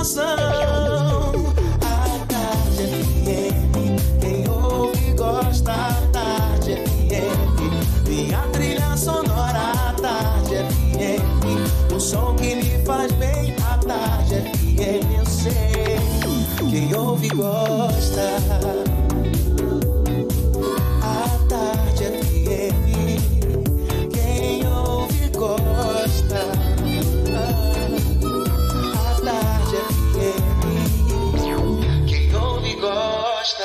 informação. A Tarde FM, quem ouve gosta. A Tarde FM, minha trilha sonora. A Tarde FM, o som que me faz bem. A Tarde FM, eu sei, quem ouve gosta. A Tarde FM, quem ouve gosta. A Tarde FM, quem ouve gosta.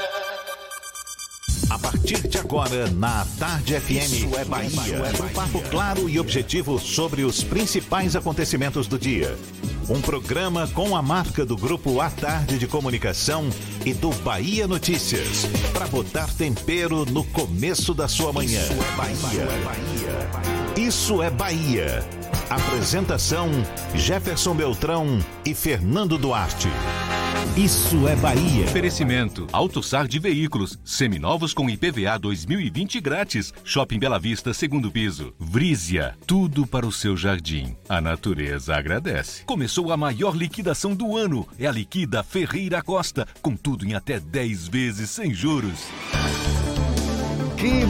A partir de agora, na Tarde FM, Isso é Bahia. Um papo claro e objetivo sobre os principais acontecimentos do dia. Um programa com a marca do Grupo A Tarde de Comunicação e do Bahia Notícias, para botar tempero no começo da sua manhã. Isso é Bahia. Isso é Bahia. Apresentação: Jefferson Beltrão e Fernando Duarte. Isso é Bahia. Oferecimento: AutoSar de Veículos, seminovos com IPVA 2020 grátis. Shopping Bela Vista, segundo piso. Vrisia, tudo para o seu jardim. A natureza agradece. Começou a maior liquidação do ano. É a Liquida Ferreira Costa, com tudo em até 10 vezes sem juros. Que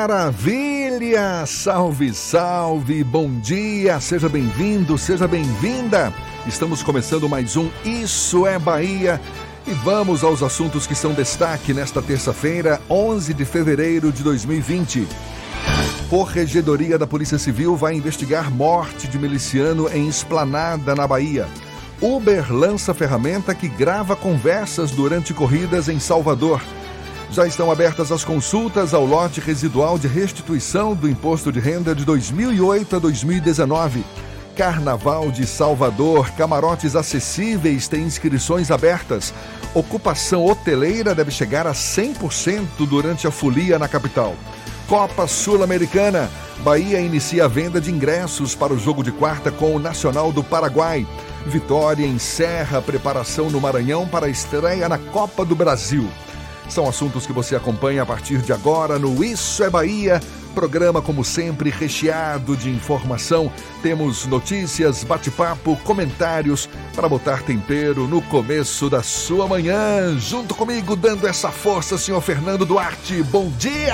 maravilha! Salve, salve! Bom dia! Seja bem-vindo, seja bem-vinda! Estamos começando mais um Isso é Bahia e vamos aos assuntos que são destaque nesta terça-feira, 11 de fevereiro de 2020. Corregedoria da Polícia Civil vai investigar morte de miliciano em Esplanada, na Bahia. Uber lança ferramenta que grava conversas durante corridas em Salvador. Já estão abertas as consultas ao lote residual de restituição do Imposto de Renda de 2008 a 2019. Carnaval de Salvador, camarotes acessíveis têm inscrições abertas. Ocupação hoteleira deve chegar a 100% durante a folia na capital. Copa Sul-Americana, Bahia inicia a venda de ingressos para o jogo de quarta com o Nacional do Paraguai. Vitória encerra a preparação no Maranhão para a estreia na Copa do Brasil. São assuntos que você acompanha a partir de agora no Isso é Bahia. Programa, como sempre, recheado de informação. Temos notícias, bate-papo, comentários para botar tempero no começo da sua manhã. Junto comigo, dando essa força, senhor Fernando Duarte. Bom dia!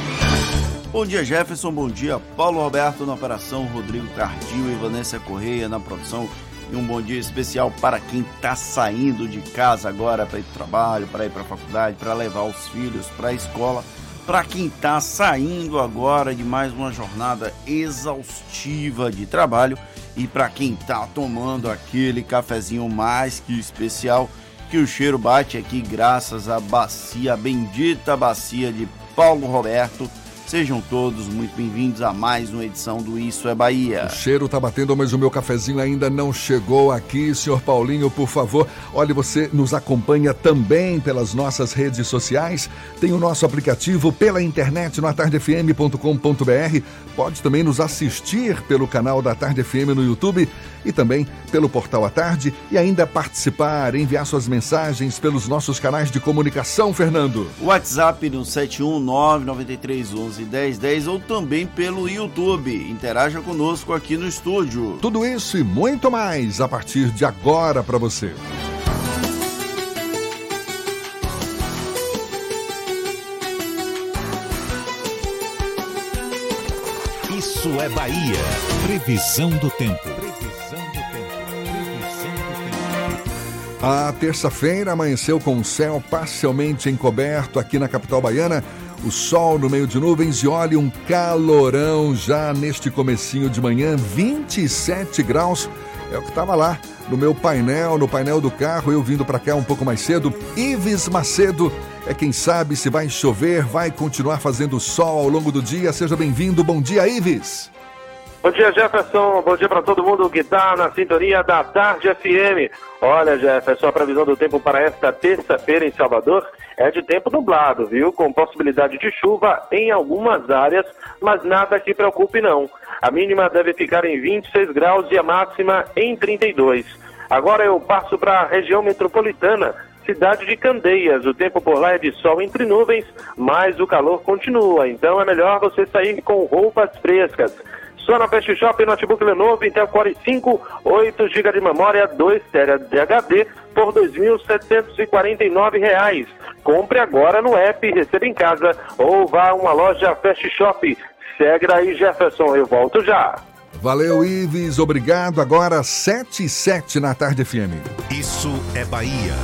Bom dia, Jefferson. Bom dia, Paulo Roberto na operação, Rodrigo Cardil e Vanessa Correia na produção. E um bom dia especial para quem está saindo de casa agora para ir para o trabalho, para ir para a faculdade, para levar os filhos para a escola. Para quem está saindo agora de mais uma jornada exaustiva de trabalho e para quem está tomando aquele cafezinho mais que especial, que o cheiro bate aqui graças à bacia, a bendita bacia de Paulo Roberto. Sejam todos muito bem-vindos a mais uma edição do Isso é Bahia. O cheiro tá batendo, mas o meu cafezinho ainda não chegou aqui, senhor Paulinho, por favor. Olha, você nos acompanha também pelas nossas redes sociais. Tem o nosso aplicativo pela internet no atardefm.com.br. Pode também nos assistir pelo canal da Tarde FM no YouTube e também pelo portal A Tarde e ainda participar, enviar suas mensagens pelos nossos canais de comunicação, Fernando. WhatsApp no 71993111010 ou também pelo YouTube. Interaja conosco aqui no estúdio. Tudo isso e muito mais a partir de agora para você. Isso é Bahia. Previsão do tempo. A terça-feira amanheceu com o céu parcialmente encoberto aqui na capital baiana. O sol no meio de nuvens e olha um calorão já neste comecinho de manhã, 27 graus. É o que estava lá no meu painel, no painel do carro, eu vindo para cá um pouco mais cedo. Ives Macedo é quem sabe se vai chover, vai continuar fazendo sol ao longo do dia. Seja bem-vindo, bom dia, Ives. Bom dia, Jefferson. Bom dia para todo mundo que está na sintonia da Tarde FM. Olha, Jefferson, a previsão do tempo para esta terça-feira em Salvador é de tempo nublado, viu? Com possibilidade de chuva em algumas áreas, mas nada que preocupe não. A mínima deve ficar em 26 graus e a máxima em 32. Agora eu passo para a região metropolitana, cidade de Candeias. O tempo por lá é de sol entre nuvens, mas o calor continua, então é melhor você sair com roupas frescas. Só na Fast Shop, notebook Lenovo Intel Core 5, 8 GB de memória, 2 TB de HD por R$ 2.749. Compre agora no app, receba em casa ou vá a uma loja Fast Shop. Segue aí, Jefferson, eu volto já. Valeu, Ives, obrigado. Agora 7h07 na Tarde FM. Isso é Bahia.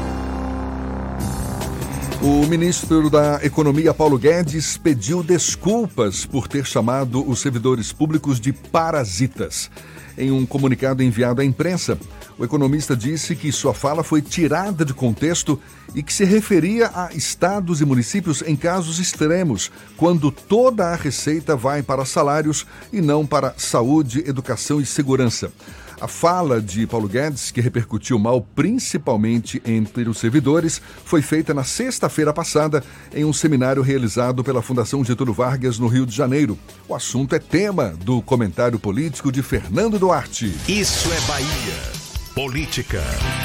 O ministro da Economia, Paulo Guedes, pediu desculpas por ter chamado os servidores públicos de parasitas. Em um comunicado enviado à imprensa, o economista disse que sua fala foi tirada de contexto e que se referia a estados e municípios em casos extremos, quando toda a receita vai para salários e não para saúde, educação e segurança. A fala de Paulo Guedes, que repercutiu mal principalmente entre os servidores, foi feita na sexta-feira passada em um seminário realizado pela Fundação Getúlio Vargas, no Rio de Janeiro. O assunto é tema do comentário político de Fernando Duarte. Isso é Bahia. Política.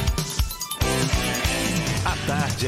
A Tarde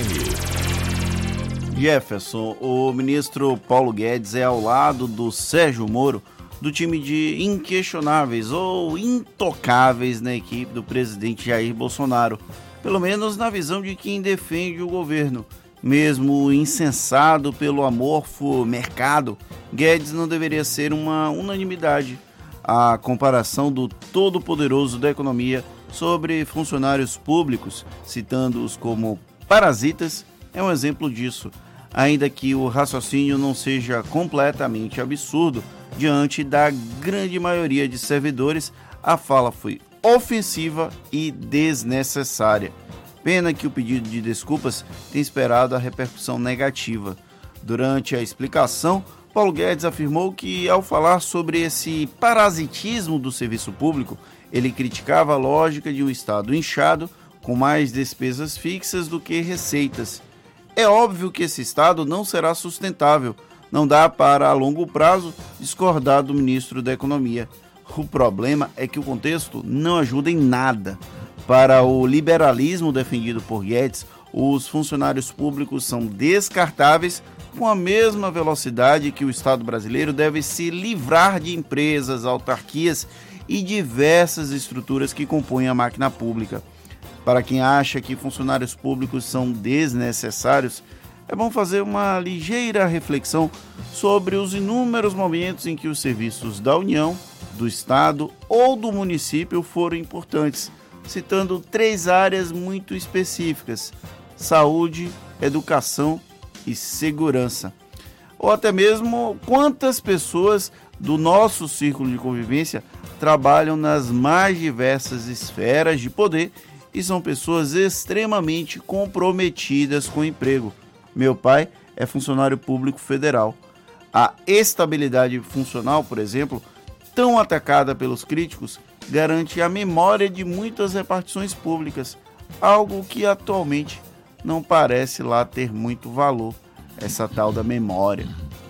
FM. Jefferson, o ministro Paulo Guedes é ao lado do Sérgio Moro, do time de inquestionáveis ou intocáveis na equipe do presidente Jair Bolsonaro, pelo menos na visão de quem defende o governo. Mesmo incensado pelo amorfo mercado, Guedes não deveria ser uma unanimidade. A comparação do todo-poderoso da economia sobre funcionários públicos, citando-os como parasitas, é um exemplo disso, ainda que o raciocínio não seja completamente absurdo. Diante da grande maioria de servidores, a fala foi ofensiva e desnecessária. Pena que o pedido de desculpas tenha esperado a repercussão negativa. Durante a explicação, Paulo Guedes afirmou que, ao falar sobre esse parasitismo do serviço público, ele criticava a lógica de um Estado inchado, com mais despesas fixas do que receitas. É óbvio que esse Estado não será sustentável. Não dá para, a longo prazo, discordar do ministro da Economia. O problema é que o contexto não ajuda em nada. Para o liberalismo defendido por Guedes, os funcionários públicos são descartáveis com a mesma velocidade que o Estado brasileiro deve se livrar de empresas, autarquias e diversas estruturas que compõem a máquina pública. Para quem acha que funcionários públicos são desnecessários, é bom fazer uma ligeira reflexão sobre os inúmeros momentos em que os serviços da União, do Estado ou do município foram importantes, citando 3 áreas muito específicas: saúde, educação e segurança. Ou até mesmo quantas pessoas do nosso círculo de convivência trabalham nas mais diversas esferas de poder e são pessoas extremamente comprometidas com o emprego. Meu pai é funcionário público federal. A estabilidade funcional, por exemplo, tão atacada pelos críticos, garante a memória de muitas repartições públicas, algo que atualmente não parece lá ter muito valor, essa tal da memória.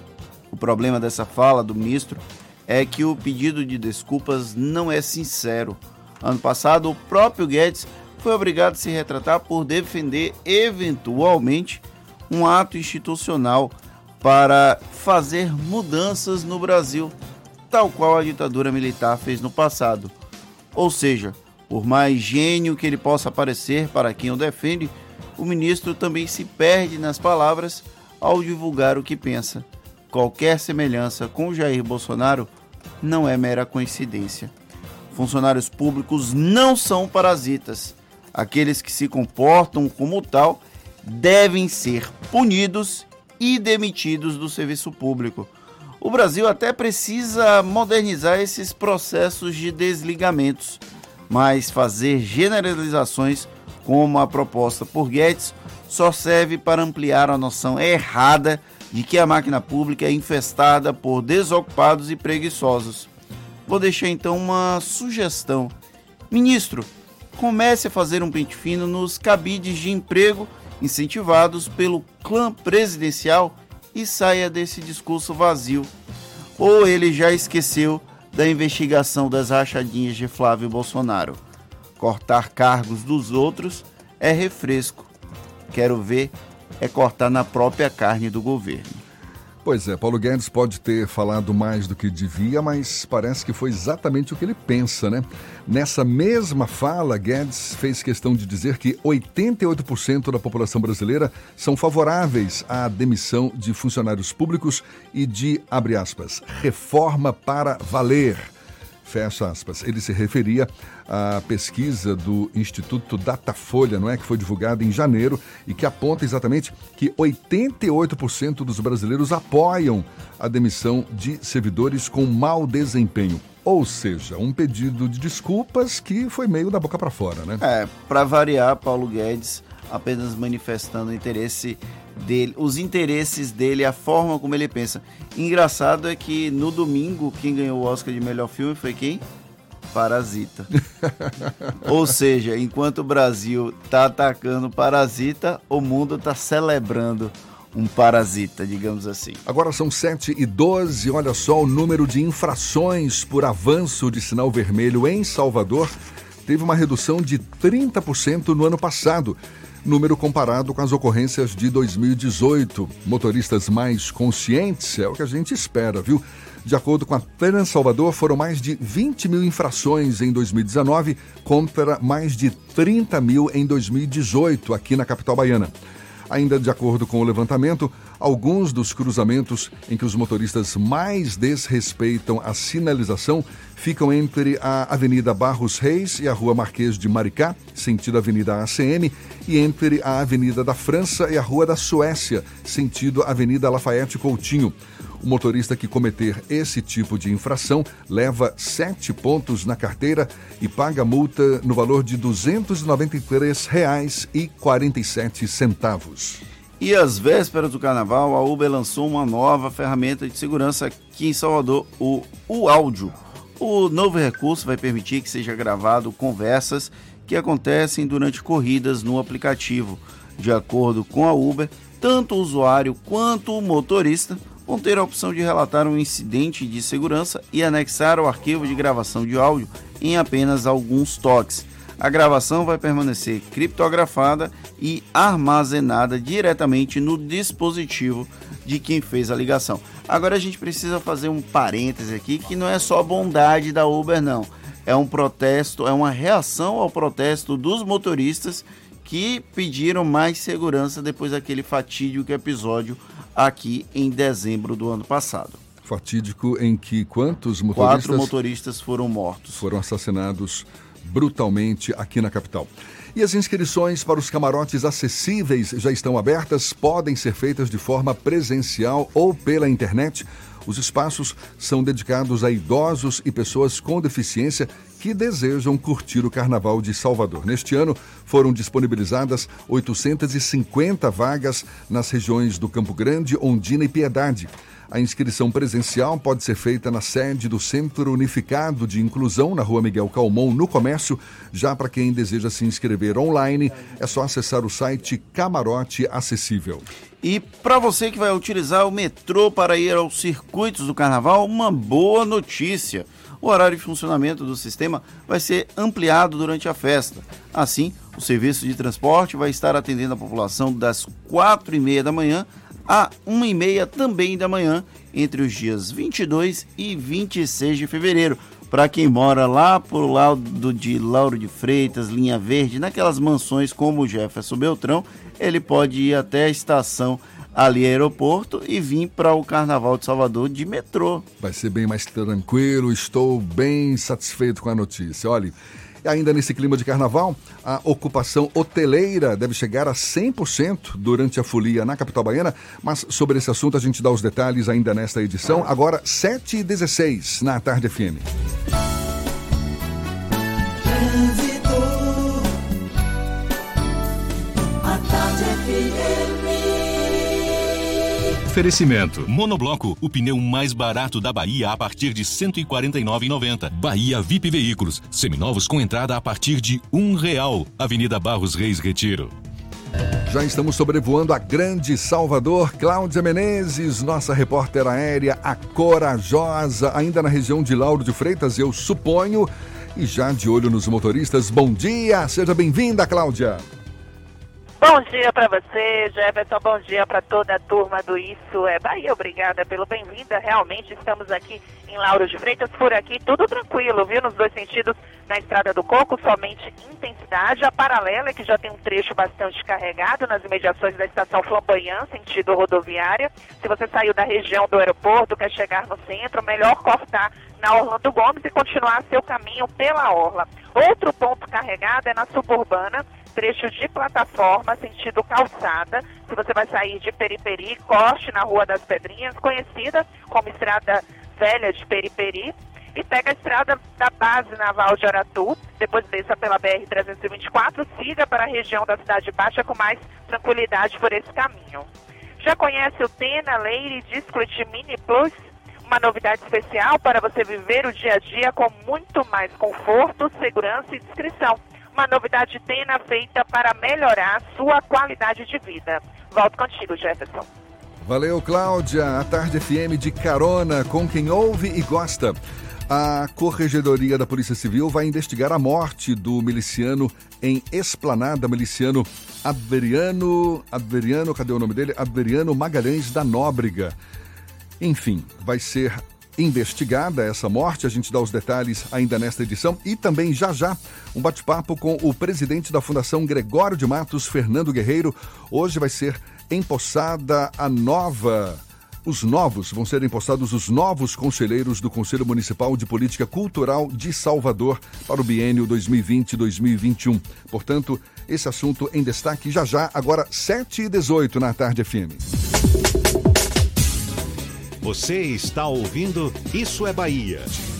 O problema dessa fala do ministro é que o pedido de desculpas não é sincero. Ano passado, o próprio Guedes foi obrigado a se retratar por defender, eventualmente, um ato institucional para fazer mudanças no Brasil, tal qual a ditadura militar fez no passado. Ou seja, por mais gênio que ele possa parecer para quem o defende, o ministro também se perde nas palavras ao divulgar o que pensa. Qualquer semelhança com Jair Bolsonaro não é mera coincidência. Funcionários públicos não são parasitas. Aqueles que se comportam como tal devem ser punidos e demitidos do serviço público. O Brasil até precisa modernizar esses processos de desligamentos, mas fazer generalizações como a proposta por Guedes só serve para ampliar a noção errada de que a máquina pública é infestada por desocupados e preguiçosos. Vou deixar então uma sugestão. Ministro, comece a fazer um pente fino nos cabides de emprego incentivados pelo clã presidencial e saia desse discurso vazio. Ou ele já esqueceu da investigação das rachadinhas de Flávio Bolsonaro? Cortar cargos dos outros é refresco. Quero ver é cortar na própria carne do governo. Pois é, Paulo Guedes pode ter falado mais do que devia, mas parece que foi exatamente o que ele pensa, né? Nessa mesma fala, Guedes fez questão de dizer que 88% da população brasileira são favoráveis à demissão de funcionários públicos e de, abre aspas, reforma para valer. Fecha aspas. Ele se referia à pesquisa do Instituto Datafolha, não é, que foi divulgada em janeiro e que aponta exatamente que 88% dos brasileiros apoiam a demissão de servidores com mau desempenho. Ou seja, um pedido de desculpas que foi meio da boca para fora, né? Para variar, Paulo Guedes apenas manifestando o interesse dele, os interesses dele, a forma como ele pensa. Engraçado é que no domingo quem ganhou o Oscar de melhor filme foi quem? Parasita. Ou seja, enquanto o Brasil tá atacando Parasita, o mundo tá celebrando um parasita, digamos assim. Agora são 7h12, olha só, o número de infrações por avanço de sinal vermelho em Salvador teve uma redução de 30% no ano passado. Número comparado com as ocorrências de 2018. Motoristas mais conscientes é o que a gente espera, viu? De acordo com a Trans Salvador, foram mais de 20 mil infrações em 2019 contra mais de 30 mil em 2018 aqui na capital baiana. Ainda de acordo com o levantamento, alguns dos cruzamentos em que os motoristas mais desrespeitam a sinalização ficam entre a Avenida Barros Reis e a Rua Marquês de Maricá, sentido Avenida ACM, e entre a Avenida da França e a Rua da Suécia, sentido Avenida Lafayette Coutinho. O motorista que cometer esse tipo de infração leva 7 pontos na carteira e paga multa no valor de R$ 293,47. E às vésperas do carnaval, a Uber lançou uma nova ferramenta de segurança aqui em Salvador, o áudio. O novo recurso vai permitir que seja gravado conversas que acontecem durante corridas no aplicativo. De acordo com a Uber, tanto o usuário quanto o motorista vão ter a opção de relatar um incidente de segurança e anexar o arquivo de gravação de áudio em apenas alguns toques. A gravação vai permanecer criptografada e armazenada diretamente no dispositivo de quem fez a ligação. Agora a gente precisa fazer um parêntese aqui, que não é só bondade da Uber, não. É um protesto, é uma reação ao protesto dos motoristas que pediram mais segurança depois daquele fatídico episódio aqui em dezembro do ano passado. Fatídico em que quantos motoristas? 4 motoristas foram mortos. Foram assassinados brutalmente aqui na capital. E as inscrições para os camarotes acessíveis já estão abertas, podem ser feitas de forma presencial ou pela internet. Os espaços são dedicados a idosos e pessoas com deficiência que desejam curtir o Carnaval de Salvador. Neste ano, foram disponibilizadas 850 vagas nas regiões do Campo Grande, Ondina e Piedade. A inscrição presencial pode ser feita na sede do Centro Unificado de Inclusão, na Rua Miguel Calmon, no Comércio. Já para quem deseja se inscrever online, é só acessar o site Camarote Acessível. E para você que vai utilizar o metrô para ir aos circuitos do Carnaval, uma boa notícia. O horário de funcionamento do sistema vai ser ampliado durante a festa. Assim, o serviço de transporte vai estar atendendo a população das 4h30 da manhã a 1h30 também da manhã, entre os dias 22 e 26 de fevereiro. Para quem mora lá por lado de Lauro de Freitas, Linha Verde, naquelas mansões como o Jefferson Beltrão, ele pode ir até a estação ali aeroporto e vir para o Carnaval de Salvador de metrô. Vai ser bem mais tranquilo, estou bem satisfeito com a notícia. Olha, ainda nesse clima de carnaval, a ocupação hoteleira deve chegar a 100% durante a folia na capital baiana, mas sobre esse assunto a gente dá os detalhes ainda nesta edição. Agora, 7h16 na Tarde FM. Oferecimento. Monobloco, o pneu mais barato da Bahia a partir de R$ 149,90. Bahia VIP Veículos, seminovos com entrada a partir de R$1. Avenida Barros Reis, Retiro. Já estamos sobrevoando a grande Salvador. Cláudia Menezes, nossa repórter aérea, a corajosa, ainda na região de Lauro de Freitas, eu suponho, e já de olho nos motoristas. Bom dia, seja bem-vinda, Cláudia. Bom dia para você, Jefferson, bom dia para toda a turma do Isso é Bahia. Obrigada pelo bem-vinda. Realmente estamos aqui em Lauro de Freitas, por aqui tudo tranquilo, viu? Nos dois sentidos, na Estrada do Coco, somente intensidade. A paralela, que já tem um trecho bastante carregado nas imediações da estação Flamboyant, sentido rodoviária. Se você saiu da região do aeroporto, quer chegar no centro, melhor cortar na Orlando Gomes e continuar seu caminho pela orla. Outro ponto carregado é na Suburbana, trecho de plataforma, sentido calçada. Se você vai sair de Periperi, corte na Rua das Pedrinhas, conhecida como Estrada Velha de Periperi, e pega a estrada da base naval de Aratu, depois desça pela BR-324, siga para a região da Cidade Baixa com mais tranquilidade por esse caminho. Já conhece o Tena Lady Discret Mini Plus? Uma novidade especial para você viver o dia a dia com muito mais conforto, segurança e discrição. Uma novidade Tena feita para melhorar a sua qualidade de vida. Volto contigo, Jefferson. Valeu, Cláudia. A Tarde FM de carona com quem ouve e gosta. A Corregedoria da Polícia Civil vai investigar a morte do miliciano em Esplanada, miliciano Adveriano, cadê o nome dele? Adveriano Magalhães da Nóbrega. Enfim, vai ser investigada essa morte, a gente dá os detalhes ainda nesta edição e também já um bate-papo com o presidente da Fundação Gregório de Matos, Fernando Guerreiro. Hoje vai ser empossada vão ser empossados os novos conselheiros do Conselho Municipal de Política Cultural de Salvador para o biênio 2020-2021. Portanto, esse assunto em destaque já, agora 7h18 na Tarde FM. Você está ouvindo Isso é Bahia.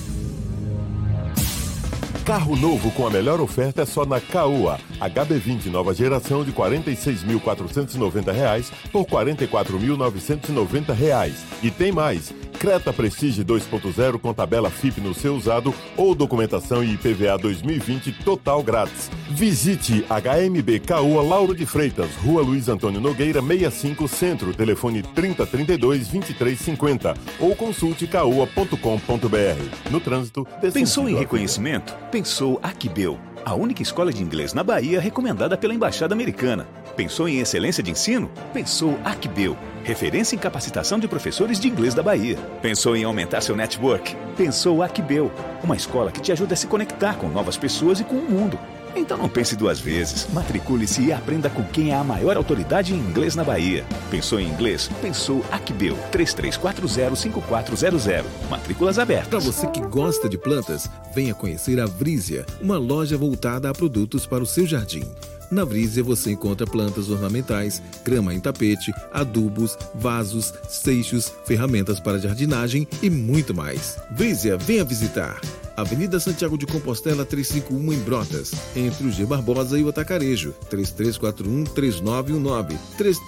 Carro novo com a melhor oferta é só na Caoa. HB20 nova geração de R$ 46.490 por R$ 44.990. E tem mais. Creta Prestige 2.0 com tabela FIP no seu usado ou documentação e IPVA 2020 total grátis. Visite HMB Caoa Lauro de Freitas, Rua Luiz Antônio Nogueira 65 Centro, telefone 3032-2350 ou consulte caoa.com.br. No trânsito, pensou em reconhecimento? Pensou Aquibel, a única escola de inglês na Bahia recomendada pela Embaixada Americana. Pensou em excelência de ensino? Pensou Aquibel, referência em capacitação de professores de inglês da Bahia. Pensou em aumentar seu network? Pensou Aquibel, uma escola que te ajuda a se conectar com novas pessoas e com o mundo. Então não pense duas vezes. Matricule-se e aprenda com quem é a maior autoridade em inglês na Bahia. Pensou em inglês? Pensou Aquibel. 3340-5400. Matrículas abertas. Para você que gosta de plantas, venha conhecer a Vrisia, uma loja voltada a produtos para o seu jardim. Na Vrisia você encontra plantas ornamentais, grama em tapete, adubos, vasos, seixos, ferramentas para jardinagem e muito mais. Vrisia, venha visitar. Avenida Santiago de Compostela 351 em Brotas, entre o G Barbosa e o Atacarejo, 3341-3919,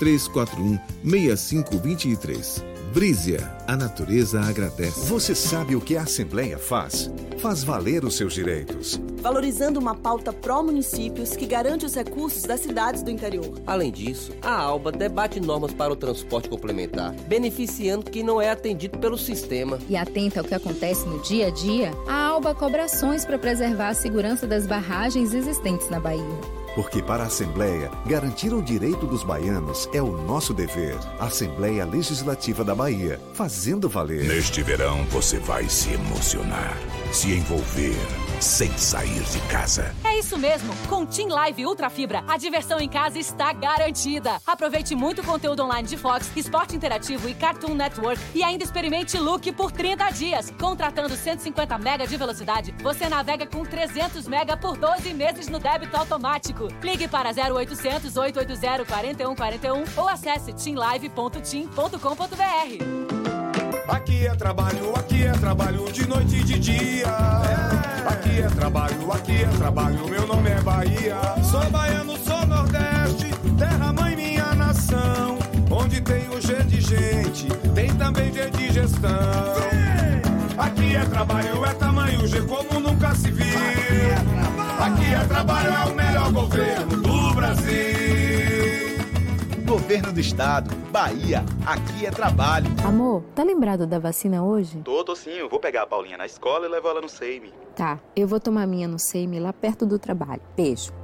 3341-6523. Vrisia, a natureza agradece. Você sabe o que a Assembleia faz? Faz valer os seus direitos. Valorizando uma pauta pró-municípios que garante os recursos das cidades do interior. Além disso, a ALBA debate normas para o transporte complementar, beneficiando quem não é atendido pelo sistema. E atenta ao que acontece no dia a dia, a ALBA cobra ações para preservar a segurança das barragens existentes na Bahia. Porque para a Assembleia, garantir o direito dos baianos é o nosso dever. Assembleia Legislativa da Bahia, fazendo valer. Neste verão você vai se emocionar, se envolver, sem sair de casa. É isso mesmo, com TIM Live Ultra Fibra, a diversão em casa está garantida. Aproveite muito conteúdo online de Fox, Esporte Interativo e Cartoon Network e ainda experimente Look por 30 dias. Contratando 150 mega de velocidade, você navega com 300 mega por 12 meses no débito automático. Ligue para 0800 880 4141 ou acesse timlive.tim.com.br. Aqui é trabalho de noite e de dia. Aqui é trabalho, meu nome é Bahia. Sou baiano, sou Nordeste, terra mãe minha nação. Onde tem o G de gente, tem também G de gestão. Aqui é trabalho, é tamanho G como nunca se viu. Aqui é trabalho, é o melhor governo do Brasil. Governo do Estado, Bahia, aqui é trabalho. Amor, tá lembrado da vacina hoje? Tô sim, eu vou pegar a Paulinha na escola e levar ela no SEIMI. Tá, eu vou tomar minha no SEIMI lá perto do trabalho. Beijo.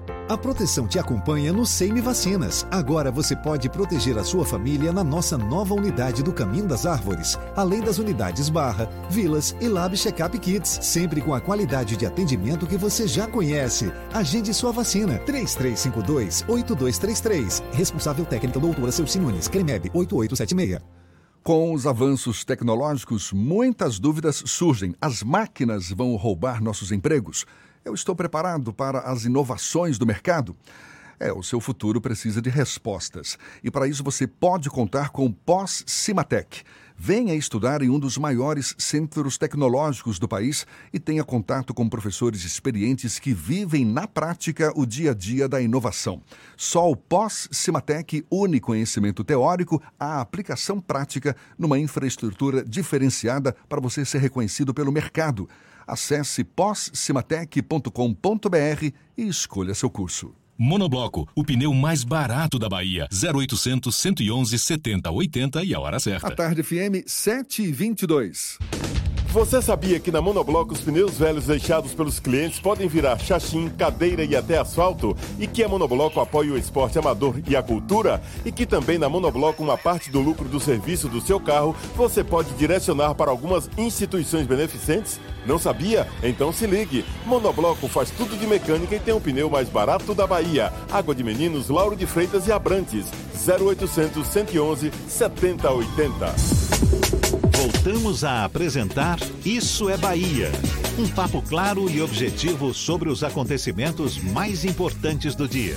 A proteção te acompanha no SEMI Vacinas. Agora você pode proteger a sua família na nossa nova unidade do Caminho das Árvores, além das unidades Barra, Vilas e Lab Checkup Kits, sempre com a qualidade de atendimento que você já conhece. Agende sua vacina. 3352-8233. Responsável técnica doutora Celci Nunes, CREMEB 8876. Com os avanços tecnológicos, muitas dúvidas surgem. As máquinas vão roubar nossos empregos? Eu estou preparado para as inovações do mercado? O seu futuro precisa de respostas. E para isso você pode contar com o Pós-Cimatec. Venha estudar em um dos maiores centros tecnológicos do país e tenha contato com professores experientes que vivem na prática o dia a dia da inovação. Só o Pós-Cimatec une conhecimento teórico à aplicação prática numa infraestrutura diferenciada para você ser reconhecido pelo mercado. Acesse poscimatec.com.br e escolha seu curso. Monobloco, o pneu mais barato da Bahia. 0800 111 70 80 e a hora certa. A Tarde FM 7h22. Você sabia que na Monobloco os pneus velhos deixados pelos clientes podem virar chachim, cadeira e até asfalto? E que a Monobloco apoia o esporte amador e a cultura? E que também na Monobloco uma parte do lucro do serviço do seu carro você pode direcionar para algumas instituições beneficentes? Não sabia? Então se ligue. Monobloco faz tudo de mecânica e tem o pneu mais barato da Bahia. Água de Meninos, Lauro de Freitas e Abrantes. 0800 111 7080. Voltamos a apresentar Isso é Bahia. Um papo claro e objetivo sobre os acontecimentos mais importantes do dia.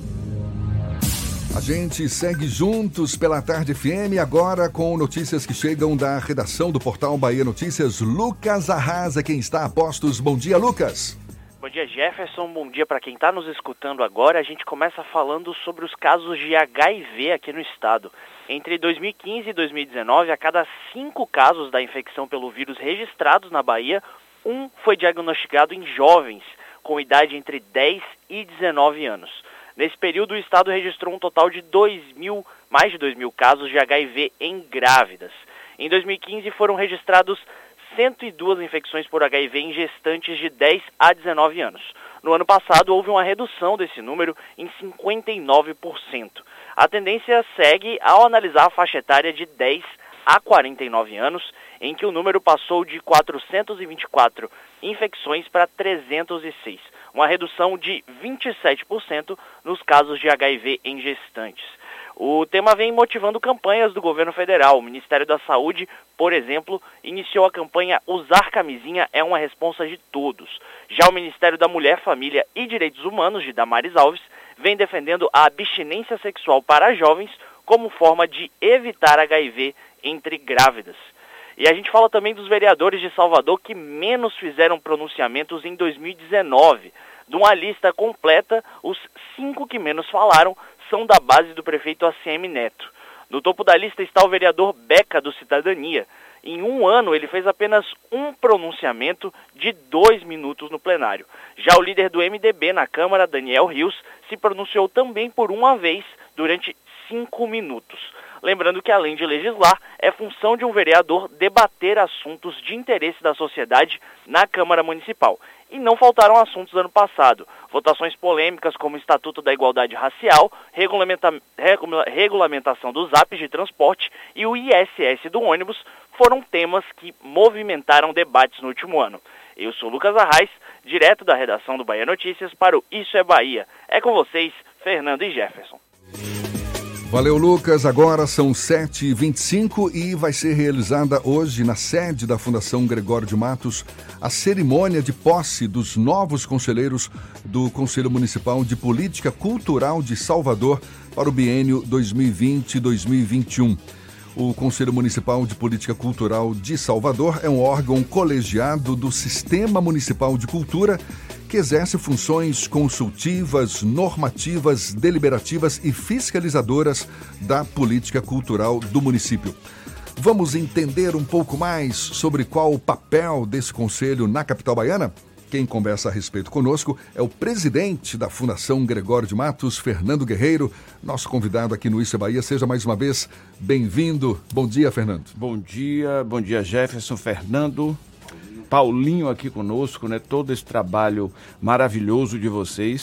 A gente segue juntos pela Tarde FM, agora com notícias que chegam da redação do portal Bahia Notícias. Lucas Arrasa, quem está a postos. Bom dia, Lucas. Bom dia, Jefferson. Bom dia para quem está nos escutando agora. A gente começa falando sobre os casos de HIV aqui no estado. Entre 2015 e 2019, a cada 5 casos da infecção pelo vírus registrados na Bahia, um foi diagnosticado em jovens com idade entre 10 e 19 anos. Nesse período, o estado registrou um total de mais de 2 mil casos de HIV em grávidas. Em 2015, foram registrados 102 infecções por HIV em gestantes de 10 a 19 anos. No ano passado, houve uma redução desse número em 59%. A tendência segue ao analisar a faixa etária de 10 a 49 anos, em que o número passou de 424 infecções para 306, uma redução de 27% nos casos de HIV em gestantes. O tema vem motivando campanhas do governo federal. O Ministério da Saúde, por exemplo, iniciou a campanha Usar Camisinha é uma responsa de todos. Já o Ministério da Mulher, Família e Direitos Humanos, de Damares Alves, vem defendendo a abstinência sexual para jovens como forma de evitar HIV entre grávidas. E a gente fala também dos vereadores de Salvador que menos fizeram pronunciamentos em 2019. De uma lista completa, os 5 que menos falaram são da base do prefeito ACM Neto. No topo da lista está o vereador Beca, do Cidadania. Em um ano, ele fez apenas um pronunciamento de 2 minutos no plenário. Já o líder do MDB na Câmara, Daniel Rios, se pronunciou também por uma vez durante 5 minutos. Lembrando que, além de legislar, é função de um vereador debater assuntos de interesse da sociedade na Câmara Municipal. E não faltaram assuntos ano passado. Votações polêmicas como o Estatuto da Igualdade Racial, regulamentação dos apps de transporte e o ISS do ônibus foram temas que movimentaram debates no último ano. Eu sou Lucas Arraes, direto da redação do Bahia Notícias para o Isso é Bahia. É com vocês, Fernando e Jefferson. Valeu, Lucas. Agora são 7h25 e vai ser realizada hoje, na sede da Fundação Gregório de Matos, a cerimônia de posse dos novos conselheiros do Conselho Municipal de Política Cultural de Salvador para o biênio 2020-2021. O Conselho Municipal de Política Cultural de Salvador é um órgão colegiado do Sistema Municipal de Cultura que exerce funções consultivas, normativas, deliberativas e fiscalizadoras da política cultural do município. Vamos entender um pouco mais sobre qual o papel desse conselho na capital baiana? Quem conversa a respeito conosco é o presidente da Fundação Gregório de Matos, Fernando Guerreiro, nosso convidado aqui no Isso é Bahia. Seja mais uma vez bem-vindo. Bom dia, Fernando. Bom dia, Jefferson, Fernando, Paulinho aqui conosco, né? Todo esse trabalho maravilhoso de vocês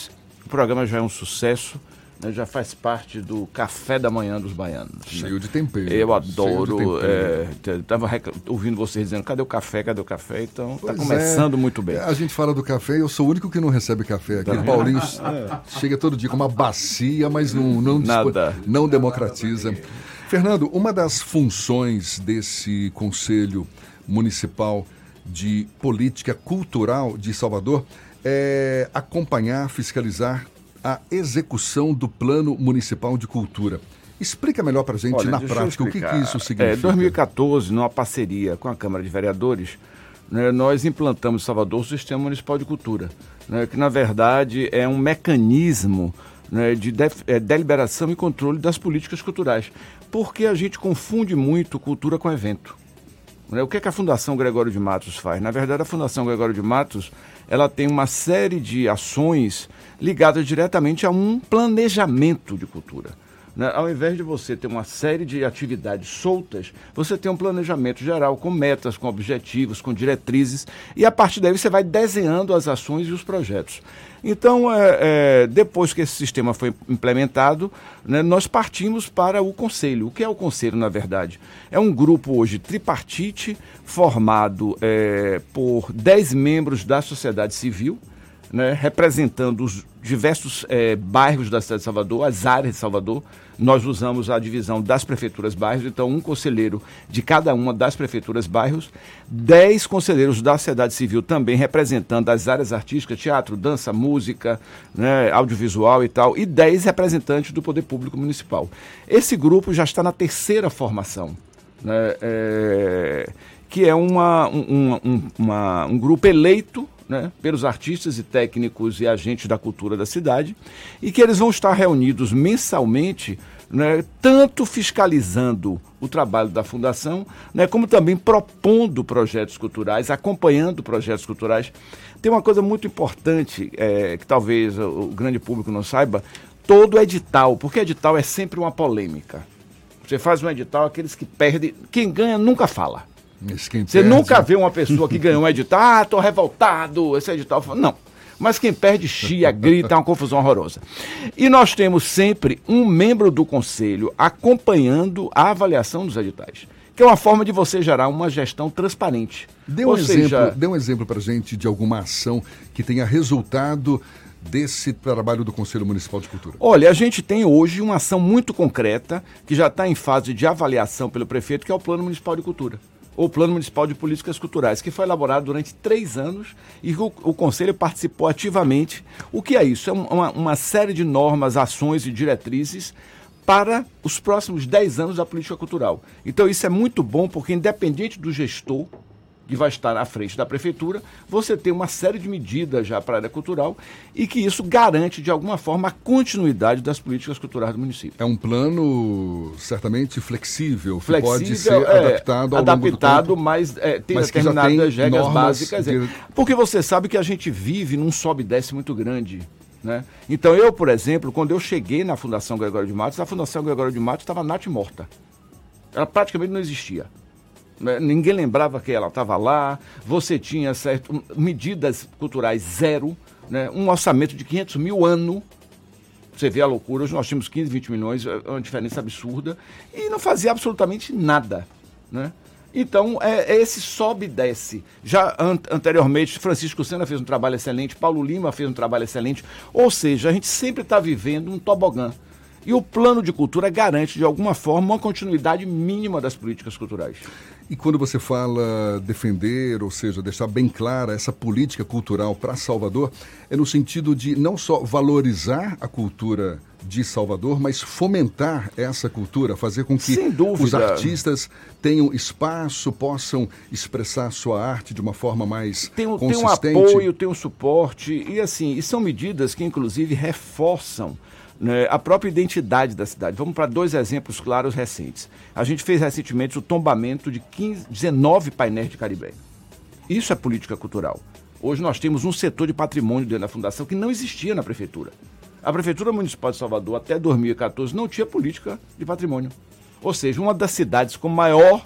programa já é um sucesso, né, já faz parte do café da manhã dos baianos. Cheio de tempero. Eu adoro. Estava ouvindo vocês dizendo, cadê o café? Então está começando muito bem. A gente fala do café, eu sou o único que não recebe café aqui. O Paulinho chega todo dia com uma bacia, mas não democratiza. Fernando, uma das funções desse Conselho Municipal de Política Cultural de Salvador é acompanhar, fiscalizar a execução do Plano Municipal de Cultura. Explica melhor para a gente, na prática, o que isso significa. Em 2014, numa parceria com a Câmara de Vereadores, né, nós implantamos em Salvador o Sistema Municipal de Cultura, né, que, na verdade, é um mecanismo, né, de deliberação e controle das políticas culturais, porque a gente confunde muito cultura com evento. O que é que a Fundação Gregório de Matos faz? Na verdade, a Fundação Gregório de Matos, ela tem uma série de ações ligadas diretamente a um planejamento de cultura. Né? Ao invés de você ter uma série de atividades soltas, você tem um planejamento geral com metas, com objetivos, com diretrizes, e a partir daí você vai desenhando as ações e os projetos. Então, depois que esse sistema foi implementado, né, nós partimos para o Conselho. O que é o Conselho, na verdade? É um grupo hoje tripartite, formado por 10 membros da sociedade civil, né, representando os diversos bairros da cidade de Salvador, as áreas de Salvador. Nós usamos a divisão das prefeituras bairros, então um conselheiro de cada uma das prefeituras bairros, 10 conselheiros da sociedade civil também representando as áreas artísticas, teatro, dança, música, né, audiovisual e tal, e 10 representantes do Poder Público Municipal. Esse grupo já está na 3ª formação, né, que é um grupo eleito, né, pelos artistas e técnicos e agentes da cultura da cidade, e que eles vão estar reunidos mensalmente, né, tanto fiscalizando o trabalho da Fundação, né, como também propondo projetos culturais, acompanhando projetos culturais. Tem uma coisa muito importante, que talvez o grande público não saiba, todo edital, porque edital é sempre uma polêmica. Você faz um edital, aqueles que perdem, quem ganha nunca fala. Você nunca vê uma pessoa que ganhou um edital, tô revoltado, esse edital... Não, mas quem perde chia, grita, é uma confusão horrorosa. E nós temos sempre um membro do conselho acompanhando a avaliação dos editais, que é uma forma de você gerar uma gestão transparente. Dê um exemplo para a gente de alguma ação que tenha resultado desse trabalho do Conselho Municipal de Cultura. Olha, a gente tem hoje uma ação muito concreta, que já está em fase de avaliação pelo prefeito, que é o Plano Municipal de Cultura. Ou Plano Municipal de Políticas Culturais, que foi elaborado durante 3 anos e o Conselho participou ativamente. O que é isso? É uma série de normas, ações e diretrizes para os próximos 10 anos da política cultural. Então isso é muito bom, porque independente do gestor que vai estar à frente da prefeitura, você tem uma série de medidas já para a área cultural e que isso garante, de alguma forma, a continuidade das políticas culturais do município. É um plano certamente flexível, que pode ser adaptado ao longo do tempo, mas tem determinadas regras básicas. Porque você sabe que a gente vive num sobe e desce muito grande. Né? Então eu, por exemplo, quando eu cheguei na Fundação Gregório de Matos, a Fundação Gregório de Matos estava natimorta. Ela praticamente não existia. Ninguém lembrava que ela estava lá, você tinha medidas culturais zero, né? Um orçamento de 500 mil ano, você vê a loucura, hoje nós tínhamos 15, 20 milhões, é uma diferença absurda, e não fazia absolutamente nada, né? Então, esse sobe e desce. Já anteriormente, Francisco Sena fez um trabalho excelente, Paulo Lima fez um trabalho excelente, ou seja, a gente sempre está vivendo um tobogã. E o plano de cultura garante, de alguma forma, uma continuidade mínima das políticas culturais. E quando você fala defender, ou seja, deixar bem clara essa política cultural para Salvador, é no sentido de não só valorizar a cultura de Salvador, mas fomentar essa cultura, fazer com que os artistas tenham espaço, possam expressar sua arte de uma forma mais consistente. Tem um apoio, tem um suporte, e são medidas que, inclusive, reforçam, né, a própria identidade da cidade. Vamos para 2 exemplos claros recentes. A gente fez recentemente o tombamento de 19 painéis de Caribe. Isso é política cultural. Hoje nós temos um setor de patrimônio dentro da Fundação que não existia na Prefeitura. A Prefeitura Municipal de Salvador, até 2014, não tinha política de patrimônio. Ou seja, uma das cidades com maior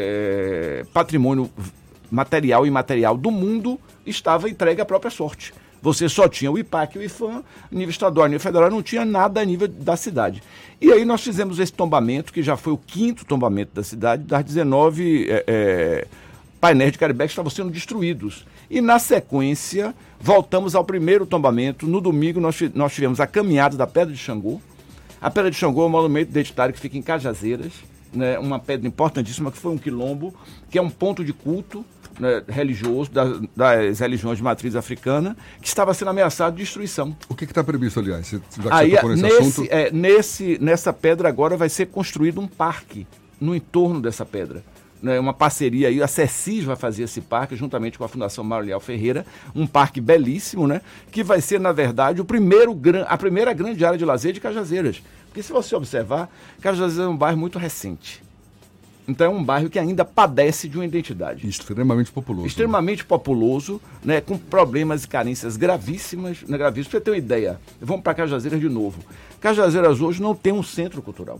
patrimônio material e imaterial do mundo estava entregue à própria sorte. Você só tinha o IPAC e o IFAM, nível estadual, nível federal, não tinha nada a nível da cidade. E aí nós fizemos esse tombamento, que já foi o 5º tombamento da cidade, das 19 painéis de Caribe que estavam sendo destruídos. E na sequência, voltamos ao primeiro tombamento. No domingo nós tivemos a caminhada da Pedra de Xangô. A Pedra de Xangô é um monumento identitário que fica em Cajazeiras, né, uma pedra importantíssima que foi um quilombo, que é um ponto de culto, né, religioso das religiões de matriz africana, que estava sendo ameaçado de destruição. O que está previsto, aliás? Aí, nessa pedra agora vai ser construído um parque no entorno dessa pedra. Né, uma parceria aí, a CECIS vai fazer esse parque, juntamente com a Fundação Mário Leal Ferreira, um parque belíssimo, né, que vai ser, na verdade, a primeira grande área de lazer de Cajazeiras. Porque se você observar, Cajazeiras é um bairro muito recente. Então é um bairro que ainda padece de uma identidade. Extremamente populoso. Extremamente populoso, né, com problemas e carências gravíssimas. Né, gravíssimas. Pra você ter uma ideia, vamos para Cajazeiras de novo. Cajazeiras hoje não tem um centro cultural.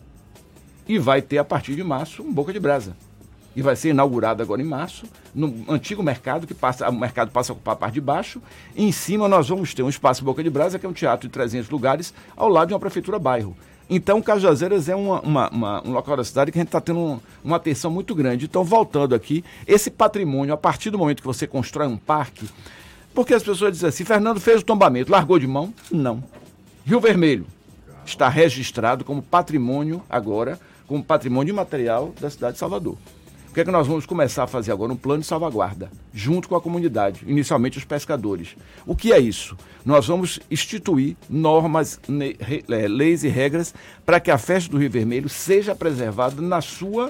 E vai ter, a partir de março, um Boca de Brasa. E vai ser inaugurado agora em março, no antigo mercado, o mercado passa a ocupar a parte de baixo. E em cima nós vamos ter um espaço Boca de Brasa, que é um teatro de 300 lugares, ao lado de uma prefeitura bairro. Então, Cajazeiras é um local da cidade que a gente está tendo uma atenção muito grande. Então, voltando aqui, esse patrimônio, a partir do momento que você constrói um parque, porque as pessoas dizem assim, Fernando fez o tombamento, largou de mão? Não. Rio Vermelho está registrado como patrimônio agora, como patrimônio imaterial da cidade de Salvador. O que é que nós vamos começar a fazer agora? Um plano de salvaguarda, junto com a comunidade, inicialmente os pescadores. O que é isso? Nós vamos instituir normas, leis e regras para que a festa do Rio Vermelho seja preservada na sua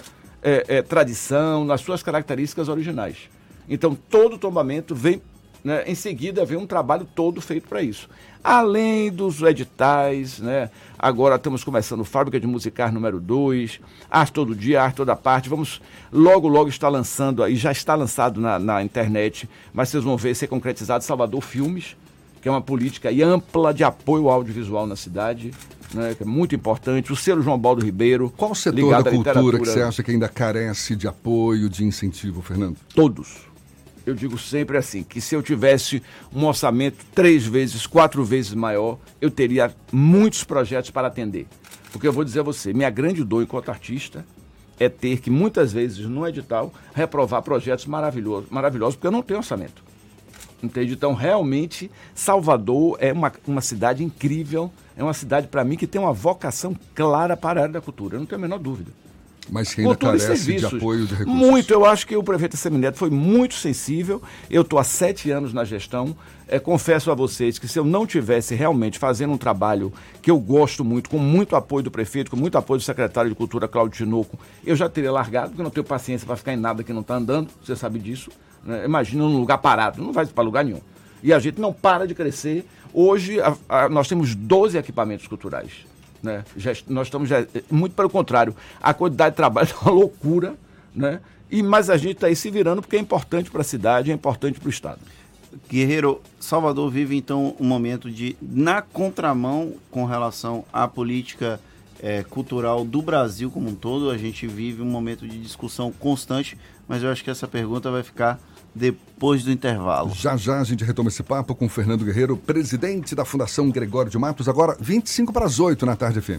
tradição, nas suas características originais. Então, todo tombamento vem, né, em seguida, vem um trabalho todo feito para isso. Além dos editais, né? Agora estamos começando Fábrica de Musicar número 2, Arte Todo Dia, Arte Toda Parte. Vamos logo estar lançando, aí já está lançado na internet, mas vocês vão ver ser concretizado Salvador Filmes, que é uma política aí ampla de apoio ao audiovisual na cidade, né, que é muito importante. O selo João Baldo Ribeiro. Qual setor da cultura que você acha que ainda carece de apoio, de incentivo, Fernando? Todos. Eu digo sempre assim, que se eu tivesse um orçamento 3 vezes, 4 vezes maior, eu teria muitos projetos para atender. Porque eu vou dizer a você, minha grande dor enquanto artista é ter que, muitas vezes, no edital, reprovar projetos maravilhosos, porque eu não tenho orçamento. Entende? Então, realmente, Salvador é uma cidade incrível, é uma cidade, para mim, que tem uma vocação clara para a área da cultura, eu não tenho a menor dúvida. Mas que ainda carece de apoio, de recursos. Muito, eu acho que o prefeito Semineto foi muito sensível. Eu estou há 7 anos na gestão. Confesso a vocês que se eu não tivesse realmente fazendo um trabalho que eu gosto muito, com muito apoio do prefeito, com muito apoio do secretário de Cultura, Cláudio Tinoco, eu já teria largado, porque eu não tenho paciência para ficar em nada que não está andando, você sabe disso. Né? Imagina num lugar parado, não vai para lugar nenhum. E a gente não para de crescer. Hoje nós temos 12 equipamentos culturais. Né? Nós estamos muito pelo contrário, a quantidade de trabalho é uma loucura, né? Mas a gente está aí se virando porque é importante para a cidade, é importante para o estado. Guerreiro, Salvador vive então um momento na contramão com relação à política cultural do Brasil como um todo. A gente vive um momento de discussão constante, mas eu acho que essa pergunta vai ficar depois do intervalo. Já a gente retoma esse papo com o Fernando Guerreiro, presidente da Fundação Gregório de Matos, agora 7:25 na Tarde FM.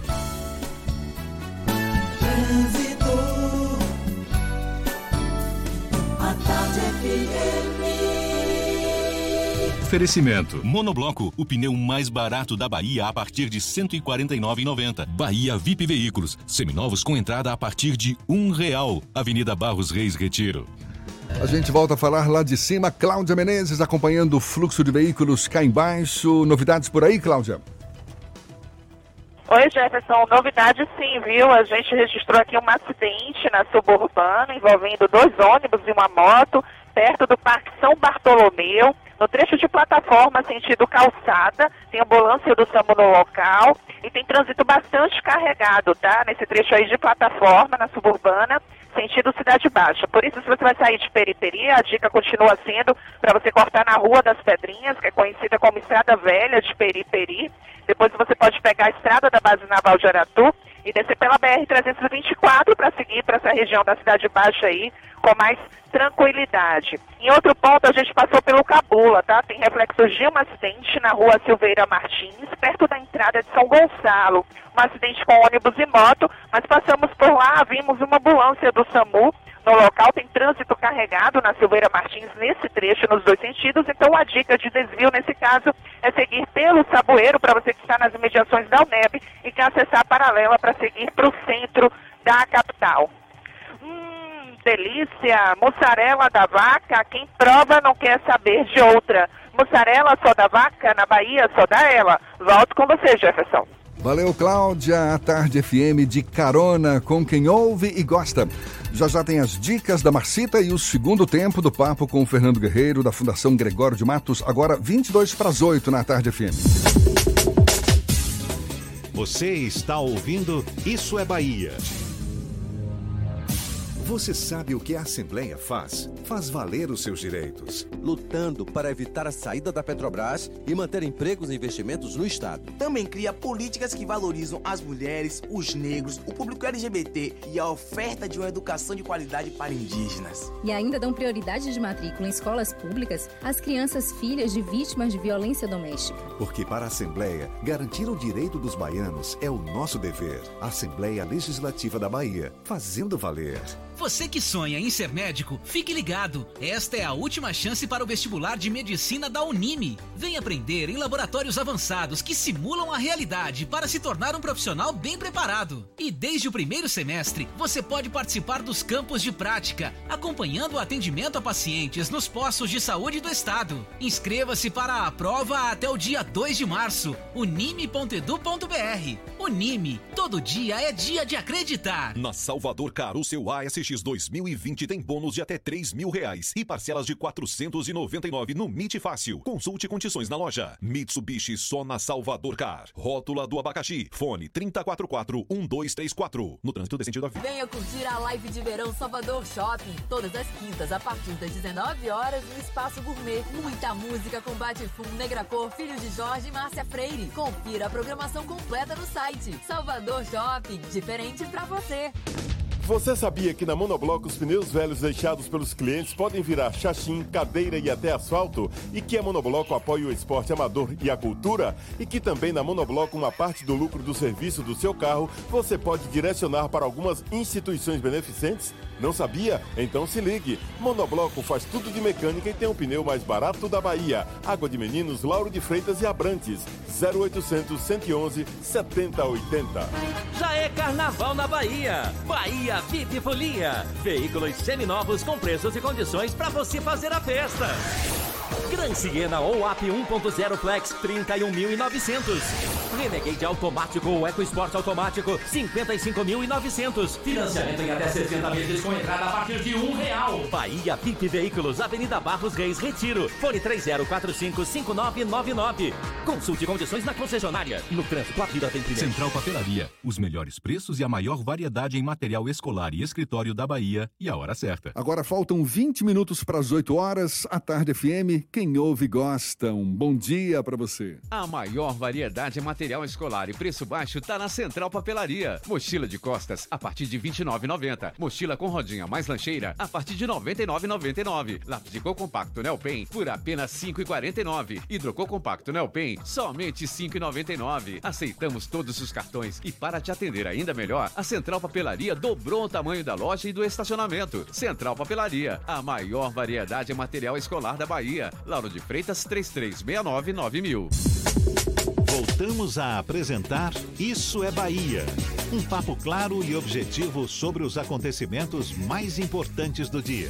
Oferecimento. Monobloco, o pneu mais barato da Bahia a partir de R$ 149,90. Bahia VIP Veículos, seminovos com entrada a partir de R$1. Avenida Barros Reis, Retiro. A gente volta a falar lá de cima. Cláudia Menezes acompanhando o fluxo de veículos cá embaixo. Novidades por aí, Cláudia? Oi, Jefferson. Novidade sim, viu? A gente registrou aqui um acidente na suburbana envolvendo 2 ônibus e uma moto perto do Parque São Bartolomeu, no trecho de plataforma sentido calçada. Tem ambulância do SAMU no local e tem trânsito bastante carregado, tá? Nesse trecho aí de plataforma, na suburbana, sentido Cidade Baixa. Por isso, se você vai sair de Periperi, a dica continua sendo para você cortar na Rua das Pedrinhas, que é conhecida como Estrada Velha de Periperi. Depois você pode pegar a Estrada da Base Naval de Aratu e descer pela BR-324 para seguir para essa região da Cidade Baixa aí com mais tranquilidade. Em outro ponto, a gente passou pelo Cabula, tá? Tem reflexos de um acidente na rua Silveira Martins, perto da entrada de São Gonçalo. Um acidente com ônibus e moto, mas passamos por lá, vimos uma ambulância do SAMU. No local tem trânsito carregado na Silveira Martins nesse trecho, nos dois sentidos. Então a dica de desvio nesse caso é seguir pelo Saboeiro, para você que está nas imediações da UNEB e quer acessar a paralela para seguir para o centro da capital. Delícia, mussarela da vaca, quem prova não quer saber de outra. Mussarela só da vaca, na Bahia só dá ela. Volto com você, Jefferson. Valeu, Cláudia. A Tarde FM de carona com quem ouve e gosta. Já tem as dicas da Marcita e o segundo tempo do papo com o Fernando Guerreiro, da Fundação Gregório de Matos, agora 7:22 na Tarde FM. Você está ouvindo Isso é Bahia. Você sabe o que a Assembleia faz? Faz valer os seus direitos. Lutando para evitar a saída da Petrobras e manter empregos e investimentos no Estado. Também cria políticas que valorizam as mulheres, os negros, o público LGBT e a oferta de uma educação de qualidade para indígenas. E ainda dão prioridade de matrícula em escolas públicas às crianças filhas de vítimas de violência doméstica. Porque para a Assembleia, garantir o direito dos baianos é o nosso dever. Assembleia Legislativa da Bahia, fazendo valer. Você que sonha em ser médico, fique ligado. Esta é a última chance para o vestibular de medicina da Unime. Vem aprender em laboratórios avançados que simulam a realidade para se tornar um profissional bem preparado. E desde o primeiro semestre, você pode participar dos campos de prática, acompanhando o atendimento a pacientes nos postos de saúde do estado. Inscreva-se para a prova até o dia 2 de março. unime.edu.br. Unime, todo dia é dia de acreditar. Na Salvador Car, o seu ASX 2020 tem bônus de até R$3.000 e parcelas de R$499 no MIT Fácil. Consulte condições na loja. Mitsubishi só na Salvador Car. Rótula do Abacaxi. Fone 3044-1234. No trânsito desse sentido da vida. Venha curtir a live de verão Salvador Shopping. Todas as quintas, a partir das 19 horas, no Espaço Gourmet. Muita música com Batifum, Negra Cor, Filhos de Jorge e Márcia Freire. Confira a programação completa no site. Salvador Shopping. Diferente pra você. Você sabia que na Monobloco os pneus velhos deixados pelos clientes podem virar chachim, cadeira e até asfalto? E que a Monobloco apoia o esporte amador e a cultura? E que também na Monobloco uma parte do lucro do serviço do seu carro você pode direcionar para algumas instituições beneficentes? Não sabia? Então se ligue. Monobloco faz tudo de mecânica e tem o pneu mais barato da Bahia. Água de Meninos, Lauro de Freitas e Abrantes. 0800 111 7080. Já é carnaval na Bahia. Bahia VIP Folia. Veículos seminovos com preços e condições para você fazer a festa. Gran Siena ou AP 1.0 Flex 31.900. Renegade automático ou EcoSport automático 55.900. Financiamento em até 60 vezes com entrada a partir de R$1. Bahia VIP Veículos, Avenida Barros Reis, Retiro. Fone 30455999. Consulte condições na concessionária. No trânsito, a vida vem primeiro. Central Papelaria. Os melhores preços e a maior variedade em material escolar e escritório da Bahia. E a hora certa. Agora faltam 20 minutos para as 8 horas. A Tarde FM. Quem ouve gosta. Um bom dia para você. A maior variedade em material escolar e preço baixo tá na Central Papelaria. Mochila de costas a partir de R$ 29,90. Mochila com rodinha mais lancheira a partir de R$ 99,99. Lápis de cor compacto Nelpen por apenas R$ 5,49. Hidrocor compacto Nelpen somente R$ 5,99. Aceitamos todos os cartões e para te atender ainda melhor, a Central Papelaria dobrou o tamanho da loja e do estacionamento. Central Papelaria, a maior variedade em material escolar da Bahia. Lauro de Freitas 3369-9000. Voltamos a apresentar Isso é Bahia. Um papo claro e objetivo sobre os acontecimentos mais importantes do dia.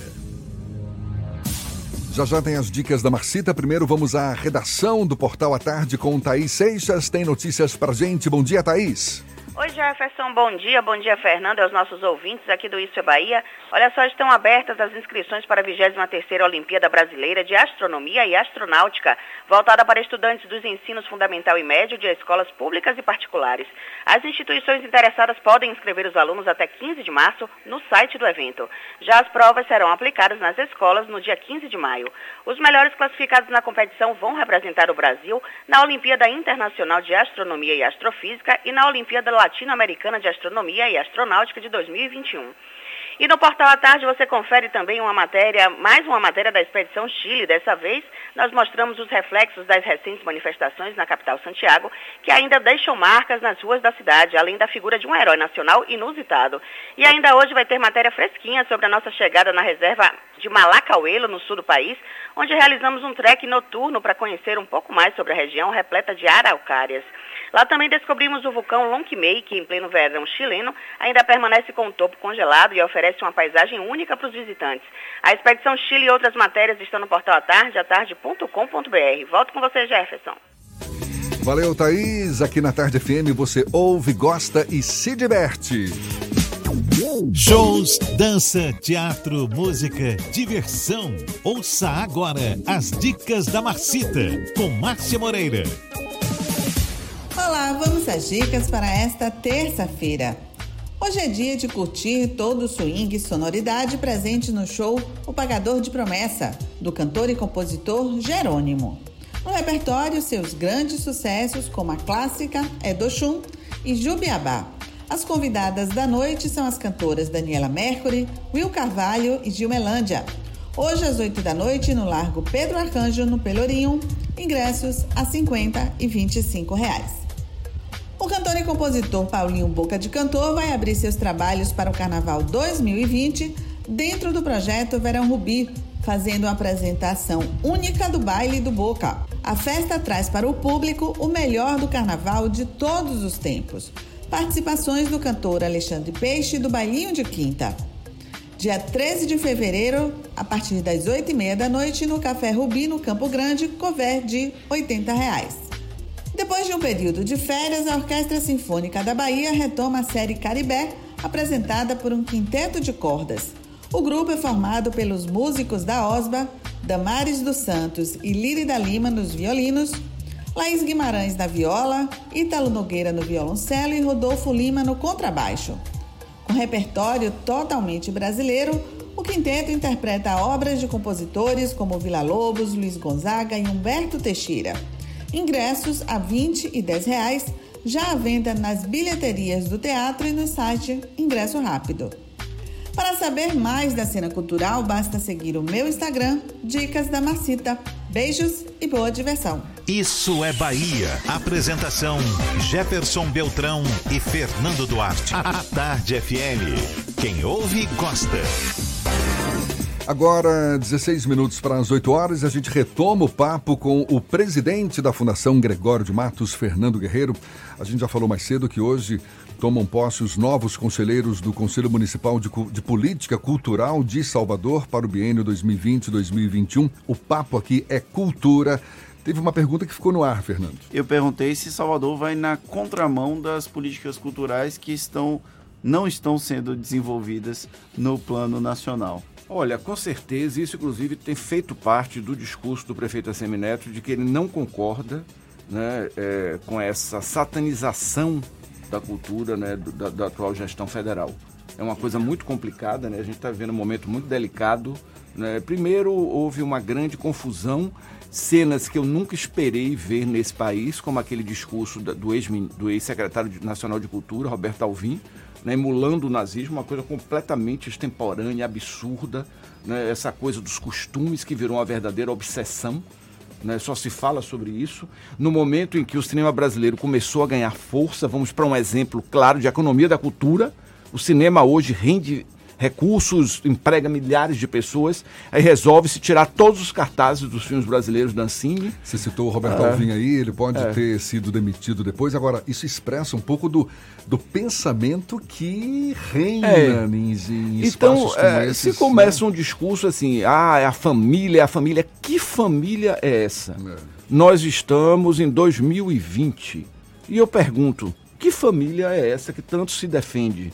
Já tem as dicas da Marcita. Primeiro vamos à redação do Portal à Tarde com Thaís Seixas. Tem notícias pra gente. Bom dia, Thaís. Oi, Jefferson. Bom dia, Fernando, aos nossos ouvintes aqui do Isso é Bahia. Olha só, estão abertas as inscrições para a 23ª Olimpíada Brasileira de Astronomia e Astronáutica, voltada para estudantes dos ensinos fundamental e médio de escolas públicas e particulares. As instituições interessadas podem inscrever os alunos até 15 de março no site do evento. Já as provas serão aplicadas nas escolas no dia 15 de maio. Os melhores classificados na competição vão representar o Brasil na Olimpíada Internacional de Astronomia e Astrofísica e na Olimpíada Latino-Americana de Astronomia e Astronáutica de 2021. E no Portal à Tarde você confere também mais uma matéria da Expedição Chile. Dessa vez, nós mostramos os reflexos das recentes manifestações na capital Santiago, que ainda deixam marcas nas ruas da cidade, além da figura de um herói nacional inusitado. E ainda hoje vai ter matéria fresquinha sobre a nossa chegada na reserva de Malacauelo, no sul do país, onde realizamos um trek noturno para conhecer um pouco mais sobre a região repleta de araucárias. Lá também descobrimos o vulcão Lonquimay, que em pleno verão chileno ainda permanece com o topo congelado e oferece uma paisagem única para os visitantes. A Expedição Chile e outras matérias estão no portal atarde.com.br. Volto com você, Jefferson. Valeu, Thaís. Aqui na Tarde FM você ouve, gosta e se diverte. Shows, dança, teatro, música, diversão. Ouça agora as dicas da Marcita, com Márcia Moreira. Olá, vamos às dicas para esta terça-feira. Hoje é dia de curtir todo o swing e sonoridade presente no show O Pagador de Promessa, do cantor e compositor Jerônimo. No repertório, seus grandes sucessos como a clássica Edoxum e Jubiabá. As convidadas da noite são as cantoras Daniela Mercury, Will Carvalho e Gilmelândia. Hoje às 8 da noite no Largo Pedro Arcanjo, no Pelourinho, ingressos a R$ 50 e R$ 25. O cantor e compositor Paulinho Boca de Cantor vai abrir seus trabalhos para o Carnaval 2020 dentro do projeto Verão Rubi, fazendo uma apresentação única do baile do Boca. A festa traz para o público o melhor do Carnaval de todos os tempos. Participações do cantor Alexandre Peixe do Bailinho de Quinta. Dia 13 de fevereiro, a partir das 8h30 da noite, no Café Rubi, no Campo Grande, couvert de R$ 80. Depois de um período de férias, a Orquestra Sinfônica da Bahia retoma a série Caribé, apresentada por um quinteto de cordas. O grupo é formado pelos músicos da OSBA, Damares dos Santos e Lírida Lima nos violinos, Laís Guimarães na viola, Ítalo Nogueira no violoncelo e Rodolfo Lima no contrabaixo. Com repertório totalmente brasileiro, o quinteto interpreta obras de compositores como Villa-Lobos, Luiz Gonzaga e Humberto Teixeira. Ingressos a R$ 20 e R$ 10, já à venda nas bilheterias do teatro e no site Ingresso Rápido. Para saber mais da cena cultural, basta seguir o meu Instagram, Dicas da Marcita. Beijos e boa diversão. Isso é Bahia. Apresentação: Jefferson Beltrão e Fernando Duarte. A Tarde FM. Quem ouve, gosta. Agora, 16 minutos para as 8 horas, a gente retoma o papo com o presidente da Fundação Gregório de Matos, Fernando Guerreiro. A gente já falou mais cedo que hoje tomam posse os novos conselheiros do Conselho Municipal de Política Cultural de Salvador para o biênio 2020-2021. O papo aqui é cultura. Teve uma pergunta que ficou no ar, Fernando. Eu perguntei se Salvador vai na contramão das políticas culturais que não estão sendo desenvolvidas no plano nacional. Olha, com certeza, isso inclusive tem feito parte do discurso do prefeito Assemineto de que ele não concorda, né, com essa satanização da cultura, né, da atual gestão federal. É uma coisa muito complicada, né? A gente está vivendo um momento muito delicado, né? Primeiro, houve uma grande confusão, cenas que eu nunca esperei ver nesse país, como aquele discurso do ex-secretário nacional de Cultura, Roberto Alvim, né, emulando o nazismo, uma coisa completamente extemporânea, absurda, né, essa coisa dos costumes que virou uma verdadeira obsessão, né, só se fala sobre isso. No momento em que o cinema brasileiro começou a ganhar força, vamos para um exemplo claro de economia da cultura, o cinema hoje rende recursos, emprega milhares de pessoas, aí resolve-se tirar todos os cartazes dos filmes brasileiros da Ancine. Você citou o Roberto Alvim aí, ele pode ter sido demitido depois. Agora, isso expressa um pouco do pensamento que reina em espaços como esses. Se começa um discurso assim, é a família, que família é essa? Nós estamos em 2020 e eu pergunto, que família é essa que tanto se defende?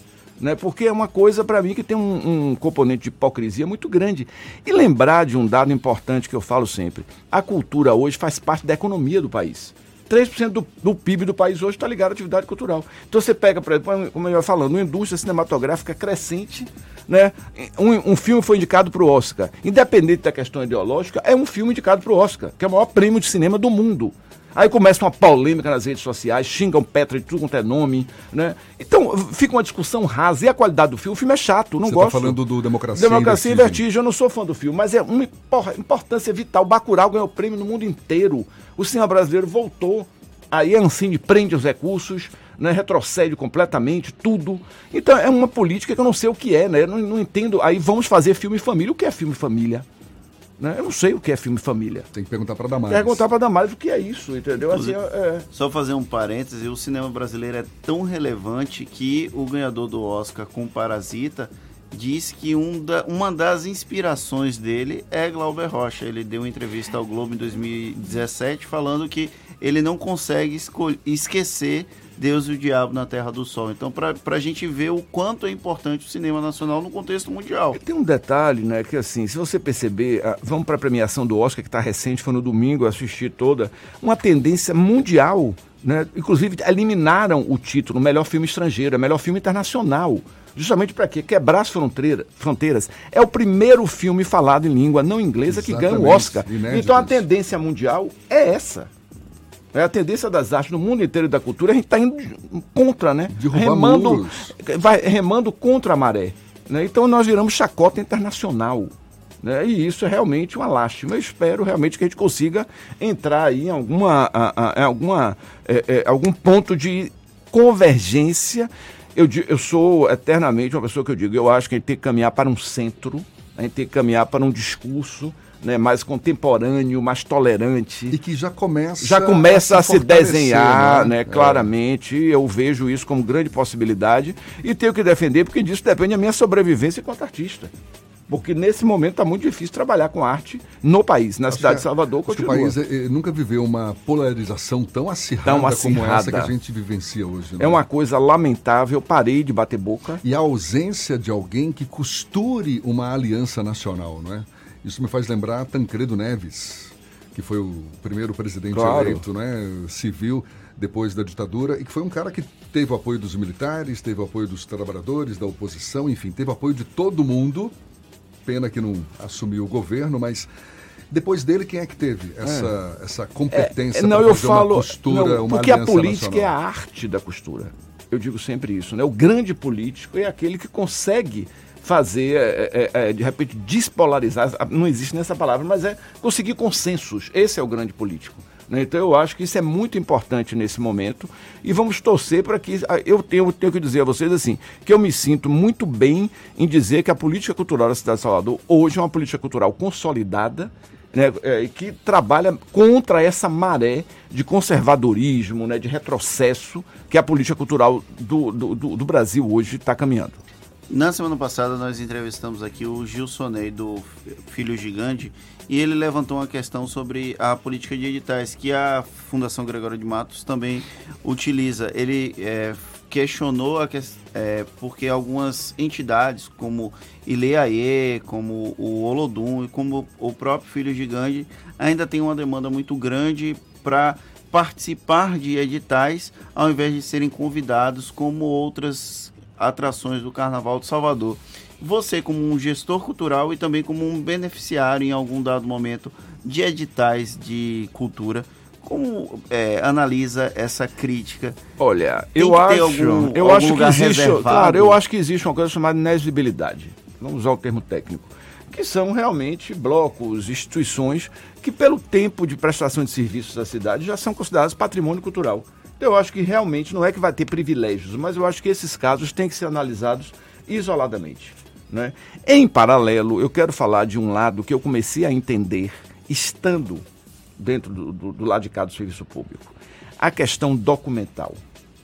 Né? Porque é uma coisa, para mim, que tem um componente de hipocrisia muito grande. E lembrar de um dado importante que eu falo sempre. A cultura hoje faz parte da economia do país. 3% do PIB do país hoje está ligado à atividade cultural. Então você pega, por exemplo, como eu ia falando, uma indústria cinematográfica crescente, né? Um filme foi indicado para o Oscar. Independente da questão ideológica, é um filme indicado para o Oscar, que é o maior prêmio de cinema do mundo. Aí começa uma polêmica nas redes sociais, xingam Petra de tudo quanto é nome, né? Então fica uma discussão rasa. E a qualidade do filme? O filme é chato, não gosto. Você está falando do Democracia e Vertigem. Eu não sou fã do filme, mas é uma importância vital. Bacurau ganhou prêmio no mundo inteiro. O cinema brasileiro voltou. Aí a Ancine prende os recursos, né? Retrocede completamente, tudo. Então é uma política que eu não sei o que é, né? Eu não entendo. Aí vamos fazer filme família. O que é filme família? Né? Eu não sei o que é filme família. Tem que perguntar para Damares. Perguntar para Damares o que é isso, entendeu? Assim, Só fazer um parêntese, o cinema brasileiro é tão relevante que o ganhador do Oscar com Parasita disse que uma das inspirações dele é Glauber Rocha. Ele deu uma entrevista ao Globo em 2017 falando que ele não consegue esquecer Deus e o Diabo na Terra do Sol. Então, para a gente ver o quanto é importante o cinema nacional no contexto mundial. Tem um detalhe, né, que assim, se você perceber, vamos para a premiação do Oscar, que está recente, foi no domingo, eu assisti toda, uma tendência mundial, né, inclusive eliminaram o título melhor filme estrangeiro, melhor filme internacional. Justamente para quê? Quebrar as fronteiras. É o primeiro filme falado em língua não inglesa que ganha o Oscar. Inédito. Então a tendência mundial é essa. É a tendência das artes no mundo inteiro e da cultura, a gente está indo contra, né? Remando contra a maré. Né? Então nós viramos chacota internacional. Né? E isso é realmente uma lástima. Eu espero realmente que a gente consiga entrar aí em algum ponto de convergência. Eu sou eternamente uma pessoa que eu acho que a gente tem que caminhar para um centro, a gente tem que caminhar para um discurso, né, mais contemporâneo, mais tolerante. E que já começa a se desenhar, né, claramente. Eu vejo isso como grande possibilidade e tenho que defender, porque disso depende a minha sobrevivência enquanto artista. Porque nesse momento está muito difícil trabalhar com arte no país, na cidade de Salvador. Acho que o país nunca viveu uma polarização tão acirrada como essa que a gente vivencia hoje. Né? É uma coisa lamentável, parei de bater boca. E a ausência de alguém que costure uma aliança nacional, não é? Isso me faz lembrar Tancredo Neves, que foi o primeiro presidente eleito, né, civil, depois da ditadura, e que foi um cara que teve o apoio dos militares, teve o apoio dos trabalhadores, da oposição, enfim, teve o apoio de todo mundo. Pena que não assumiu o governo, mas depois dele quem é que teve essa competência para fazer uma costura, uma porque aliança a política nacional? É a arte da costura. Eu digo sempre isso, né? O grande político é aquele que consegue fazer, de repente, despolarizar, não existe nessa palavra, mas conseguir consensos. Esse é o grande político. Né? Então eu acho que isso é muito importante nesse momento e vamos torcer para que... Eu tenho que dizer a vocês assim, que eu me sinto muito bem em dizer que a política cultural da cidade de Salvador hoje é uma política cultural consolidada, né, que trabalha contra essa maré de conservadorismo, né, de retrocesso que a política cultural do Brasil hoje está caminhando. Na semana passada nós entrevistamos aqui o Gilsonei do Filho Gigante e ele levantou uma questão sobre a política de editais que a Fundação Gregório de Matos também utiliza. Ele questionou porque algumas entidades como Ileaê, como o Olodum e como o próprio Filho Gigante ainda tem uma demanda muito grande para participar de editais ao invés de serem convidados como outras atrações do Carnaval de Salvador. Você, como um gestor cultural e também como um beneficiário em algum dado momento de editais de cultura, como analisa essa crítica? Olha, eu acho que existe, claro, eu acho que existe uma coisa chamada inexigibilidade. Vamos usar o termo técnico, que são realmente blocos, instituições que pelo tempo de prestação de serviços da cidade já são considerados patrimônio cultural. Eu acho que realmente não é que vai ter privilégios, mas eu acho que esses casos têm que ser analisados isoladamente. Né? Em paralelo, eu quero falar de um lado que eu comecei a entender estando dentro do lado de cá do serviço público. A questão documental.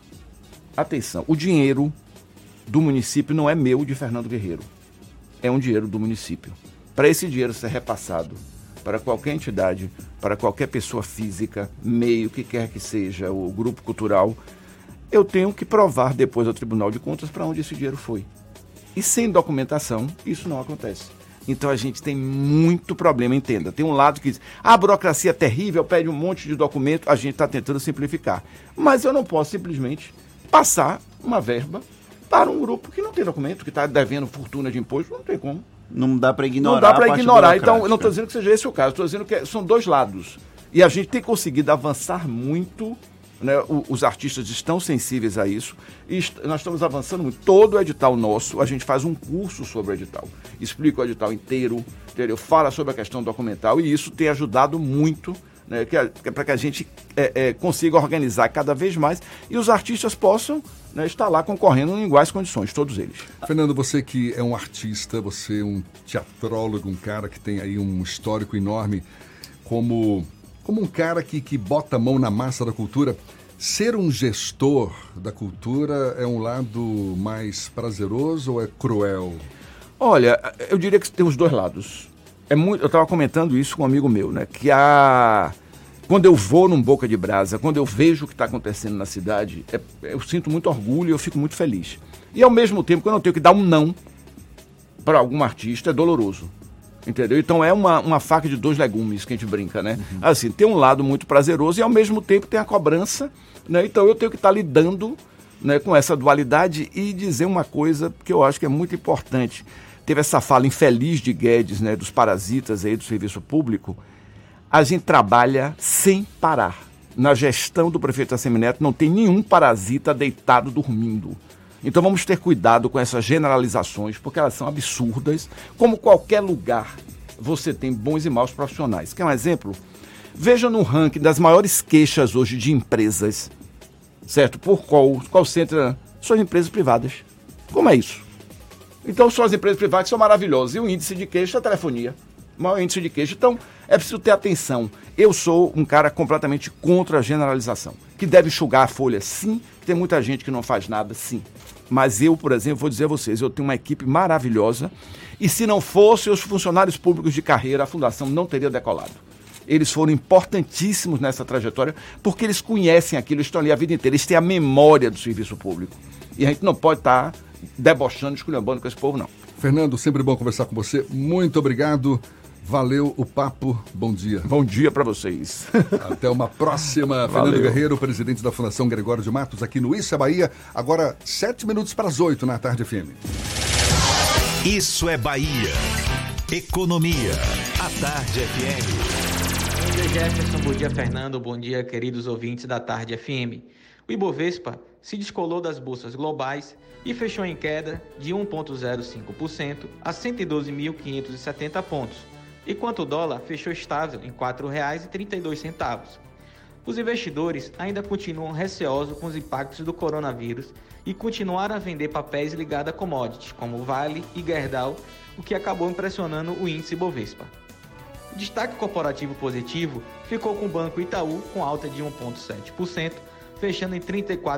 Atenção, o dinheiro do município não é meu, de Fernando Guerreiro. É um dinheiro do município. Para esse dinheiro ser repassado para qualquer entidade, para qualquer pessoa física, meio que quer que seja, o grupo cultural, eu tenho que provar depois ao Tribunal de Contas para onde esse dinheiro foi. E sem documentação, isso não acontece. Então a gente tem muito problema, entenda. Tem um lado que diz, a burocracia é terrível, pede um monte de documento, a gente está tentando simplificar. Mas eu não posso simplesmente passar uma verba para um grupo que não tem documento, que está devendo fortuna de imposto, não tem como. Não dá para ignorar. Não dá para ignorar. Então, eu não estou dizendo que seja esse o caso, estou dizendo que são dois lados. E a gente tem conseguido avançar muito, né? Os artistas estão sensíveis a isso, e nós estamos avançando muito. Todo o edital nosso, a gente faz um curso sobre o edital. Explica o edital inteiro, entendeu? Fala sobre a questão documental, e isso tem ajudado muito, né, para que a gente consiga organizar cada vez mais e os artistas possam, né, estar lá concorrendo em iguais condições, todos eles. Fernando, você que é um artista, você é um teatrólogo, um cara que tem aí um histórico enorme, como um cara que bota a mão na massa da cultura, ser um gestor da cultura é um lado mais prazeroso ou é cruel? Olha, eu diria que tem os dois lados. Eu estava comentando isso com um amigo meu, né? Que quando eu vou num Boca de Brasa, quando eu vejo o que está acontecendo na cidade, eu sinto muito orgulho e eu fico muito feliz. E ao mesmo tempo, quando eu tenho que dar um não para algum artista, é doloroso. Entendeu? Então é uma faca de dois legumes que a gente brinca, né? Uhum. Assim, tem um lado muito prazeroso e ao mesmo tempo tem a cobrança, né? Então eu tenho que estar lidando, né, com essa dualidade e dizer uma coisa que eu acho que é muito importante. Teve essa fala infeliz de Guedes, né, dos parasitas aí do serviço público. A gente trabalha sem parar. Na gestão do prefeito Assemineto não tem nenhum parasita deitado dormindo. Então vamos ter cuidado com essas generalizações, porque elas são absurdas. Como qualquer lugar, você tem bons e maus profissionais. Quer um exemplo? Veja no ranking das maiores queixas hoje de empresas, certo? Por qual center? São as empresas privadas. Como é isso? Então são as empresas privadas que são maravilhosas. E o índice de queixa é a telefonia. O maior índice de queixa. Então é preciso ter atenção. Eu sou um cara completamente contra a generalização. Que deve enxugar a folha, sim. Tem muita gente que não faz nada, sim. Mas eu, por exemplo, vou dizer a vocês, eu tenho uma equipe maravilhosa. E se não fossem os funcionários públicos de carreira, a Fundação não teria decolado. Eles foram importantíssimos nessa trajetória, porque eles conhecem aquilo, estão ali a vida inteira. Eles têm a memória do serviço público. E a gente não pode estar debochando, esculhambando com esse povo, não. Fernando, sempre bom conversar com você. Muito obrigado. Valeu o papo. Bom dia. Bom dia para vocês. Até uma próxima. Valeu. Fernando Guerreiro, presidente da Fundação Gregório de Matos, aqui no Isso é Bahia. Agora, 7 minutos para as 8 na Tarde FM. Isso é Bahia. Economia. A Tarde FM. Bom dia, Jefferson. Bom dia, Fernando. Bom dia, queridos ouvintes da Tarde FM. O Ibovespa se descolou das bolsas globais e fechou em queda de 1,05% a 112.570 pontos, enquanto o dólar fechou estável em R$ 4,32. Os investidores ainda continuam receosos com os impactos do coronavírus e continuaram a vender papéis ligados a commodities, como Vale e Gerdau, o que acabou impressionando o índice Ibovespa. O destaque corporativo positivo ficou com o Banco Itaú, com alta de 1,7%, fechando em R$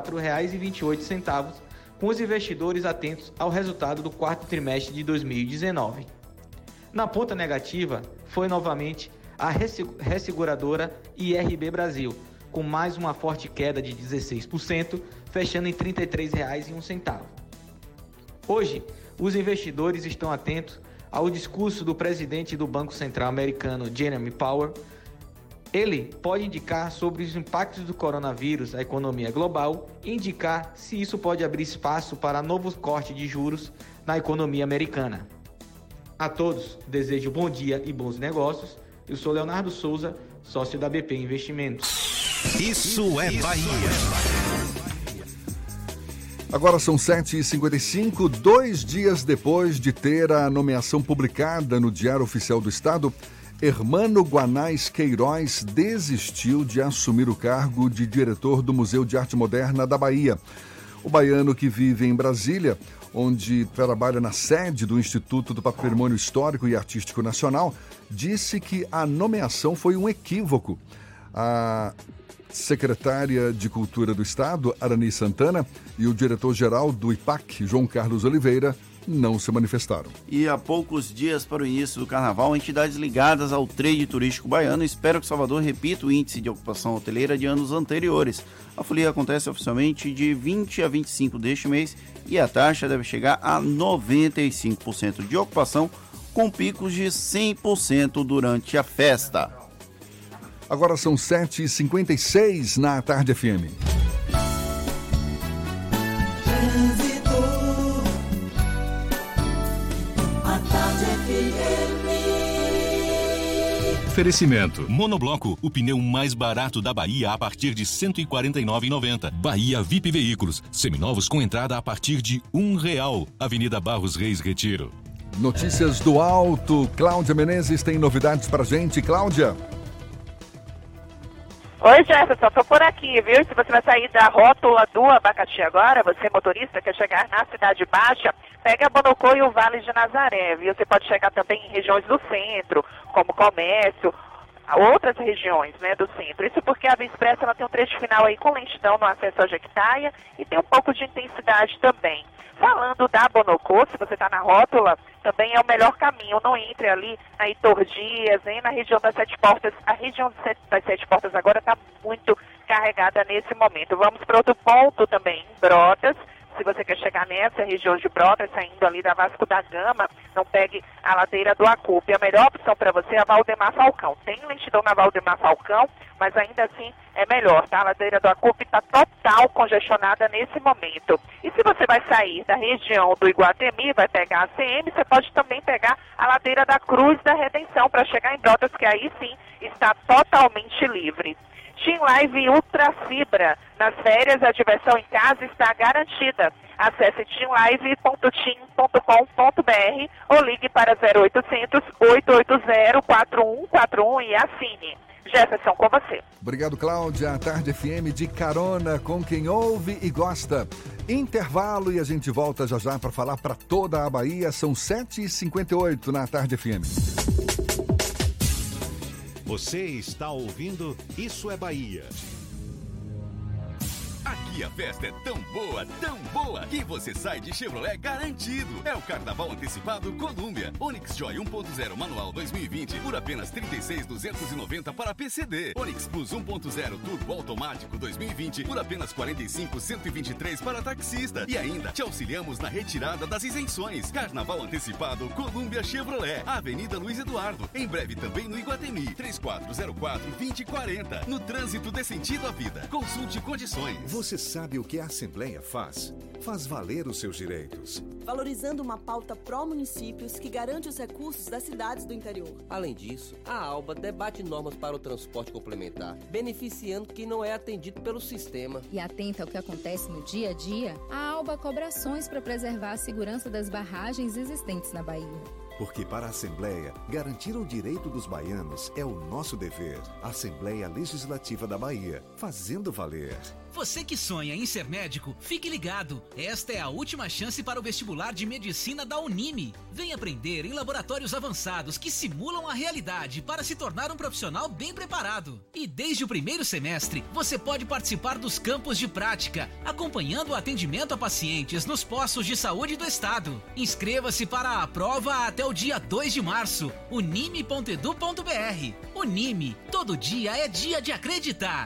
34,28, com os investidores atentos ao resultado do quarto trimestre de 2019. Na ponta negativa, foi novamente a resseguradora IRB Brasil, com mais uma forte queda de 16%, fechando em R$ 33,01. Hoje, os investidores estão atentos ao discurso do presidente do Banco Central americano, Jeremy Powell. Ele pode indicar sobre os impactos do coronavírus à economia global e indicar se isso pode abrir espaço para novos cortes de juros na economia americana. A todos, desejo bom dia e bons negócios. Eu sou Leonardo Souza, sócio da BP Investimentos. Isso é Bahia. Agora são 7h55, 2 dias depois de ter a nomeação publicada no Diário Oficial do Estado, Hermano Guanais Queiroz desistiu de assumir o cargo de diretor do Museu de Arte Moderna da Bahia. O baiano, que vive em Brasília, onde trabalha na sede do Instituto do Patrimônio Histórico e Artístico Nacional, disse que a nomeação foi um equívoco. A secretária de Cultura do Estado, Arani Santana, e o diretor-geral do IPAC, João Carlos Oliveira, não se manifestaram. E há poucos dias para o início do carnaval, entidades ligadas ao trade turístico baiano esperam que Salvador repita o índice de ocupação hoteleira de anos anteriores. A folia acontece oficialmente de 20 a 25 deste mês e a taxa deve chegar a 95% de ocupação, com picos de 100% durante a festa. Agora são 7h56 na Tarde FM. Oferecimento. Monobloco, o pneu mais barato da Bahia a partir de R$ 149,90. Bahia VIP Veículos, seminovos com entrada a partir de R$1. Avenida Barros Reis, Retiro. Notícias do Alto. Cláudia Menezes tem novidades pra gente. Cláudia. Oi, Jefferson, tô por aqui, viu? Se você vai sair da rótula do Abacaxi agora, você motorista quer chegar na Cidade Baixa, pega Bonocô e o Vale de Nazaré, viu? Você pode chegar também em regiões do centro, como Comércio, outras regiões, né, do centro. Isso porque a Via Expressa ela tem um trecho final aí com lentidão no acesso ao Jequitaia e tem um pouco de intensidade também. Falando da Bonocô, se você está na rótula, também é o melhor caminho. Não entre ali na Heitor Dias, nem na região das Sete Portas. A região das Sete Portas agora está muito carregada nesse momento. Vamos para outro ponto também, em Brotas. Se você quer chegar nessa região de Brotas, saindo ali da Vasco da Gama, não pegue a ladeira do Acupe. A melhor opção para você é a Valdemar Falcão. Tem lentidão na Valdemar Falcão, mas ainda assim é melhor, tá? A ladeira do Acupe está total congestionada nesse momento. E se você vai sair da região do Iguatemi, vai pegar a CM, você pode também pegar a ladeira da Cruz da Redenção para chegar em Brotas, que aí sim está totalmente livre. Team Live Ultra Fibra. Nas férias, a diversão em casa está garantida. Acesse teamlive.team.com.br ou ligue para 0800 880 4141 e assine. Jefferson, com você. Obrigado, Cláudia. A Tarde FM de carona com quem ouve e gosta. Intervalo e a gente volta já já para falar para toda a Bahia. São 7h58 na Tarde FM. Você está ouvindo Isso é Bahia. Aqui a festa é tão boa, que você sai de Chevrolet garantido. É o Carnaval Antecipado Colômbia. Onix Joy 1.0 Manual 2020 por apenas R$ 36.290 para PCD. Onix Plus 1.0 Turbo Automático 2020 por apenas R$ 45.123 para taxista. E ainda te auxiliamos na retirada das isenções. Carnaval Antecipado Colômbia Chevrolet. Avenida Luiz Eduardo. Em breve também no Iguatemi. 3404-2040. No trânsito dê sentido à vida. Consulte condições. Você sabe o que a Assembleia faz? Faz valer os seus direitos. Valorizando uma pauta pró-municípios que garante os recursos das cidades do interior. Além disso, a ALBA debate normas para o transporte complementar, beneficiando quem não é atendido pelo sistema. E atenta ao que acontece no dia a dia, a ALBA cobra ações para preservar a segurança das barragens existentes na Bahia. Porque para a Assembleia, garantir o direito dos baianos é o nosso dever. Assembleia Legislativa da Bahia, fazendo valer. Você que sonha em ser médico, fique ligado. Esta é a última chance para o vestibular de medicina da Unime. Vem aprender em laboratórios avançados que simulam a realidade para se tornar um profissional bem preparado. E desde o primeiro semestre, você pode participar dos campos de prática, acompanhando o atendimento a pacientes nos postos de saúde do estado. Inscreva-se para a prova até o dia 2 de março. unime.edu.br. Unime, todo dia é dia de acreditar.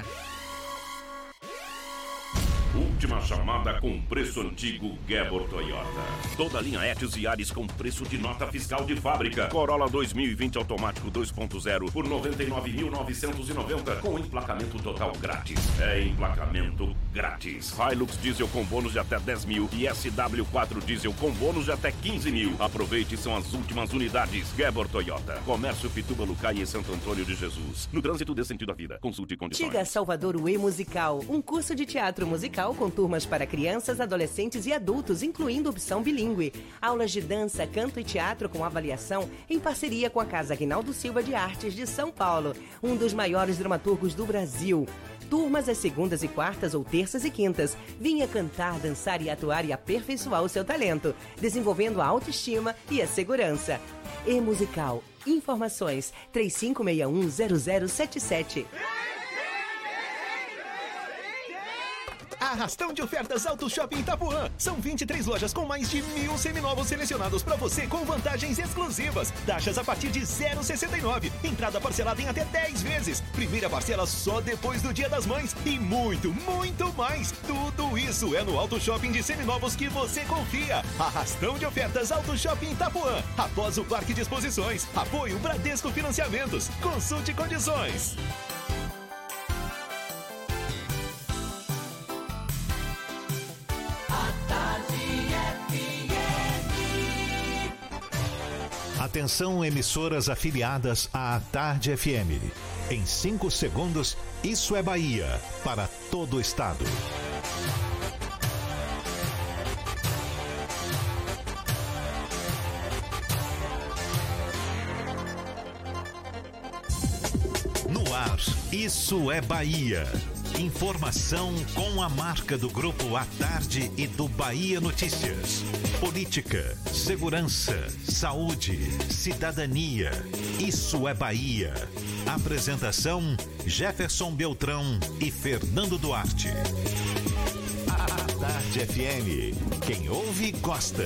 Última chamada com preço antigo Gebor Toyota. Toda a linha Etios e Yaris com preço de nota fiscal de fábrica. Corolla 2020 automático 2.0 por R$ 99.990 com emplacamento total grátis. É emplacamento grátis. Hilux diesel com bônus de até 10 mil e SW4 diesel com bônus de até 15 mil. Aproveite, são as últimas unidades. Gebor Toyota. Comércio Pituba, Lucai e Santo Antônio de Jesus. No trânsito dê sentido à vida. Consulte condições. Chega a Salvador o E-Musical, um curso de teatro musical com turmas para crianças, adolescentes e adultos, incluindo opção bilíngue. Aulas de dança, canto e teatro com avaliação em parceria com a Casa Aguinaldo Silva de Artes de São Paulo, um dos maiores dramaturgos do Brasil. Turmas às segundas e quartas ou terças e quintas. Vinha cantar, dançar e atuar e aperfeiçoar o seu talento, desenvolvendo a autoestima e a segurança. E-Musical. Informações 35610077. Arrastão de ofertas Auto Shopping Itapuã. São 23 lojas com mais de 1.000 seminovos selecionados para você com vantagens exclusivas. Taxas a partir de 0,69. Entrada parcelada em até 10 vezes. Primeira parcela só depois do Dia das Mães. E muito, muito mais. Tudo isso é no Auto Shopping de seminovos que você confia. Arrastão de ofertas Auto Shopping Itapuã. Após o Parque de Exposições. Apoio Bradesco Financiamentos. Consulte condições. Atenção, emissoras afiliadas à Tarde FM. Em 5 segundos, Isso é Bahia, para todo o estado. No ar, Isso é Bahia. Informação com a marca do Grupo à Tarde e do Bahia Notícias. Política, segurança, saúde, cidadania. Isso é Bahia. Apresentação: Jefferson Beltrão e Fernando Duarte. À Tarde FM. Quem ouve, gosta.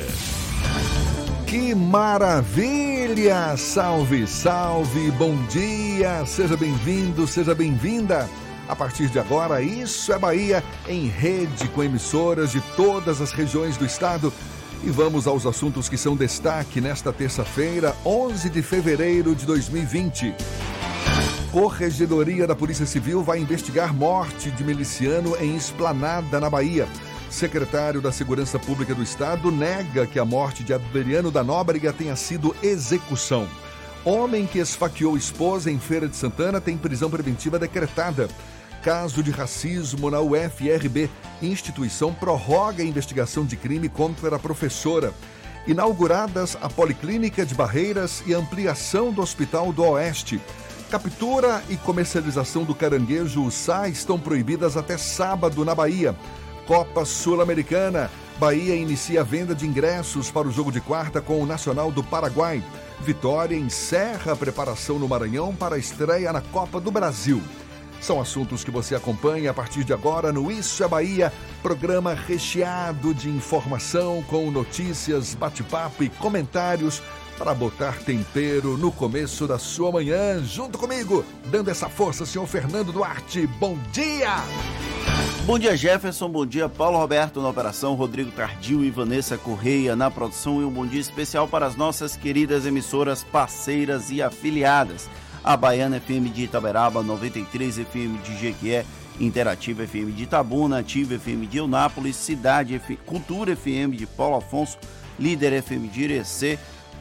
Que maravilha! Salve, salve, bom dia! Seja bem-vindo, seja bem-vinda! A partir de agora, Isso é Bahia, em rede com emissoras de todas as regiões do estado. E vamos aos assuntos que são destaque nesta terça-feira, 11 de fevereiro de 2020. Corregedoria da Polícia Civil vai investigar morte de miliciano em Esplanada, na Bahia. Secretário da Segurança Pública do Estado nega que a morte de Adriano da Nóbrega tenha sido execução. Homem que esfaqueou esposa em Feira de Santana tem prisão preventiva decretada. Caso de racismo na UFRB. Instituição prorroga a investigação de crime contra a professora. Inauguradas a Policlínica de Barreiras e ampliação do Hospital do Oeste. Captura e comercialização do caranguejo Uçá estão proibidas até sábado na Bahia. Copa Sul-Americana. Bahia inicia a venda de ingressos para o jogo de quarta com o Nacional do Paraguai. Vitória encerra a preparação no Maranhão para a estreia na Copa do Brasil. São assuntos que você acompanha a partir de agora no Isso é Bahia, programa recheado de informação com notícias, bate-papo e comentários para botar tempero no começo da sua manhã. Junto comigo, dando essa força, senhor Fernando Duarte. Bom dia! Bom dia, Jefferson. Bom dia, Paulo Roberto na operação, Rodrigo Tardio e Vanessa Correia na produção. E um bom dia especial para as nossas queridas emissoras parceiras e afiliadas. A Baiana FM de Itaberaba, 93 FM de Jequié, Interativa FM de Itabuna, Ativa FM de Eunápolis, Cultura FM de Paulo Afonso, Líder FM de Irecê,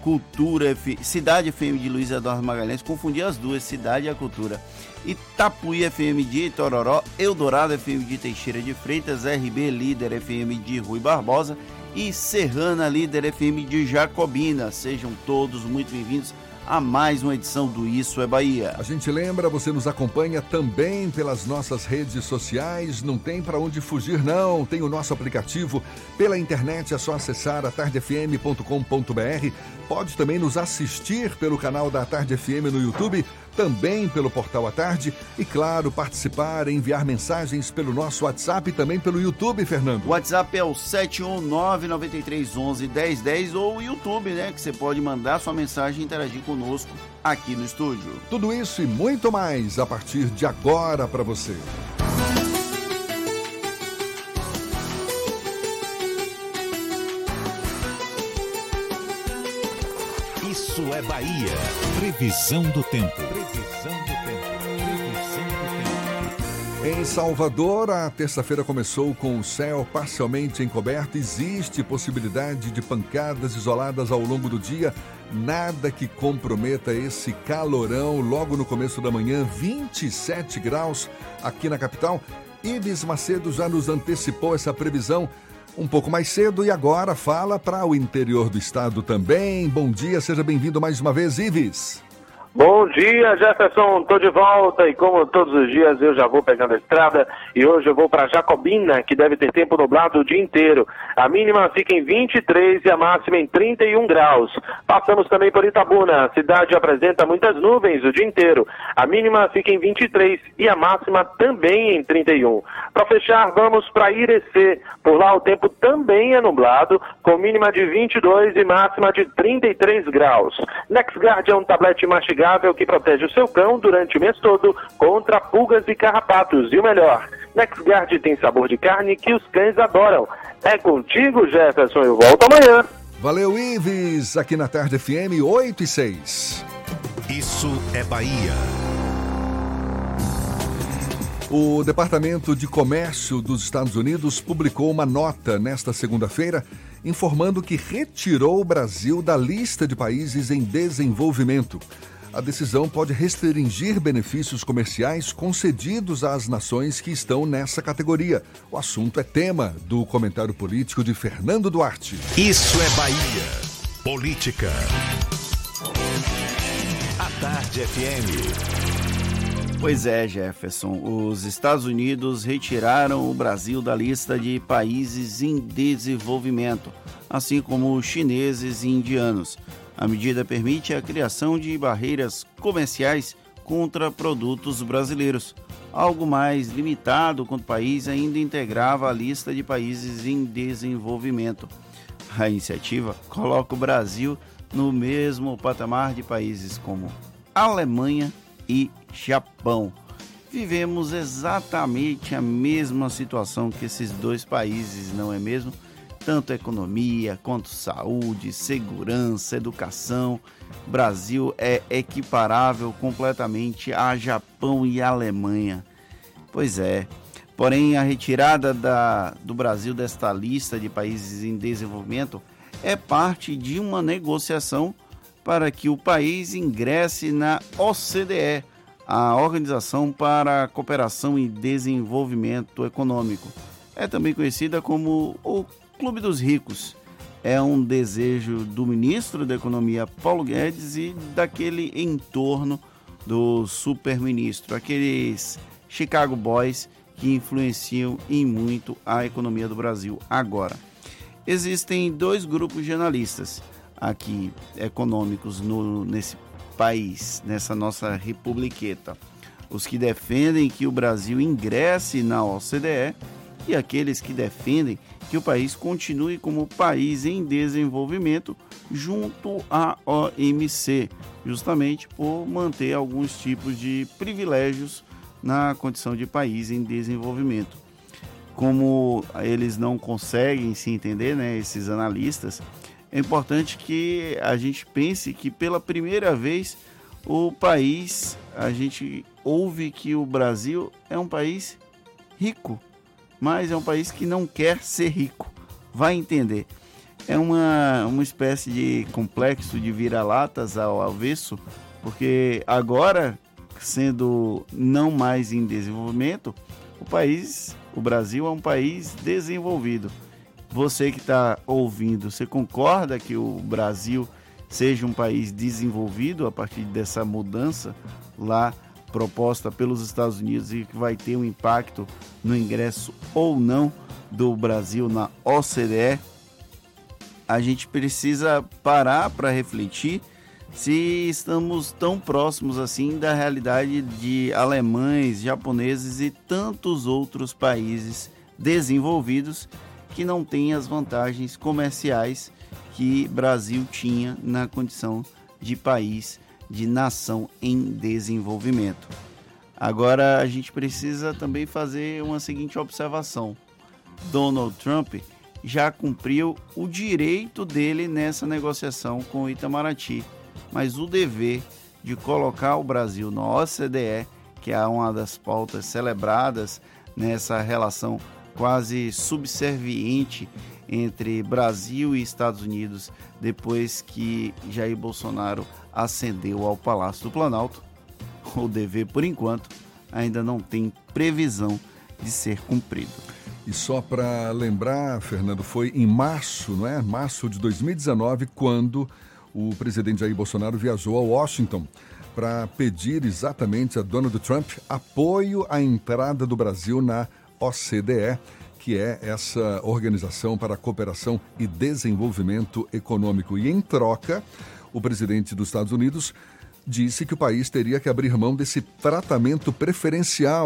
Cidade FM de Luiz Eduardo Magalhães, confundi as duas, Cidade e a Cultura. Itapuí FM de Itororó, Eldorado FM de Teixeira de Freitas, RB Líder FM de Rui Barbosa e Serrana Líder FM de Jacobina. Sejam todos muito bem-vindos a mais uma edição do Isso é Bahia. A gente lembra, você nos acompanha também pelas nossas redes sociais, não tem para onde fugir não, tem o nosso aplicativo pela internet, é só acessar atardefm.com.br, pode também nos assistir pelo canal da Tarde FM no YouTube, também pelo Portal à Tarde e, claro, participar, enviar mensagens pelo nosso WhatsApp e também pelo YouTube, Fernando. O WhatsApp é o 71993111010 ou o YouTube, né, que você pode mandar sua mensagem e interagir conosco aqui no estúdio. Tudo isso e muito mais a partir de agora para você. Isso é Bahia. Previsão do tempo. Em Salvador, a terça-feira começou com o céu parcialmente encoberto. Existe possibilidade de pancadas isoladas ao longo do dia. Nada que comprometa esse calorão logo no começo da manhã. 27 graus aqui na capital. Ives Macedo já nos antecipou essa previsão um pouco mais cedo e agora fala para o interior do estado também. Bom dia, seja bem-vindo mais uma vez, Ives. Bom dia, Jefferson, estou de volta e como todos os dias eu já vou pegando a estrada e hoje eu vou para Jacobina, que deve ter tempo nublado o dia inteiro. A mínima fica em 23 e a máxima em 31 graus. Passamos também por Itabuna, a cidade apresenta muitas nuvens o dia inteiro. A mínima fica em 23 e a máxima também em 31. Para fechar, vamos para Irecê. Por lá o tempo também é nublado, com mínima de 22 e máxima de 33 graus. NexGard é um tablete mastigável que protege o seu cão durante o mês todo contra pulgas e carrapatos. E o melhor, NexGard tem sabor de carne que os cães adoram. É contigo, Jefferson. Eu volto amanhã. Valeu, Ives. Aqui na Tarde FM 8 e 6. Isso é Bahia. O Departamento de Comércio dos Estados Unidos publicou uma nota nesta segunda-feira informando que retirou o Brasil da lista de países em desenvolvimento. A decisão pode restringir benefícios comerciais concedidos às nações que estão nessa categoria. O assunto é tema do comentário político de Fernando Duarte. Isso é Bahia. Política. A Tarde FM. Pois é, Jefferson, os Estados Unidos retiraram o Brasil da lista de países em desenvolvimento, assim como os chineses e indianos. A medida permite a criação de barreiras comerciais contra produtos brasileiros, algo mais limitado quando o país ainda integrava a lista de países em desenvolvimento. A iniciativa coloca o Brasil no mesmo patamar de países como Alemanha e Japão. Vivemos exatamente a mesma situação que esses dois países, não é mesmo? Tanto economia quanto saúde, segurança, educação. O Brasil é equiparável completamente a Japão e Alemanha. Pois é. Porém, a retirada do Brasil desta lista de países em desenvolvimento é parte de uma negociação para que o país ingresse na OCDE, a Organização para a Cooperação e Desenvolvimento Econômico. É também conhecida como o Clube dos Ricos. É um desejo do ministro da Economia, Paulo Guedes, e daquele entorno do superministro, aqueles Chicago Boys que influenciam em muito a economia do Brasil agora. Existem dois grupos de analistas aqui econômicos nesse país, nessa nossa republiqueta. Os que defendem que o Brasil ingresse na OCDE e aqueles que defendem que o país continue como país em desenvolvimento junto à OMC, justamente por manter alguns tipos de privilégios na condição de país em desenvolvimento. Como eles não conseguem se entender, né, esses analistas, é importante que a gente pense que pela primeira vez a gente ouve que o Brasil é um país rico, mas é um país que não quer ser rico. Vai entender. É uma espécie de complexo de vira-latas ao avesso, porque agora, sendo não mais em desenvolvimento, o Brasil é um país desenvolvido. Você que está ouvindo, você concorda que o Brasil seja um país desenvolvido a partir dessa mudança lá proposta pelos Estados Unidos e que vai ter um impacto no ingresso ou não do Brasil na OCDE? A gente precisa parar para refletir se estamos tão próximos assim da realidade de alemães, japoneses e tantos outros países desenvolvidos que não têm as vantagens comerciais que Brasil tinha na condição de país, de nação em desenvolvimento. Agora a gente precisa também fazer uma seguinte observação. Donald Trump já cumpriu o direito dele nessa negociação com o Itamaraty, mas o dever de colocar o Brasil na OCDE, que é uma das pautas celebradas nessa relação quase subserviente entre Brasil e Estados Unidos, depois que Jair Bolsonaro ascendeu ao Palácio do Planalto, o dever, por enquanto, ainda não tem previsão de ser cumprido. E só para lembrar, Fernando, foi em março, não é? Março de 2019, quando o presidente Jair Bolsonaro viajou a Washington para pedir exatamente a Donald Trump apoio à entrada do Brasil na OCDE, que é essa Organização para a Cooperação e Desenvolvimento Econômico. E em troca, o presidente dos Estados Unidos disse que o país teria que abrir mão desse tratamento preferencial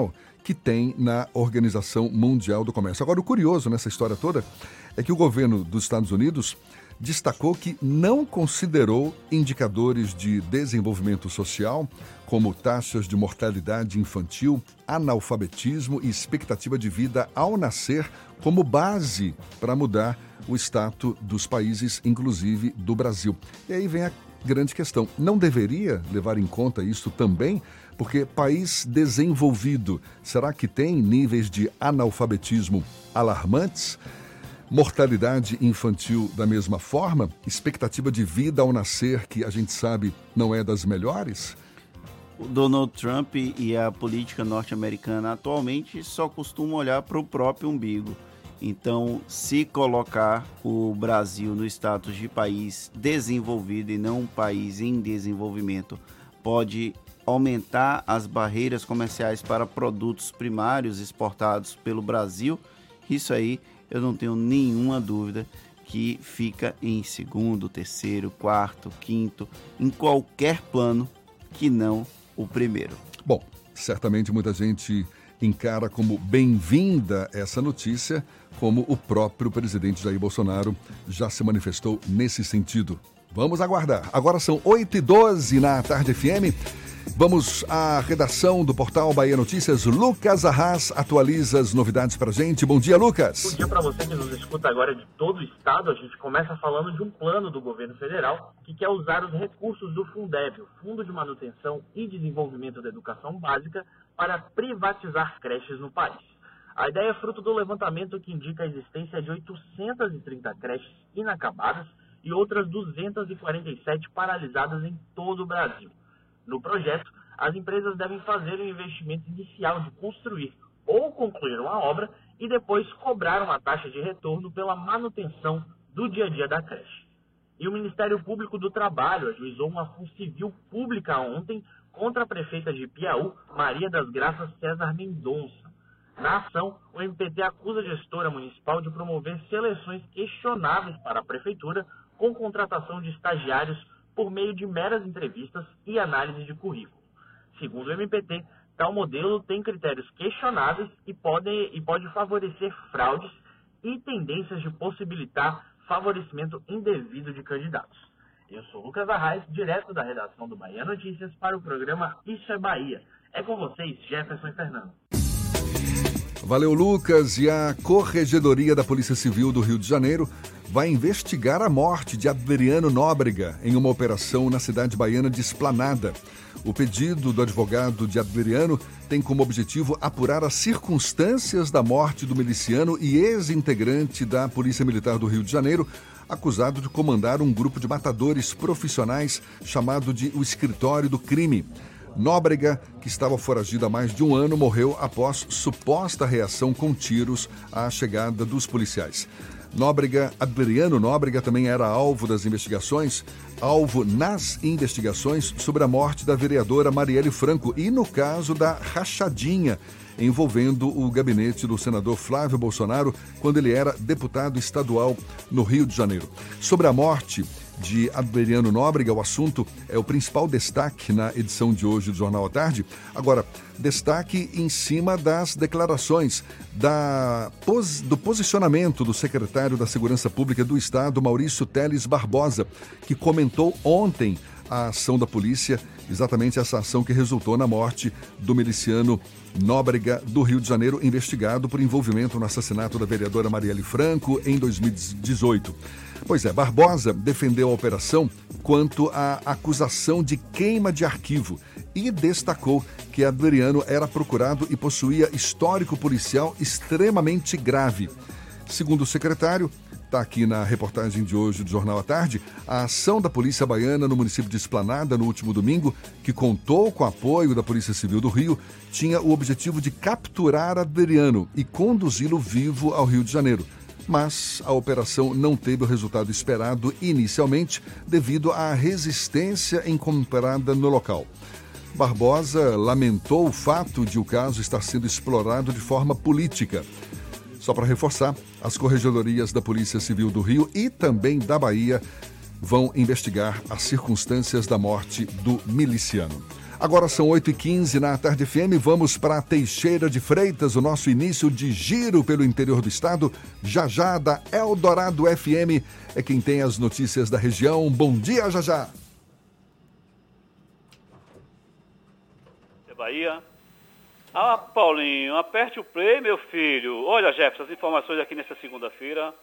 que tem na Organização Mundial do Comércio. Agora, o curioso nessa história toda é que o governo dos Estados Unidos destacou que não considerou indicadores de desenvolvimento social, como taxas de mortalidade infantil, analfabetismo e expectativa de vida ao nascer, como base para mudar o status dos países, inclusive do Brasil. E aí vem a grande questão. Não deveria levar em conta isso também? Porque país desenvolvido, será que tem níveis de analfabetismo alarmantes? Mortalidade infantil da mesma forma? Expectativa de vida ao nascer, que a gente sabe não é das melhores? O Donald Trump e a política norte-americana atualmente só costumam olhar para o próprio umbigo. Então, se colocar o Brasil no status de país desenvolvido e não um país em desenvolvimento, pode aumentar as barreiras comerciais para produtos primários exportados pelo Brasil. Isso aí eu não tenho nenhuma dúvida que fica em segundo, terceiro, quarto, quinto, em qualquer plano que não o primeiro. Bom, certamente muita gente encara como bem-vinda essa notícia, como o próprio presidente Jair Bolsonaro já se manifestou nesse sentido. Vamos aguardar. Agora são 8h12 na Tarde FM. Vamos à redação do portal Bahia Notícias. Lucas Arras atualiza as novidades pra gente. Bom dia, Lucas. Bom dia para você que nos escuta agora de todo o estado. A gente começa falando de um plano do governo federal que quer usar os recursos do Fundeb, o Fundo de Manutenção e Desenvolvimento da Educação Básica, para privatizar creches no país. A ideia é fruto do levantamento que indica a existência de 830 creches inacabadas e outras 247 paralisadas em todo o Brasil. No projeto, as empresas devem fazer um investimento inicial de construir ou concluir uma obra e depois cobrar uma taxa de retorno pela manutenção do dia a dia da creche. E o Ministério Público do Trabalho ajuizou uma ação civil pública ontem contra a prefeita de Piauí, Maria das Graças César Mendonça. Na ação, o MPT acusa a gestora municipal de promover seleções questionáveis para a prefeitura com contratação de estagiários por meio de meras entrevistas e análise de currículo. Segundo o MPT, tal modelo tem critérios questionáveis e pode favorecer fraudes e tendências de possibilitar favorecimento indevido de candidatos. Eu sou Lucas Arraes, direto da redação do Bahia Notícias, para o programa Isso é Bahia. É com vocês, Jefferson e Fernando. Valeu, Lucas. E a Corregedoria da Polícia Civil do Rio de Janeiro vai investigar a morte de Adriano Nóbrega em uma operação na cidade baiana de Esplanada. O pedido do advogado de Adriano tem como objetivo apurar as circunstâncias da morte do miliciano e ex-integrante da Polícia Militar do Rio de Janeiro, acusado de comandar um grupo de matadores profissionais chamado de O Escritório do Crime. Nóbrega, que estava foragido há mais de um ano, morreu após suposta reação com tiros à chegada dos policiais. Adriano Nóbrega também era alvo nas investigações sobre a morte da vereadora Marielle Franco e no caso da rachadinha envolvendo o gabinete do senador Flávio Bolsonaro quando ele era deputado estadual no Rio de Janeiro. Sobre a morte de Adriano Nóbrega, o assunto é o principal destaque na edição de hoje do Jornal à Tarde. Agora, destaque em cima das declarações do posicionamento do secretário da Segurança Pública do Estado, Maurício Teles Barbosa, que comentou ontem a ação da polícia, exatamente essa ação que resultou na morte do miliciano Nóbrega do Rio de Janeiro, investigado por envolvimento no assassinato da vereadora Marielle Franco em 2018. Pois é, Barbosa defendeu a operação quanto à acusação de queima de arquivo e destacou que Adriano era procurado e possuía histórico policial extremamente grave. Segundo o secretário, está aqui na reportagem de hoje do Jornal à Tarde, a ação da Polícia Baiana no município de Esplanada no último domingo, que contou com o apoio da Polícia Civil do Rio, tinha o objetivo de capturar Adriano e conduzi-lo vivo ao Rio de Janeiro. Mas a operação não teve o resultado esperado inicialmente devido à resistência encontrada no local. Barbosa lamentou o fato de o caso estar sendo explorado de forma política. Só para reforçar, as corregedorias da Polícia Civil do Rio e também da Bahia vão investigar as circunstâncias da morte do miliciano. Agora são 8h15 na Tarde FM, vamos para Teixeira de Freitas, o nosso início de giro pelo interior do estado. Jajá da Eldorado FM é quem tem as notícias da região. Bom dia, Jajá. Bahia. Paulinho, aperte o play, meu filho. Olha, Jefferson, as informações aqui nesta segunda-feira.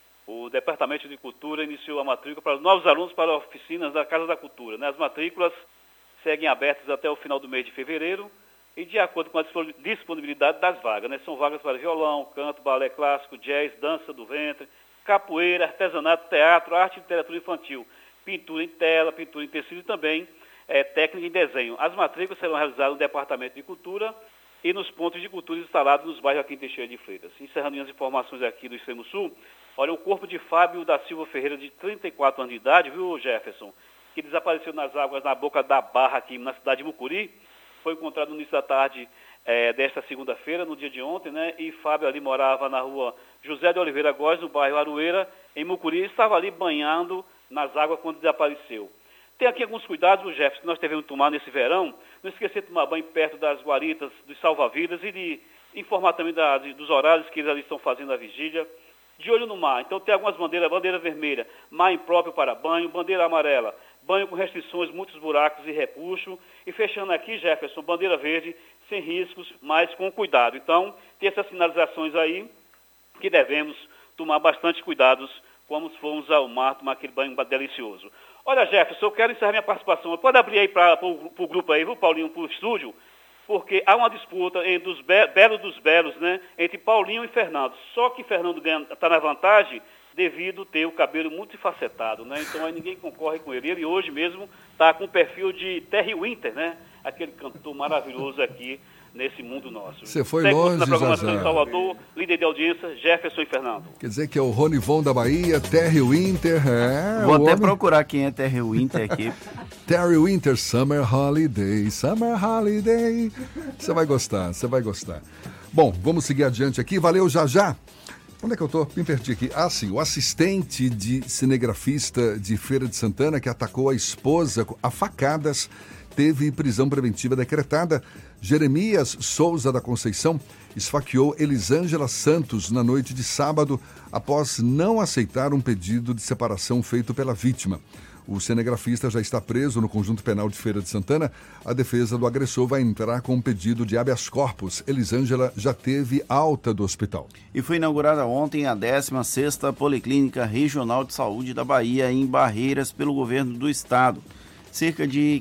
O Departamento de Cultura iniciou a matrícula para os novos alunos para oficinas da Casa da Cultura, né? As matrículas seguem abertas até o final do mês de fevereiro e de acordo com a disponibilidade das vagas, né? São vagas para violão, canto, balé clássico, jazz, dança do ventre, capoeira, artesanato, teatro, arte e literatura infantil, pintura em tela, pintura em tecido e também técnica em desenho. As matrículas serão realizadas no Departamento de Cultura e nos pontos de cultura instalados nos bairros aqui em Teixeira de Freitas. Encerrando as informações aqui do Extremo Sul, olha, o corpo de Fábio da Silva Ferreira, de 34 anos de idade, viu, Jefferson, que desapareceu nas águas na Boca da Barra, aqui na cidade de Mucuri, foi encontrado no início da tarde desta segunda-feira, no dia de ontem, né? E Fábio ali morava na rua José de Oliveira Góes, no bairro Aroeira, em Mucuri, e estava ali banhando nas águas quando desapareceu. Tem aqui alguns cuidados, Jefferson, que nós devemos tomar nesse verão. Não esquecer de tomar banho perto das guaritas, dos salva-vidas e de informar também dos horários que eles ali estão fazendo a vigília. De olho no mar. Então tem algumas bandeiras, bandeira vermelha, mar impróprio para banho, bandeira amarela, banho com restrições, muitos buracos e repuxo. E fechando aqui, Jefferson, bandeira verde, sem riscos, mas com cuidado. Então, tem essas sinalizações aí que devemos tomar bastante cuidados quando formos ao mar tomar aquele banho delicioso. Olha, Jefferson, eu quero encerrar minha participação. Pode abrir aí para o grupo aí, viu, Paulinho, para o estúdio? Porque há uma disputa entre os belos dos belos, né? Entre Paulinho e Fernando. Só que Fernando está na vantagem devido a ter o cabelo multifacetado, né? Então aí ninguém concorre com ele. Ele hoje mesmo está com o perfil de Terry Winter, né? Aquele cantor maravilhoso aqui nesse mundo nosso. Você foi longe, na programação Zazá. de Salvador, líder de audiência, Jefferson e Fernando. Quer dizer que é o Ronivon da Bahia, Terry Winter. Vou até procurar quem é Terry Winter aqui. Terry Winter, Summer Holiday, Summer Holiday. Você vai gostar, você vai gostar. Bom, vamos seguir adiante aqui. Valeu, Jajá. Onde é que eu tô? Me perdi aqui. Ah, sim, o assistente de cinegrafista de Feira de Santana que atacou a esposa a facadas teve prisão preventiva decretada. Jeremias Souza da Conceição esfaqueou Elisângela Santos na noite de sábado após não aceitar um pedido de separação feito pela vítima. O cinegrafista já está preso no Conjunto Penal de Feira de Santana. A defesa do agressor vai entrar com um pedido de habeas corpus. Elisângela já teve alta do hospital. E foi inaugurada ontem a 16ª Policlínica Regional de Saúde da Bahia, em Barreiras, pelo governo do estado. Cerca de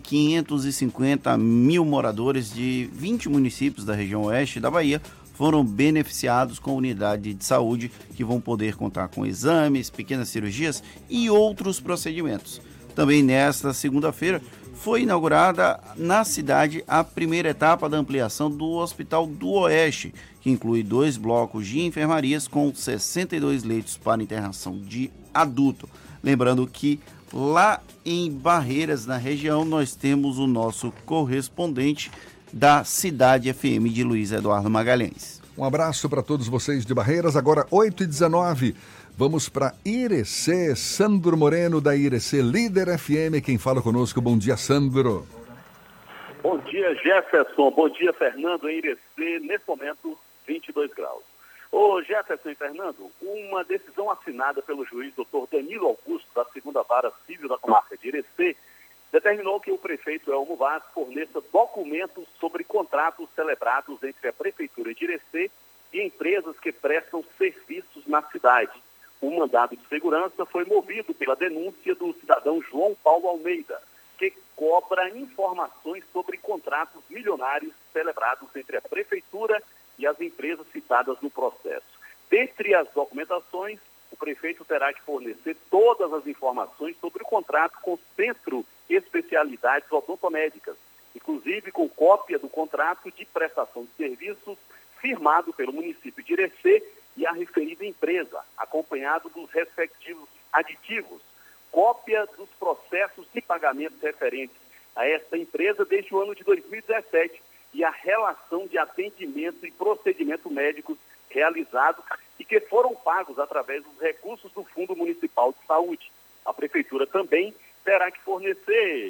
550 mil moradores de 20 municípios da região oeste da Bahia foram beneficiados com unidade de saúde que vão poder contar com exames, pequenas cirurgias e outros procedimentos. Também nesta segunda-feira foi inaugurada na cidade a primeira etapa da ampliação do Hospital do Oeste, que inclui 2 blocos de enfermarias com 62 leitos para internação de adulto. Lembrando que lá em Barreiras, na região, nós temos o nosso correspondente da Cidade FM de Luiz Eduardo Magalhães. Um abraço para todos vocês de Barreiras. Agora 8h19, vamos para Irecê. Sandro Moreno da Irecê, líder FM, quem fala conosco. Bom dia, Sandro. Bom dia, Jefferson. Bom dia, Fernando. Em Irecê, nesse momento, 22 graus. Ô Jefferson e Fernando, uma decisão assinada pelo juiz Dr. Danilo Augusto, da 2ª Vara Civil da Comarca de Irecê, determinou que o prefeito Elmo Vaz forneça documentos sobre contratos celebrados entre a Prefeitura de Irecê e empresas que prestam serviços na cidade. O mandado de segurança foi movido pela denúncia do cidadão João Paulo Almeida, que cobra informações sobre contratos milionários celebrados entre a Prefeitura e as empresas citadas no processo. Dentre as documentações, o prefeito terá que fornecer todas as informações sobre o contrato com o Centro Especialidades Odontomédicas, inclusive com cópia do contrato de prestação de serviços firmado pelo município de Irecê e a referida empresa, acompanhado dos respectivos aditivos, cópia dos processos de pagamento referentes a esta empresa desde o ano de 2017 e a relação de atendimento e procedimento médicos realizados e que foram pagos através dos recursos do Fundo Municipal de Saúde. A Prefeitura também terá que fornecer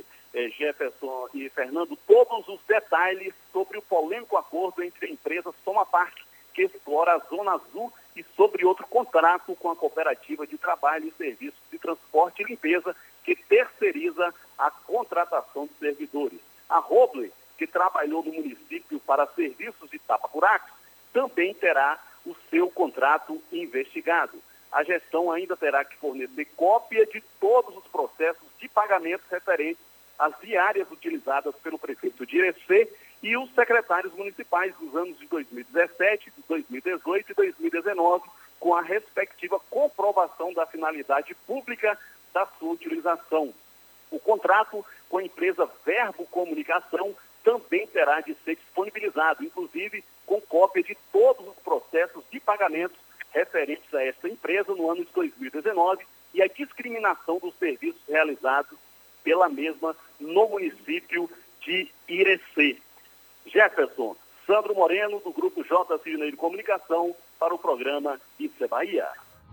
Jefferson e Fernando, todos os detalhes sobre o polêmico acordo entre a empresa Somapar, que explora a Zona Azul, e sobre outro contrato com a Cooperativa de Trabalho e Serviços de Transporte e Limpeza, que terceiriza a contratação de servidores. A Roble, que trabalhou no município para serviços de tapa-buracos, também terá o seu contrato investigado. A gestão ainda terá que fornecer cópia de todos os processos de pagamentos referentes às diárias utilizadas pelo prefeito de Irecê e os secretários municipais dos anos de 2017, 2018 e 2019, com a respectiva comprovação da finalidade pública da sua utilização. O contrato com a empresa Verbo Comunicação também terá de ser disponibilizado, inclusive com cópia de todos os processos de pagamentos referentes a essa empresa no ano de 2019 e a discriminação dos serviços realizados pela mesma no município de Irecê. Jefferson, Sandro Moreno, do Grupo J. Sidney de Comunicação, para o programa Isso é Bahia.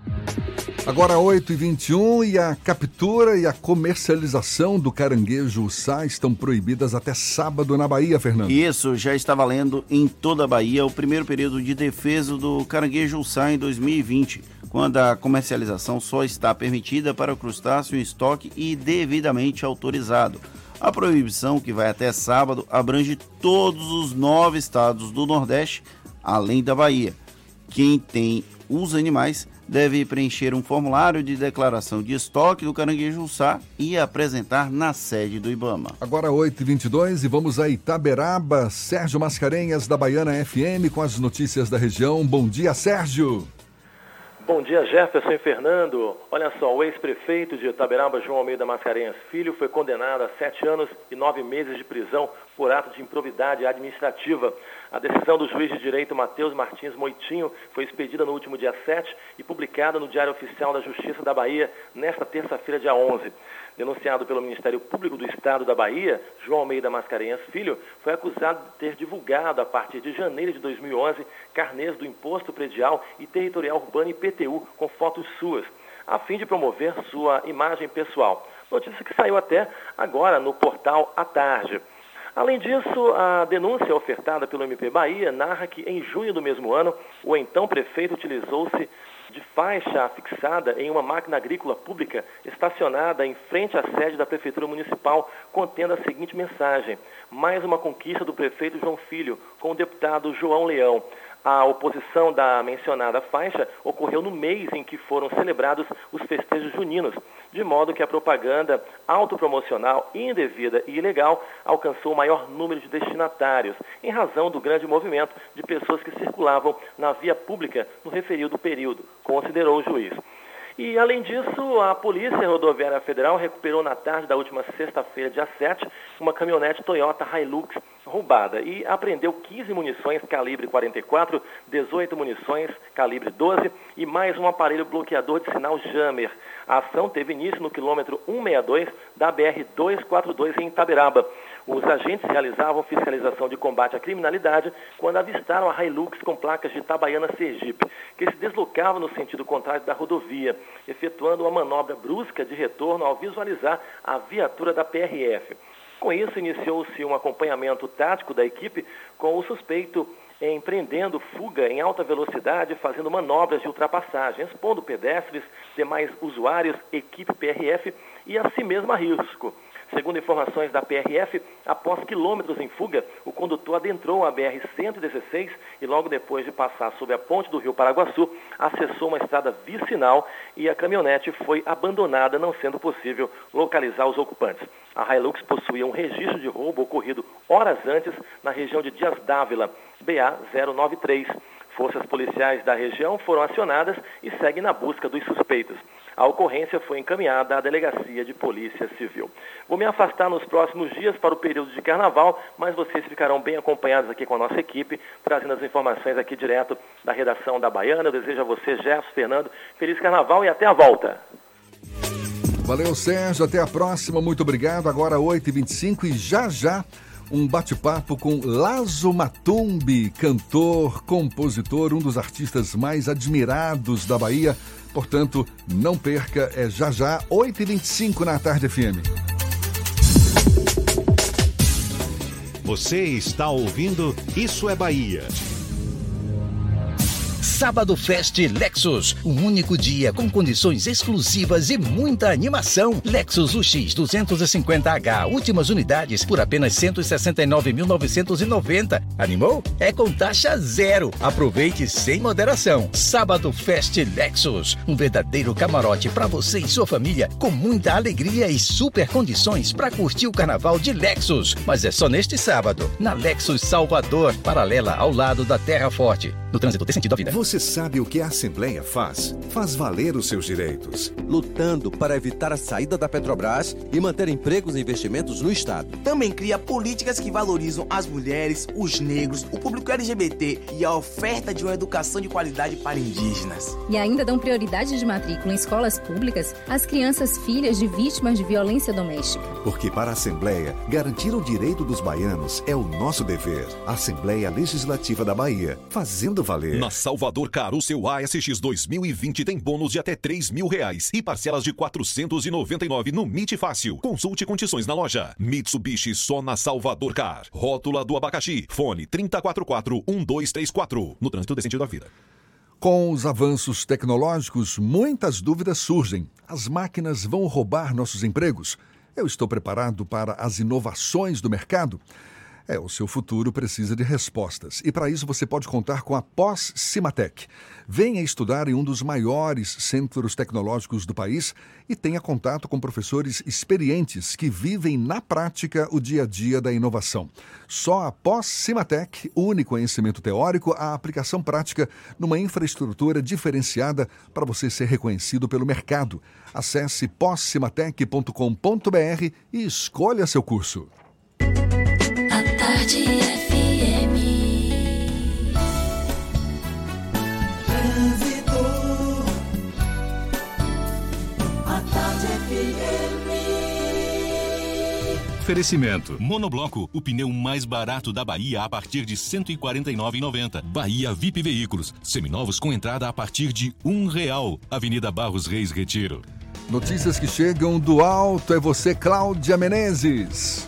Agora 8h21 e a captura e a comercialização do caranguejo uçá estão proibidas até sábado na Bahia, Fernando. Isso, já está valendo em toda a Bahia o primeiro período de defesa do caranguejo uçá em 2020, quando a comercialização só está permitida para o crustáceo em estoque e devidamente autorizado. A proibição, que vai até sábado, abrange todos os 9 estados do Nordeste, além da Bahia. Quem tem os animais deve preencher um formulário de declaração de estoque do caranguejo uçá e apresentar na sede do IBAMA. Agora 8h22 e vamos a Itaberaba. Sérgio Mascarenhas, da Baiana FM, com as notícias da região. Bom dia, Sérgio. Bom dia, Jefferson e Fernando. Olha só, o ex-prefeito de Itaberaba, João Almeida Mascarenhas Filho, foi condenado a 7 anos e 9 meses de prisão por ato de improbidade administrativa. A decisão do juiz de direito Matheus Martins Moitinho foi expedida no último dia 7 e publicada no Diário Oficial da Justiça da Bahia nesta terça-feira, dia 11. Denunciado pelo Ministério Público do Estado da Bahia, João Almeida Mascarenhas Filho foi acusado de ter divulgado, a partir de janeiro de 2011, carnês do Imposto Predial e Territorial Urbano IPTU com fotos suas, a fim de promover sua imagem pessoal. Notícia que saiu até agora no portal À Tarde. Além disso, a denúncia ofertada pelo MP Bahia narra que, em junho do mesmo ano, o então prefeito utilizou-se de faixa fixada em uma máquina agrícola pública estacionada em frente à sede da Prefeitura Municipal, contendo a seguinte mensagem: mais uma conquista do prefeito João Filho com o deputado João Leão. A oposição da mencionada faixa ocorreu no mês em que foram celebrados os festejos juninos, de modo que a propaganda autopromocional, indevida e ilegal alcançou o maior número de destinatários, em razão do grande movimento de pessoas que circulavam na via pública no referido período, considerou o juiz. E, além disso, a Polícia Rodoviária Federal recuperou na tarde da última sexta-feira, dia 7, uma caminhonete Toyota Hilux roubada e apreendeu 15 munições calibre 44, 18 munições calibre 12 e mais um aparelho bloqueador de sinal Jammer. A ação teve início no quilômetro 162 da BR-242 em Itaberaba. Os agentes realizavam fiscalização de combate à criminalidade quando avistaram a Hilux com placas de Itabaiana, Sergipe, que se deslocava no sentido contrário da rodovia, efetuando uma manobra brusca de retorno ao visualizar a viatura da PRF. Com isso, iniciou-se um acompanhamento tático da equipe com o suspeito empreendendo fuga em alta velocidade, fazendo manobras de ultrapassagem, expondo pedestres, demais usuários, equipe PRF e a si mesmo a risco. Segundo informações da PRF, após quilômetros em fuga, o condutor adentrou a BR-116 e logo depois de passar sob a ponte do Rio Paraguaçu, acessou uma estrada vicinal e a caminhonete foi abandonada, não sendo possível localizar os ocupantes. A Hilux possuía um registro de roubo ocorrido horas antes na região de Dias Dávila, BA-093. Forças policiais da região foram acionadas e seguem na busca dos suspeitos. A ocorrência foi encaminhada à Delegacia de Polícia Civil. Vou me afastar nos próximos dias para o período de carnaval, mas vocês ficarão bem acompanhados aqui com a nossa equipe, trazendo as informações aqui direto da redação da Baiana. Eu desejo a você, Jefferson, Fernando, feliz carnaval e até a volta. Valeu, Sérgio. Até a próxima. Muito obrigado. Agora 8h25 e já um bate-papo com Lazo Matumbi, cantor, compositor, um dos artistas mais admirados da Bahia. Portanto, não perca, é já, 8h25 na Tarde FM. Você está ouvindo Isso é Bahia. Sábado Fest Lexus, um único dia com condições exclusivas e muita animação. Lexus UX 250H, últimas unidades por apenas 169.990. Animou? É com taxa zero. Aproveite sem moderação. Sábado Fest Lexus, um verdadeiro camarote para você e sua família, com muita alegria e super condições para curtir o carnaval de Lexus. Mas é só neste sábado, na Lexus Salvador, paralela ao lado da Terra Forte. No trânsito desse sentido à vida. Você sabe o que a Assembleia faz? Faz valer os seus direitos. Lutando para evitar a saída da Petrobras e manter empregos e investimentos no Estado. Também cria políticas que valorizam as mulheres, os negros, o público LGBT e a oferta de uma educação de qualidade para indígenas. E ainda dão prioridade de matrícula em escolas públicas às crianças filhas de vítimas de violência doméstica. Porque para a Assembleia, garantir o direito dos baianos é o nosso dever. Assembleia Legislativa da Bahia, fazendo valer. Na Salvador Car, o seu ASX 2020 tem bônus de até R$3.000 e parcelas de R$499 no MIT Fácil. Consulte condições na loja. Mitsubishi só na Salvador Car. Rótula do Abacaxi. Fone 3044-1234. No trânsito desse sentido da vida. Com os avanços tecnológicos, muitas dúvidas surgem. As máquinas vão roubar nossos empregos? Eu estou preparado para as inovações do mercado? O seu futuro precisa de respostas. E para isso você pode contar com a Pós-Cimatec. Venha estudar em um dos maiores centros tecnológicos do país e tenha contato com professores experientes que vivem na prática o dia a dia da inovação. Só a Pós-Cimatec une conhecimento teórico à aplicação prática numa infraestrutura diferenciada para você ser reconhecido pelo mercado. Acesse poscimatec.com.br e escolha seu curso. Tarde FM. Trânsito. A Tarde FM. Oferecimento. Monobloco, o pneu mais barato da Bahia a partir de R$ 149,90. Bahia VIP Veículos, seminovos com entrada a partir de R$1. Avenida Barros Reis, Retiro. Notícias que chegam do alto. É você, Cláudia Menezes.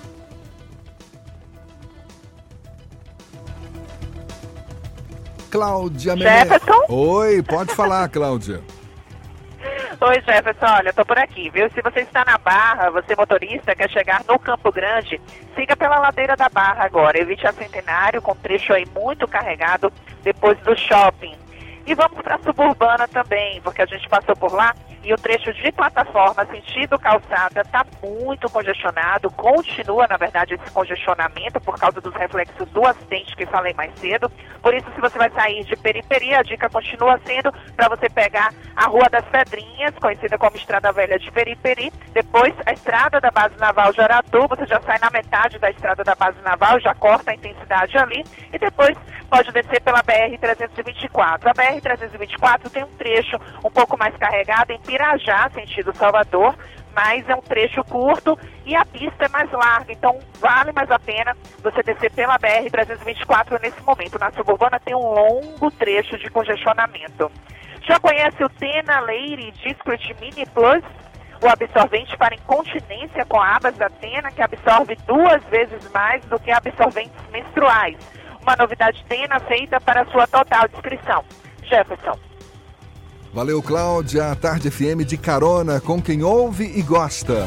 Cláudia Menezes. Jefferson? Oi, pode falar, Cláudia. Oi, Jefferson, olha, eu tô por aqui, viu? Se você está na Barra, você motorista, quer chegar no Campo Grande, siga pela ladeira da Barra agora, evite a Centenário, com trecho aí muito carregado, depois do shopping. E vamos para a Suburbana também, porque a gente passou por lá e o trecho de plataforma sentido calçada está muito congestionado, continua, na verdade, esse congestionamento por causa dos reflexos do acidente que falei mais cedo. Por isso, se você vai sair de Periferia, a dica continua sendo para você pegar a Rua das Pedrinhas, conhecida como Estrada Velha de Periperi, depois a Estrada da Base Naval de Aratu, você já sai na metade da Estrada da Base Naval, já corta a intensidade ali, e depois pode descer pela BR-324. A BR-324 tem um trecho um pouco mais carregado em Pirajá, sentido Salvador, mas é um trecho curto e a pista é mais larga, então vale mais a pena você descer pela BR-324 nesse momento. Na Suburbana tem um longo trecho de congestionamento. Já conhece o Tena Lady Discret Mini Plus? O absorvente para incontinência com abas da Tena, que absorve 2 vezes mais do que absorventes menstruais. Uma novidade Tena feita para sua total descrição. Jefferson. Valeu, Cláudia. A Tarde FM de carona com quem ouve e gosta.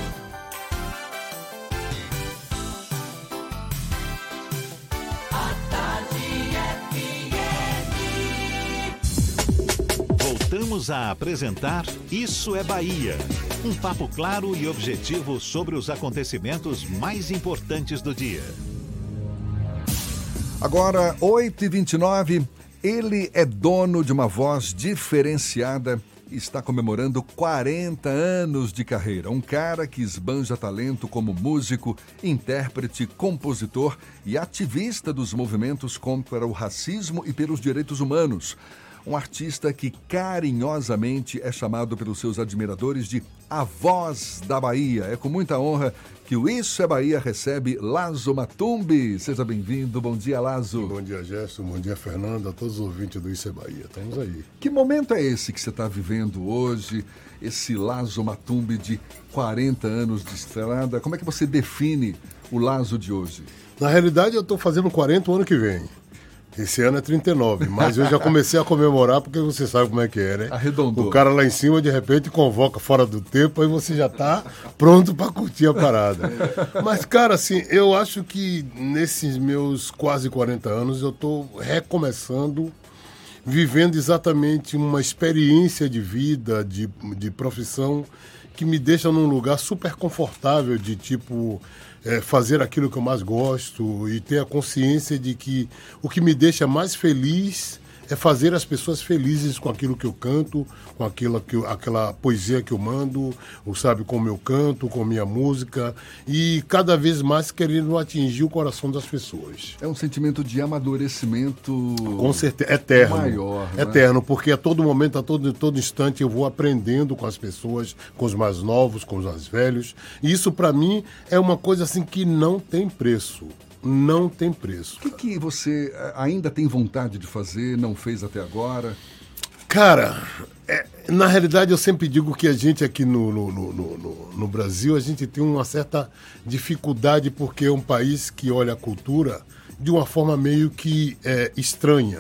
Voltamos a apresentar Isso é Bahia. Um papo claro e objetivo sobre os acontecimentos mais importantes do dia. Agora, 8h29, ele é dono de uma voz diferenciada e está comemorando 40 anos de carreira. Um cara que esbanja talento como músico, intérprete, compositor e ativista dos movimentos contra o racismo e pelos direitos humanos. um artista que carinhosamente é chamado pelos seus admiradores de a voz da Bahia. É com muita honra que o Isso é Bahia recebe Lazo Matumbi. Seja bem-vindo. Bom dia, Lazo. Bom dia, Gerson. Bom dia, Fernando. A todos os ouvintes do Isso é Bahia. Estamos aí. Que momento é esse que você está vivendo hoje? Esse Lazo Matumbi de 40 anos de estrada. Como é que você define o Lazo de hoje? Na realidade, eu estou fazendo 40 o ano que vem. Esse ano é 39, mas eu já comecei a comemorar porque você sabe como é que é, né? Arredondou. O cara lá em cima, de repente, convoca fora do tempo, aí você já tá pronto para curtir a parada. Mas, cara, assim, eu acho que nesses meus quase 40 anos eu tô recomeçando, vivendo exatamente uma experiência de vida, de profissão, que me deixa num lugar super confortável de, tipo... fazer aquilo que eu mais gosto e ter a consciência de que o que me deixa mais feliz é fazer as pessoas felizes com aquilo que eu canto, com aquela poesia que eu mando, ou sabe, com o meu canto, com a minha música, e cada vez mais querendo atingir o coração das pessoas. É um sentimento de amadurecimento, com certeza, eterno, maior, né? Eterno, porque a todo momento, a todo instante eu vou aprendendo com as pessoas, com os mais novos, com os mais velhos, e isso para mim é uma coisa assim que não tem preço. Não tem preço. O que você ainda tem vontade de fazer, não fez até agora? Cara, na realidade eu sempre digo que a gente aqui no Brasil, a gente tem uma certa dificuldade porque é um país que olha a cultura de uma forma meio que estranha.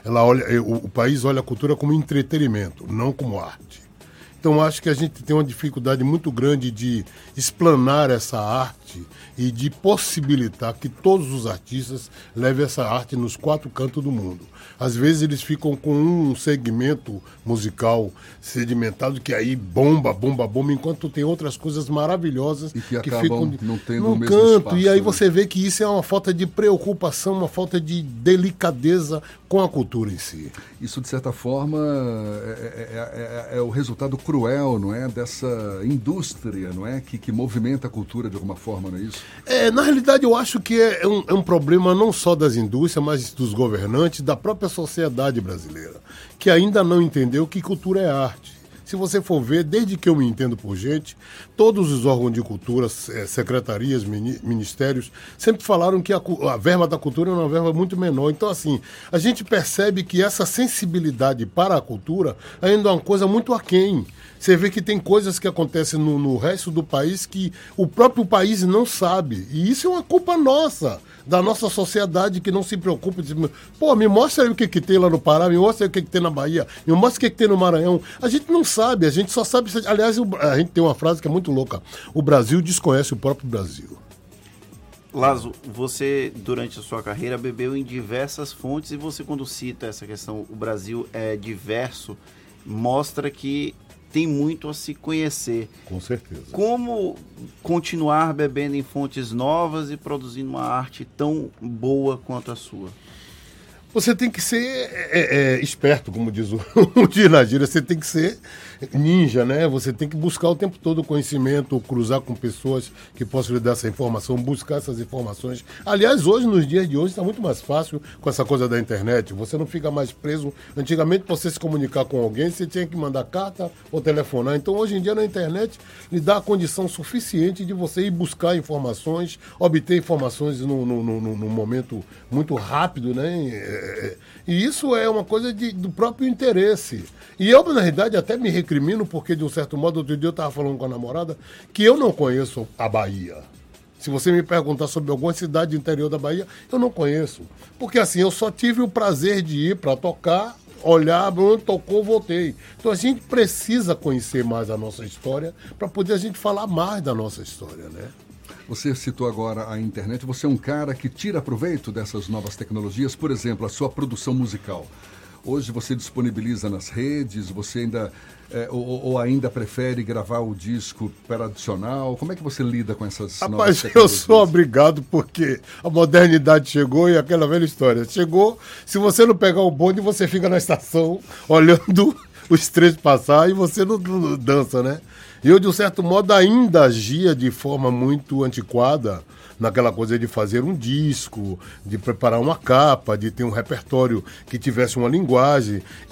O país olha a cultura como entretenimento, não como arte. Então, acho que a gente tem uma dificuldade muito grande de explanar essa arte e de possibilitar que todos os artistas levem essa arte nos 4 cantos do mundo. Às vezes eles ficam com um segmento musical sedimentado que aí bomba, enquanto tem outras coisas maravilhosas e que ficam não tendo no o mesmo canto. espaço, e aí né? você vê que isso é uma falta de preocupação, uma falta de delicadeza com a cultura em si. Isso, de certa forma, é o resultado cruel, não é? Dessa indústria, não é? Que movimenta a cultura de alguma forma, não é isso? Na realidade, eu acho que é um problema não só das indústrias, mas dos governantes, da própria sociedade brasileira, que ainda não entendeu que cultura é arte. Se você for ver, desde que eu me entendo por gente, todos os órgãos de cultura, secretarias, ministérios, sempre falaram que a verba da cultura é uma verba muito menor. Então, assim, a gente percebe que essa sensibilidade para a cultura ainda é uma coisa muito aquém. Você vê que tem coisas que acontecem no resto do país que o próprio país não sabe. E isso é uma culpa nossa, da nossa sociedade que não se preocupa. Diz, pô, me mostra aí o que tem lá no Pará, me mostra aí o que tem na Bahia, me mostra o que tem no Maranhão. A gente não sabe, a gente só sabe... Aliás, a gente tem uma frase que é muito louca. O Brasil desconhece o próprio Brasil. Lazo, você, durante a sua carreira, bebeu em diversas fontes e você, quando cita essa questão, o Brasil é diverso, mostra que tem muito a se conhecer. Com certeza. Como continuar bebendo em fontes novas e produzindo uma arte tão boa quanto a sua? Você tem que ser esperto, como diz o na gíria, você tem que ser ninja, né? Você tem que buscar o tempo todo o conhecimento, cruzar com pessoas que possam lhe dar essa informação, buscar essas informações. Aliás, hoje, nos dias de hoje, está muito mais fácil com essa coisa da internet. Você não fica mais preso. Antigamente, para você se comunicar com alguém, você tinha que mandar carta ou telefonar. Então, hoje em dia, na internet, lhe dá a condição suficiente de você ir buscar informações, obter informações num momento muito rápido, né? E isso é uma coisa do próprio interesse. E eu, na realidade, até me recrimino, porque, de um certo modo, outro dia eu estava falando com a namorada que eu não conheço a Bahia. Se você me perguntar sobre alguma cidade do interior da Bahia, eu não conheço. Porque, assim, eu só tive o prazer de ir para tocar, olhar, tocou, voltei. Então, a gente precisa conhecer mais a nossa história para poder a gente falar mais da nossa história, né? Você citou agora a internet. Você é um cara que tira proveito dessas novas tecnologias, por exemplo, a sua produção musical. Hoje você disponibiliza nas redes, você ainda ou ainda prefere gravar o disco tradicional? Como é que você lida com essas novas tecnologias? Eu sou obrigado porque a modernidade chegou e aquela velha história. Chegou, se você não pegar o bonde, você fica na estação olhando os trens passar e você não dança, né? Eu, de um certo modo, ainda agia de forma muito antiquada naquela coisa de fazer um disco, de preparar uma capa, de ter um repertório que tivesse uma linguagem.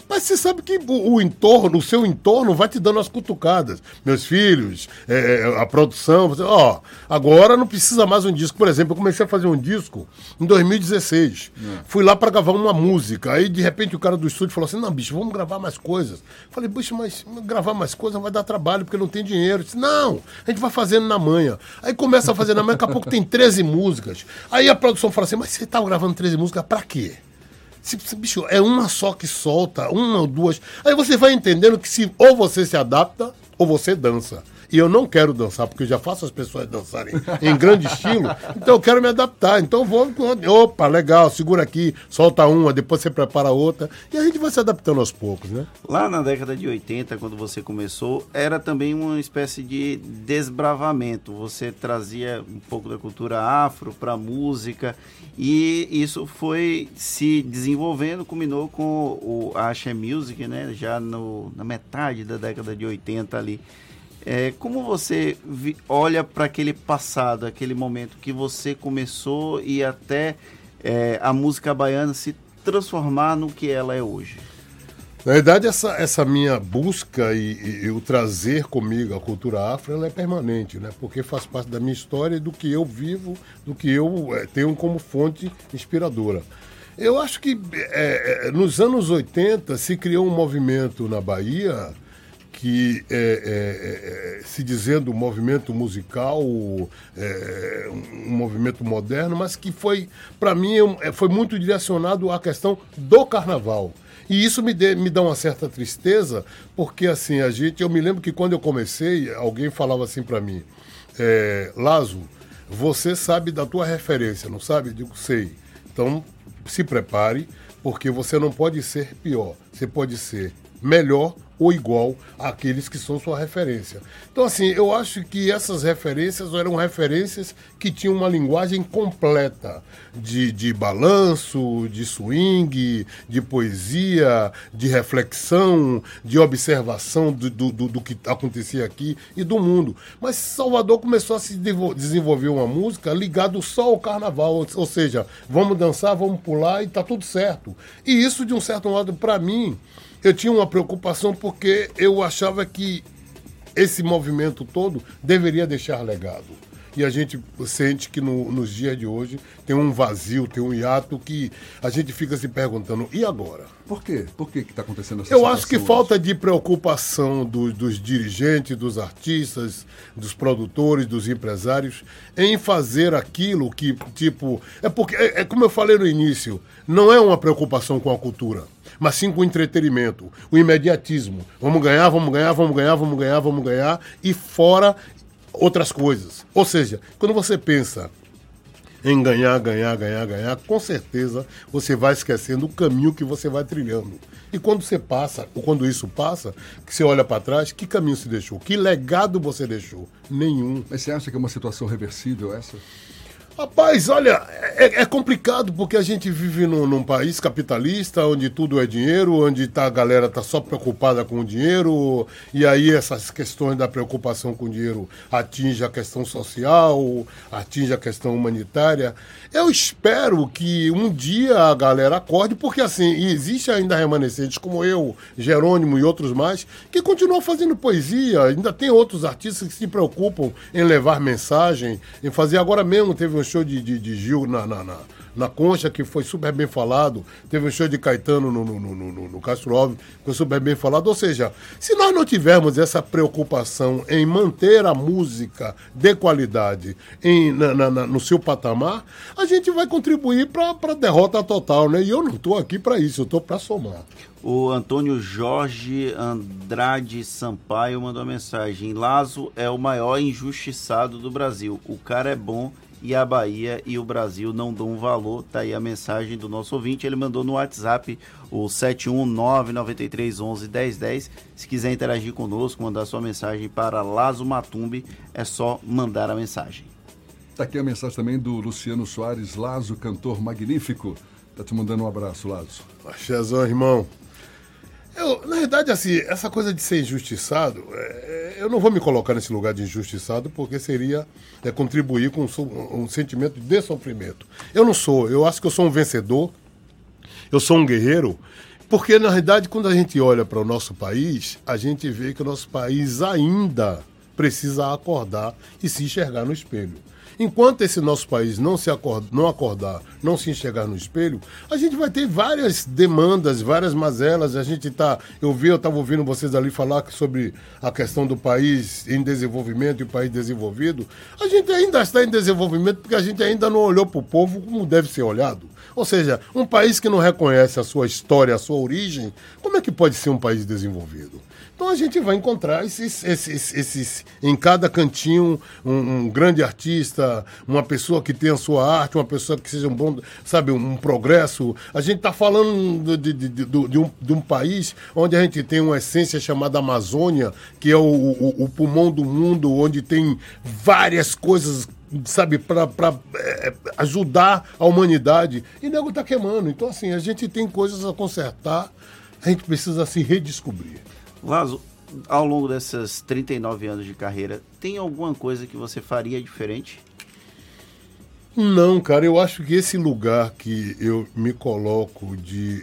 Mas você sabe que o entorno, o seu entorno vai te dando as cutucadas. Meus filhos, a produção, você, agora não precisa mais um disco. Por exemplo, eu comecei a fazer um disco em 2016. Fui lá para gravar uma música. Aí, de repente, o cara do estúdio falou assim, não, bicho, vamos gravar mais coisas. Falei, bicho, mas gravar mais coisas vai dar trabalho, porque não tem dinheiro. Eu disse, não, a gente vai fazendo na manhã. Aí começa a fazer na manhã, daqui a pouco tem 13 músicas. Aí a produção fala assim, mas você estava gravando 13 músicas pra quê? Bicho, é uma só que solta, uma ou duas. Aí você vai entendendo que ou você se adapta ou você dança. E eu não quero dançar, porque eu já faço as pessoas dançarem em grande estilo, então eu quero me adaptar. Então eu vou, opa, legal, segura aqui, solta uma, depois você prepara outra, e a gente vai se adaptando aos poucos, né? Lá na década de 80, quando você começou, era também uma espécie de desbravamento. Você trazia um pouco da cultura afro para a música, e isso foi se desenvolvendo, culminou com o Axé Music, né? Já na metade da década de 80 ali. Como você olha para aquele passado, aquele momento que você começou e até a música baiana se transformar no que ela é hoje? Na verdade, essa minha busca e o trazer comigo a cultura afro, ela é permanente, né? Porque faz parte da minha história e do que eu vivo, do que eu tenho como fonte inspiradora. Eu acho que nos anos 80 se criou um movimento na Bahia que, se dizendo movimento musical, um movimento moderno, mas que foi, para mim, foi muito direcionado à questão do carnaval. E isso me dá uma certa tristeza, porque assim, eu me lembro que quando eu comecei, alguém falava assim para mim, Lazo, você sabe da tua referência, não sabe? Eu digo, sei. Então, se prepare, porque você não pode ser pior, você pode ser melhor ou igual àqueles que são sua referência. Então, assim, eu acho que essas referências eram referências que tinham uma linguagem completa de balanço, de swing, de poesia, de reflexão, de observação do que acontecia aqui e do mundo. Mas Salvador começou a se desenvolver uma música ligada só ao carnaval, ou seja, vamos dançar, vamos pular e tá tudo certo. E isso, de um certo modo, para mim, eu tinha uma preocupação porque eu achava que esse movimento todo deveria deixar legado. E a gente sente que nos dias de hoje tem um vazio, tem um hiato que a gente fica se perguntando, e agora? Por quê? Por que está acontecendo essa situação? Eu acho que falta de preocupação dos dirigentes, dos artistas, dos produtores, dos empresários em fazer aquilo que, tipo... porque, como eu falei no início, não é uma preocupação com a cultura, mas sim com o entretenimento, o imediatismo. Vamos ganhar, vamos ganhar, vamos ganhar, vamos ganhar, vamos ganhar, e fora outras coisas. Ou seja, quando você pensa em ganhar, com certeza você vai esquecendo o caminho que você vai trilhando. E quando você passa, ou quando isso passa, que você olha para trás, que caminho se deixou? Que legado você deixou? Nenhum. Mas você acha que é uma situação reversível essa? Rapaz, olha, é complicado porque a gente vive num país capitalista, onde tudo é dinheiro, onde a galera está só preocupada com o dinheiro, e aí essas questões da preocupação com o dinheiro atingem a questão social, atingem a questão humanitária. Eu espero que um dia a galera acorde, porque assim, existe ainda remanescentes como eu, Jerônimo e outros mais, que continuam fazendo poesia, ainda tem outros artistas que se preocupam em levar mensagem, em fazer. Agora mesmo teve um show de Gil na Concha, que foi super bem falado. Teve um show de Caetano no Castro Alves, que foi super bem falado. Ou seja, se nós não tivermos essa preocupação em manter a música de qualidade no seu patamar, a gente vai contribuir para a derrota total, né? E eu não estou aqui para isso, eu estou para somar. O Antônio Jorge Andrade Sampaio mandou uma mensagem: Lazo é o maior injustiçado do Brasil. O cara é bom e a Bahia e o Brasil não dão valor. Tá aí a mensagem do nosso ouvinte. Ele mandou no WhatsApp o 71993111010. Se quiser interagir conosco, mandar sua mensagem para Lazo Matumbi, é só mandar a mensagem. Tá aqui a mensagem também do Luciano Soares. Lazo, cantor magnífico, tá te mandando um abraço, Lazo. Axézão, irmão. Na verdade, assim, essa coisa de ser injustiçado, eu não vou me colocar nesse lugar de injustiçado, porque seria contribuir com um sentimento de sofrimento. Eu não sou, eu acho que eu sou um vencedor, eu sou um guerreiro, Porque, na realidade, quando a gente olha para o nosso país, a gente vê que o nosso país ainda precisa acordar e se enxergar no espelho. Enquanto esse nosso país não acordar, não se enxergar no espelho, a gente vai ter várias demandas, várias mazelas. Eu estava ouvindo vocês ali falar sobre a questão do país em desenvolvimento e o país desenvolvido. A gente ainda está em desenvolvimento porque a gente ainda não olhou para o povo como deve ser olhado. Ou seja, um país que não reconhece a sua história, a sua origem, como é que pode ser um país desenvolvido? Então a gente vai encontrar esses em cada cantinho, um grande artista, uma pessoa que tenha a sua arte, uma pessoa que seja um progresso. A gente está falando de um país onde a gente tem uma essência chamada Amazônia, que é o pulmão do mundo, onde tem várias coisas, para ajudar a humanidade. E o nego está queimando. Então, assim, a gente tem coisas a consertar, a gente precisa se redescobrir. Lazo, ao longo desses 39 anos de carreira, tem alguma coisa que você faria diferente? Não, cara, eu acho que esse lugar que eu me coloco de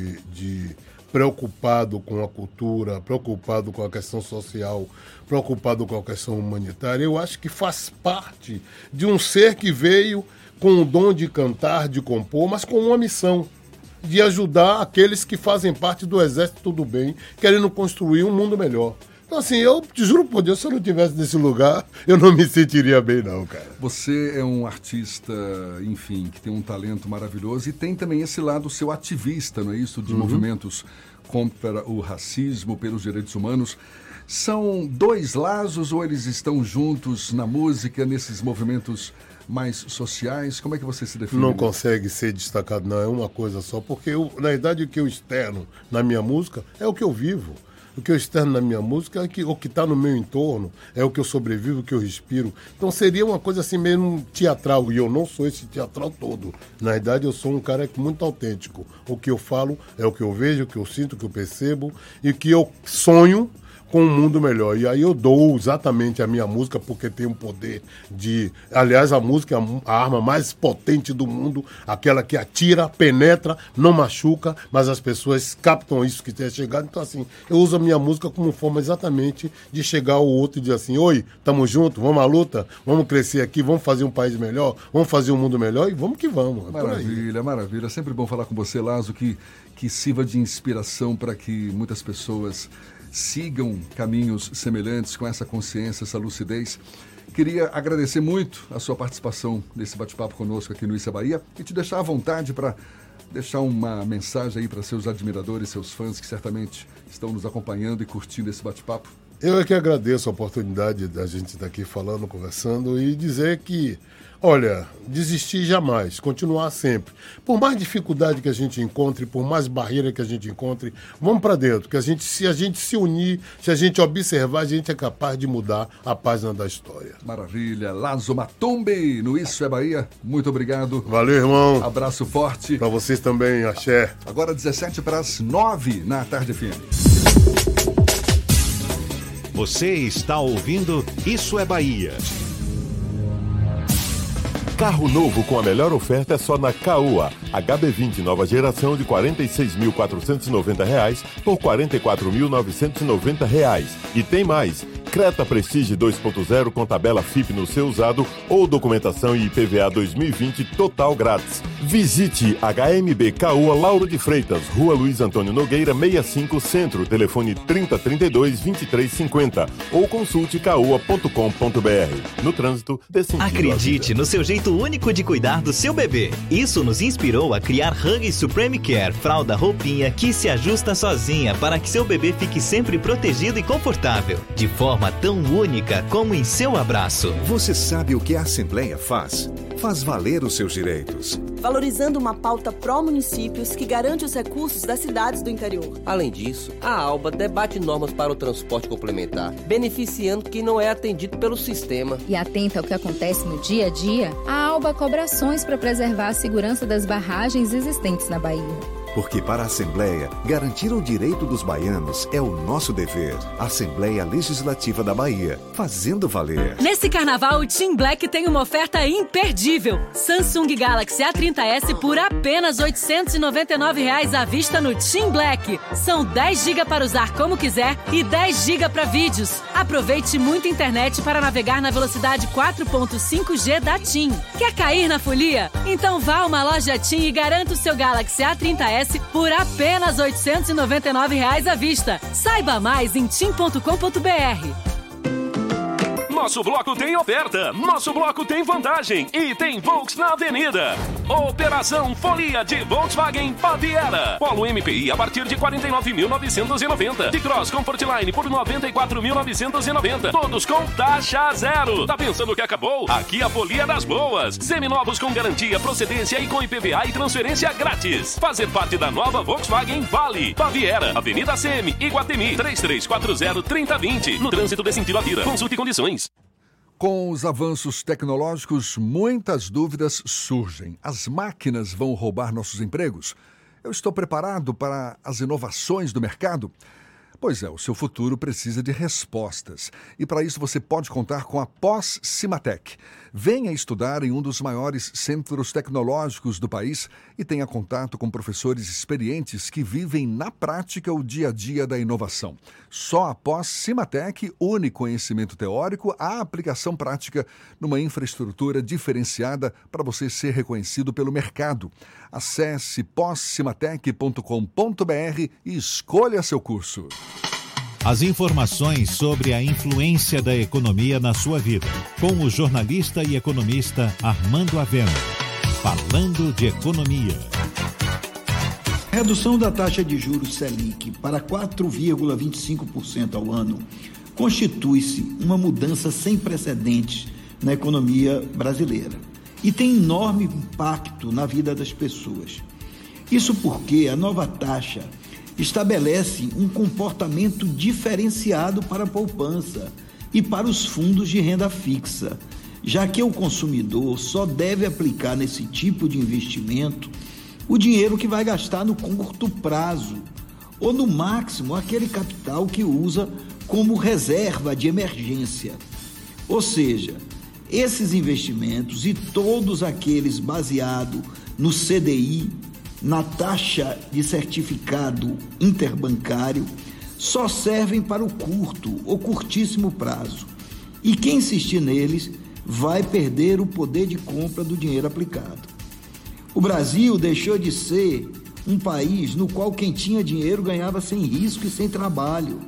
preocupado com a cultura, preocupado com a questão social, preocupado com a questão humanitária, eu acho que faz parte de um ser que veio com o dom de cantar, de compor, mas com uma missão de ajudar aqueles que fazem parte do exército do bem, querendo construir um mundo melhor. Então, assim, eu te juro por Deus, se eu não estivesse nesse lugar, eu não me sentiria bem, não, cara. Você é um artista, enfim, que tem um talento maravilhoso e tem também esse lado seu ativista, não é isso? De movimentos contra o racismo, pelos direitos humanos. São dois laços ou eles estão juntos na música, nesses movimentos mais sociais? Como é que você se define? Não consegue ser destacado, não. É uma coisa só. Porque, na verdade, o que eu externo na minha música é o que eu vivo. O que eu externo na minha música é o que está no meu entorno, é o que eu sobrevivo, o que eu respiro. Então seria uma coisa assim mesmo teatral, e eu não sou esse teatral todo. Na verdade, eu sou um cara muito autêntico. O que eu falo é o que eu vejo, o que eu sinto, o que eu percebo e o que eu sonho com um mundo melhor. E aí eu dou exatamente a minha música, porque tem um poder de... Aliás, a música é a arma mais potente do mundo, aquela que atira, penetra, não machuca, mas as pessoas captam isso que tem chegado. Então, assim, eu uso a minha música como forma exatamente de chegar ao outro e dizer assim: oi, tamo junto, vamos à luta, vamos crescer aqui, vamos fazer um país melhor, vamos fazer um mundo melhor e vamos que vamos. Maravilha, maravilha. É sempre bom falar com você, Lazo, que sirva de inspiração para que muitas pessoas sigam caminhos semelhantes, com essa consciência, essa lucidez. Queria agradecer muito a sua participação nesse bate-papo conosco aqui no Isso é Bahia e te deixar à vontade para deixar uma mensagem aí para seus admiradores, seus fãs que certamente estão nos acompanhando e curtindo esse bate-papo. Eu é que agradeço a oportunidade da gente estar aqui falando, conversando e dizer que, olha, desistir jamais, continuar sempre. Por mais dificuldade que a gente encontre, por mais barreira que a gente encontre, vamos para dentro, que se a gente se unir, se a gente observar, a gente é capaz de mudar a página da história. Maravilha. Lazo Matumbi, no Isso é Bahia, muito obrigado. Valeu, irmão. Abraço forte. Para vocês também, axé. Agora 17:09 na Tarde FM. Você está ouvindo Isso é Bahia. Carro novo com a melhor oferta é só na Caoa. HB20 nova geração de R$ 46.490 por R$ 44.990. E tem mais. Creta Prestige 2.0 com tabela FIP no seu usado ou documentação e IPVA 2020 total grátis. Visite HMB Caoa Lauro de Freitas, Rua Luiz Antônio Nogueira 65 Centro, telefone 3032-2350 ou consulte caoa.com.br. No trânsito, dê sentido. Acredite no seu jeito único de cuidar do seu bebê. Isso nos inspirou a criar Huggies Supreme Care, fralda roupinha que se ajusta sozinha para que seu bebê fique sempre protegido e confortável, de forma tão única como em seu abraço. Você sabe o que a Assembleia faz? Faz valer os seus direitos. Valorizando uma pauta pró-municípios que garante os recursos das cidades do interior. Além disso, a ALBA debate normas para o transporte complementar, beneficiando quem não é atendido pelo sistema. E atenta ao que acontece no dia a dia, a ALBA cobra ações para preservar a segurança das barragens existentes na Bahia. Porque para a Assembleia, garantir o direito dos baianos é o nosso dever. Assembleia Legislativa da Bahia, fazendo valer. Nesse carnaval, o Tim Black tem uma oferta imperdível. Samsung Galaxy A30s por apenas R$ 899 à vista no Tim Black. São 10 GB para usar como quiser e 10 GB para vídeos. Aproveite muita internet para navegar na velocidade 4.5G da TIM. Quer cair na folia? Então vá a uma loja TIM e garanta o seu Galaxy A30s por apenas R$ 899 à vista. Saiba mais em tim.com.br. Nosso bloco tem oferta, nosso bloco tem vantagem e tem Volks na Avenida. Operação Folia de Volkswagen Baviera. Polo MPI a partir de R$ 49.990. De Cross Comfortline por R$ 94.990. Todos com taxa zero. Tá pensando que acabou? Aqui a Folia das Boas. Seminovos com garantia, procedência e com IPVA e transferência grátis. Fazer parte da nova Volkswagen Vale. Baviera, Avenida CM, Iguatemi, 3340-3020. No trânsito desse sentido à vida. Consulte condições. Com os avanços tecnológicos, muitas dúvidas surgem. As máquinas vão roubar nossos empregos? Eu estou preparado para as inovações do mercado? Pois é, o seu futuro precisa de respostas. E para isso você pode contar com a Pós-Cimatec. Venha estudar em um dos maiores centros tecnológicos do país e tenha contato com professores experientes que vivem na prática o dia a dia da inovação. Só a Pós-Cimatec une conhecimento teórico à aplicação prática numa infraestrutura diferenciada para você ser reconhecido pelo mercado. Acesse poscimatec.com.br e escolha seu curso. As informações sobre a influência da economia na sua vida, com o jornalista e economista Armando Avena. Falando de economia. Redução da taxa de juros Selic para 4,25% ao ano constitui-se uma mudança sem precedentes na economia brasileira e tem enorme impacto na vida das pessoas. Isso porque a nova taxa estabelece um comportamento diferenciado para a poupança e para os fundos de renda fixa, já que o consumidor só deve aplicar nesse tipo de investimento o dinheiro que vai gastar no curto prazo, ou no máximo aquele capital que usa como reserva de emergência. Ou seja, esses investimentos e todos aqueles baseados no CDI, na taxa de certificado interbancário, só servem para o curto ou curtíssimo prazo. E quem insistir neles vai perder o poder de compra do dinheiro aplicado. O Brasil deixou de ser um país no qual quem tinha dinheiro ganhava sem risco e sem trabalho.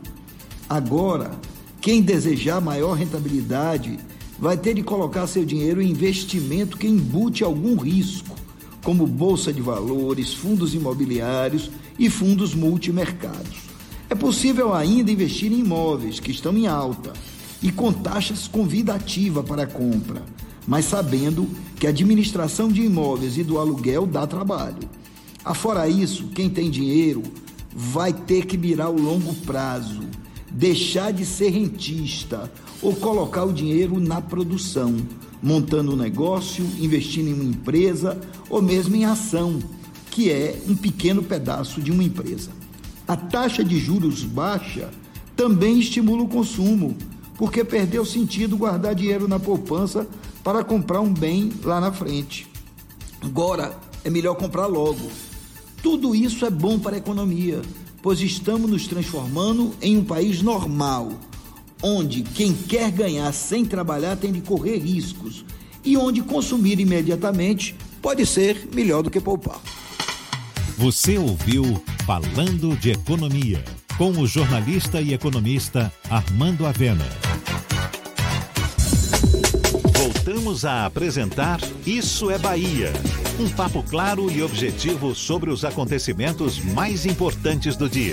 Agora, quem desejar maior rentabilidade vai ter de colocar seu dinheiro em investimento que embute algum risco, como bolsa de valores, fundos imobiliários e fundos multimercados. É possível ainda investir em imóveis que estão em alta e com taxas convidativas para a compra, mas sabendo que a administração de imóveis e do aluguel dá trabalho. Afora isso, quem tem dinheiro vai ter que mirar o longo prazo, deixar de ser rentista ou colocar o dinheiro na produção, montando um negócio, investindo em uma empresa ou mesmo em ação, que é um pequeno pedaço de uma empresa. A taxa de juros baixa também estimula o consumo, porque perdeu sentido guardar dinheiro na poupança para comprar um bem lá na frente. Agora é melhor comprar logo. Tudo isso é bom para a economia, pois estamos nos transformando em um país normal, onde quem quer ganhar sem trabalhar tem de correr riscos e onde consumir imediatamente pode ser melhor do que poupar. Você ouviu Falando de Economia, com o jornalista e economista Armando Avena. Voltamos a apresentar Isso é Bahia. Um papo claro e objetivo sobre os acontecimentos mais importantes do dia.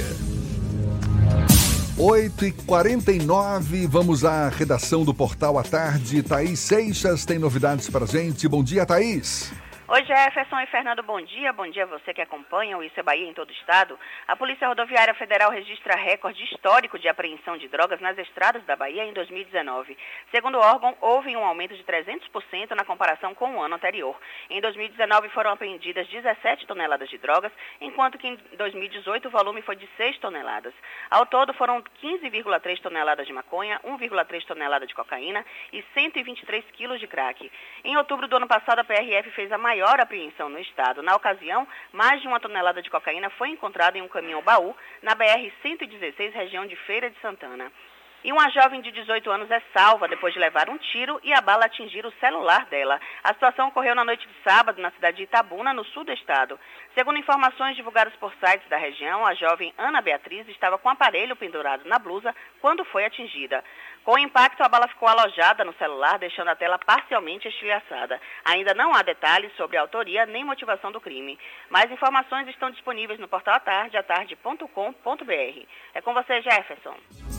8h49, vamos à redação do Portal à Tarde. Thaís Seixas tem novidades para a gente. Bom dia, Thaís. Oi, Jefferson e Fernando, bom dia. Bom dia a você que acompanha o Isso é Bahia em todo o estado. A Polícia Rodoviária Federal registra recorde histórico de apreensão de drogas nas estradas da Bahia em 2019. Segundo o órgão, houve um aumento de 300% na comparação com o ano anterior. Em 2019 foram apreendidas 17 toneladas de drogas, enquanto que em 2018 o volume foi de 6 toneladas. Ao todo foram 15,3 toneladas de maconha, 1,3 toneladas de cocaína e 123 quilos de crack. Em outubro do ano passado, a PRF fez a maior apreensão no estado. Na ocasião, mais de 1 tonelada de cocaína foi encontrada em um caminhão-baú na BR-116, região de Feira de Santana. E uma jovem de 18 anos é salva depois de levar um tiro e a bala atingir o celular dela. A situação ocorreu na noite de sábado na cidade de Itabuna, no sul do estado. Segundo informações divulgadas por sites da região, a jovem Ana Beatriz estava com o aparelho pendurado na blusa quando foi atingida. Com o impacto, a bala ficou alojada no celular, deixando a tela parcialmente estilhaçada. Ainda não há detalhes sobre a autoria nem motivação do crime. Mais informações estão disponíveis no portal atarde.com.br. É com você, Jefferson.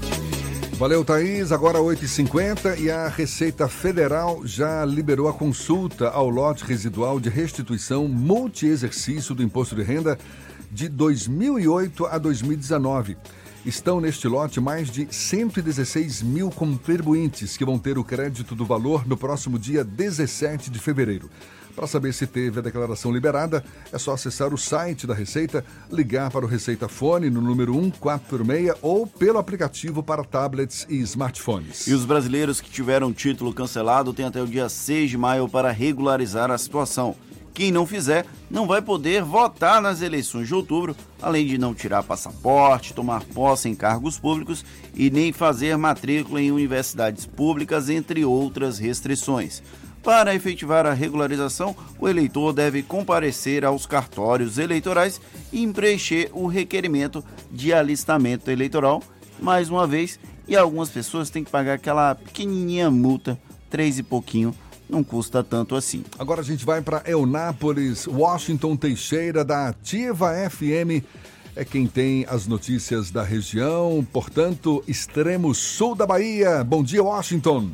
Valeu, Thaís. Agora 8h50 e a Receita Federal já liberou a consulta ao lote residual de restituição multi-exercício do Imposto de Renda de 2008 a 2019. Estão neste lote mais de 116 mil contribuintes que vão ter o crédito do valor no próximo dia 17 de fevereiro. Para saber se teve a declaração liberada, é só acessar o site da Receita, ligar para o Receita Fone no número 146 ou pelo aplicativo para tablets e smartphones. E os brasileiros que tiveram título cancelado têm até o dia 6 de maio para regularizar a situação. Quem não fizer, não vai poder votar nas eleições de outubro, além de não tirar passaporte, tomar posse em cargos públicos e nem fazer matrícula em universidades públicas, entre outras restrições. Para efetivar a regularização, o eleitor deve comparecer aos cartórios eleitorais e preencher o requerimento de alistamento eleitoral, mais uma vez, e algumas pessoas têm que pagar aquela pequenininha multa, 3 e pouquinho, não custa tanto assim. Agora a gente vai para Eunápolis. Washington Teixeira, da Ativa FM, é quem tem as notícias da região, portanto, extremo sul da Bahia. Bom dia, Washington.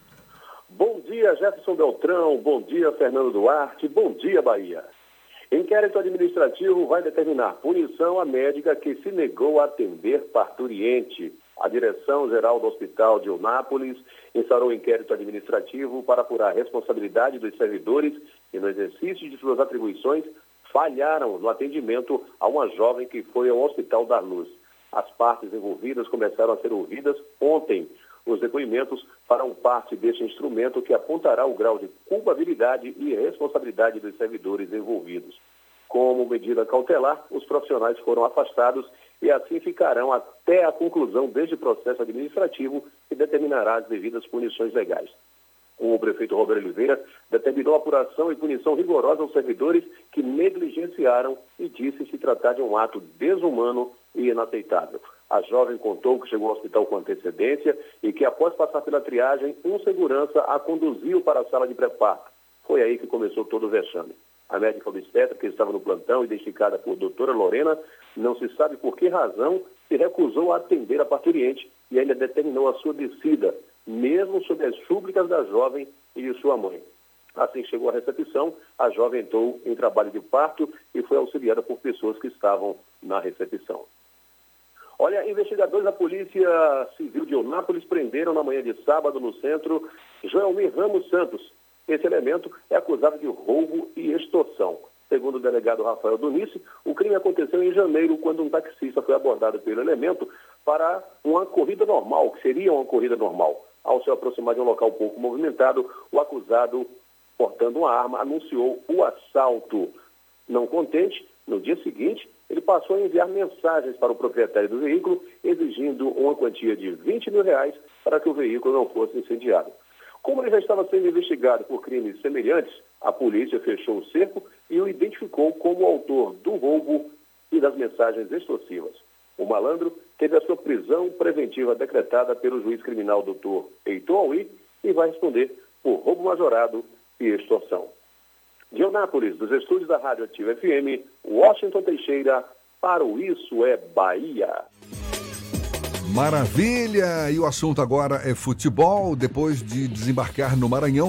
Bom dia, Jefferson Beltrão. Bom dia, Fernando Duarte. Bom dia, Bahia. Inquérito administrativo vai determinar punição à médica que se negou a atender parturiente. A Direção-Geral do Hospital de Eunápolis instaurou um inquérito administrativo para apurar a responsabilidade dos servidores que, no exercício de suas atribuições, falharam no atendimento a uma jovem que foi ao Hospital da Luz. As partes envolvidas começaram a ser ouvidas ontem. Os depoimentos farão parte deste instrumento que apontará o grau de culpabilidade e responsabilidade dos servidores envolvidos. Como medida cautelar, os profissionais foram afastados e assim ficarão até a conclusão deste processo administrativo que determinará as devidas punições legais. O prefeito Roberto Oliveira determinou apuração e punição rigorosa aos servidores que negligenciaram e disse se tratar de um ato desumano e inaceitável. A jovem contou que chegou ao hospital com antecedência e que, após passar pela triagem, um segurança a conduziu para a sala de pré-parto. Foi aí que começou todo o vexame. A médica obstetra, que estava no plantão, identificada por doutora Lorena, não se sabe por que razão se recusou a atender a parturiente e ainda determinou a sua descida, mesmo sob as súplicas da jovem e de sua mãe. Assim chegou à recepção, a jovem entrou em trabalho de parto e foi auxiliada por pessoas que estavam na recepção. Olha, investigadores da Polícia Civil de Eunápolis prenderam na manhã de sábado no centro Joelmir Ramos Santos. Esse elemento é acusado de roubo e extorsão. Segundo o delegado Rafael Donice, o crime aconteceu em janeiro, quando um taxista foi abordado pelo elemento para uma corrida normal, que seria uma corrida normal. Ao se aproximar de um local pouco movimentado, o acusado, portando uma arma, anunciou o assalto. Não contente, no dia seguinte, ele passou a enviar mensagens para o proprietário do veículo, exigindo uma quantia de R$20 mil para que o veículo não fosse incendiado. Como ele já estava sendo investigado por crimes semelhantes, a polícia fechou o cerco e o identificou como autor do roubo e das mensagens extorsivas. O malandro teve a sua prisão preventiva decretada pelo juiz criminal Dr. Heitor Alwi e vai responder por roubo majorado e extorsão. De Eunápolis, dos estúdios da Rádio Ativa FM, Washington Teixeira, para o Isso é Bahia. Maravilha! E o assunto agora é futebol. Depois de desembarcar no Maranhão,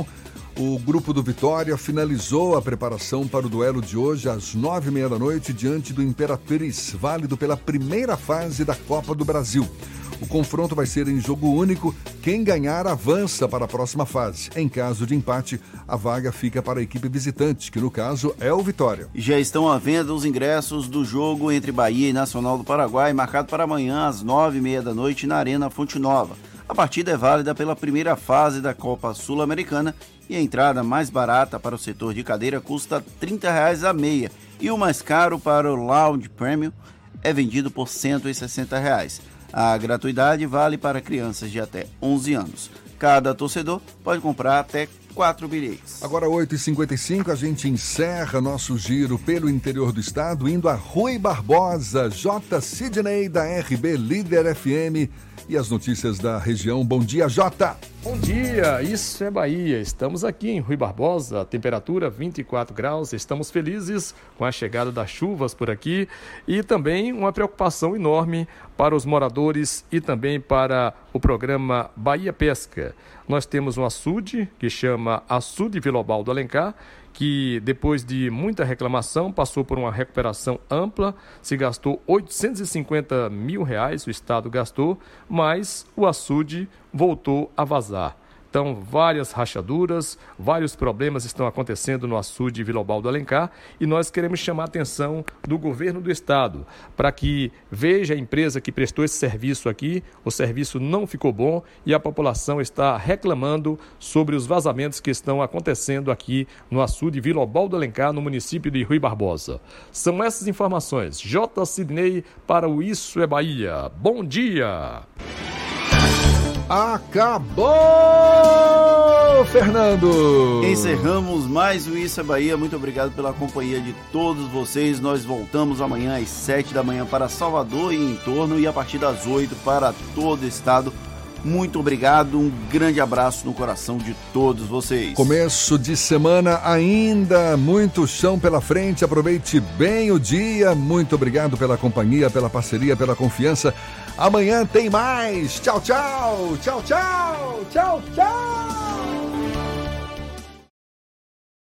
O grupo do Vitória finalizou a preparação para o duelo de hoje às 9h30 da noite diante do Imperatriz, válido pela primeira fase da Copa do Brasil. O confronto vai ser em jogo único. Quem ganhar avança para a próxima fase. Em caso de empate, a vaga fica para a equipe visitante, que no caso é o Vitória. Já estão à venda os ingressos do jogo entre Bahia e Nacional do Paraguai, marcado para amanhã às 9h30 da noite na Arena Fonte Nova. A partida é válida pela primeira fase da Copa Sul-Americana e a entrada mais barata para o setor de cadeira custa R$ 30,00 a meia e o mais caro para o Lounge Premium é vendido por R$ 160,00. A gratuidade vale para crianças de até 11 anos. Cada torcedor pode comprar até 4 bilhetes. Agora 8h55, a gente encerra nosso giro pelo interior do estado, indo a Rui Barbosa, J. Sidney da RB Líder FM e as notícias da região. Bom dia, Jota! Bom dia, isso é Bahia. Estamos aqui em Rui Barbosa, temperatura 24 graus. Estamos felizes com a chegada das chuvas por aqui e também uma preocupação enorme para os moradores e também para o programa Bahia Pesca. Nós temos um açude que chama Açude Vilobal do Alencar, que depois de muita reclamação passou por uma recuperação ampla, se gastou R$850 mil, o Estado gastou, mas o açude voltou a vazar. Então, várias rachaduras, vários problemas estão acontecendo no açude Vilobal do Alencar e nós queremos chamar a atenção do governo do estado para que veja a empresa que prestou esse serviço aqui, o serviço não ficou bom e a população está reclamando sobre os vazamentos que estão acontecendo aqui no açude Vilobal do Alencar, no município de Rui Barbosa. São essas informações. J. Sidney para o Isso é Bahia. Bom dia! Acabou, Fernando! Encerramos mais o Isso é Bahia. Muito obrigado pela companhia de todos vocês. Nós voltamos amanhã às 7 da manhã para Salvador e em torno e a partir das 8 para todo o estado. Muito obrigado, um grande abraço no coração de todos vocês. Começo de semana ainda, muito chão pela frente, aproveite bem o dia. Muito obrigado pela companhia, pela parceria, pela confiança. Amanhã tem mais. Tchau, tchau, tchau, tchau, tchau, tchau.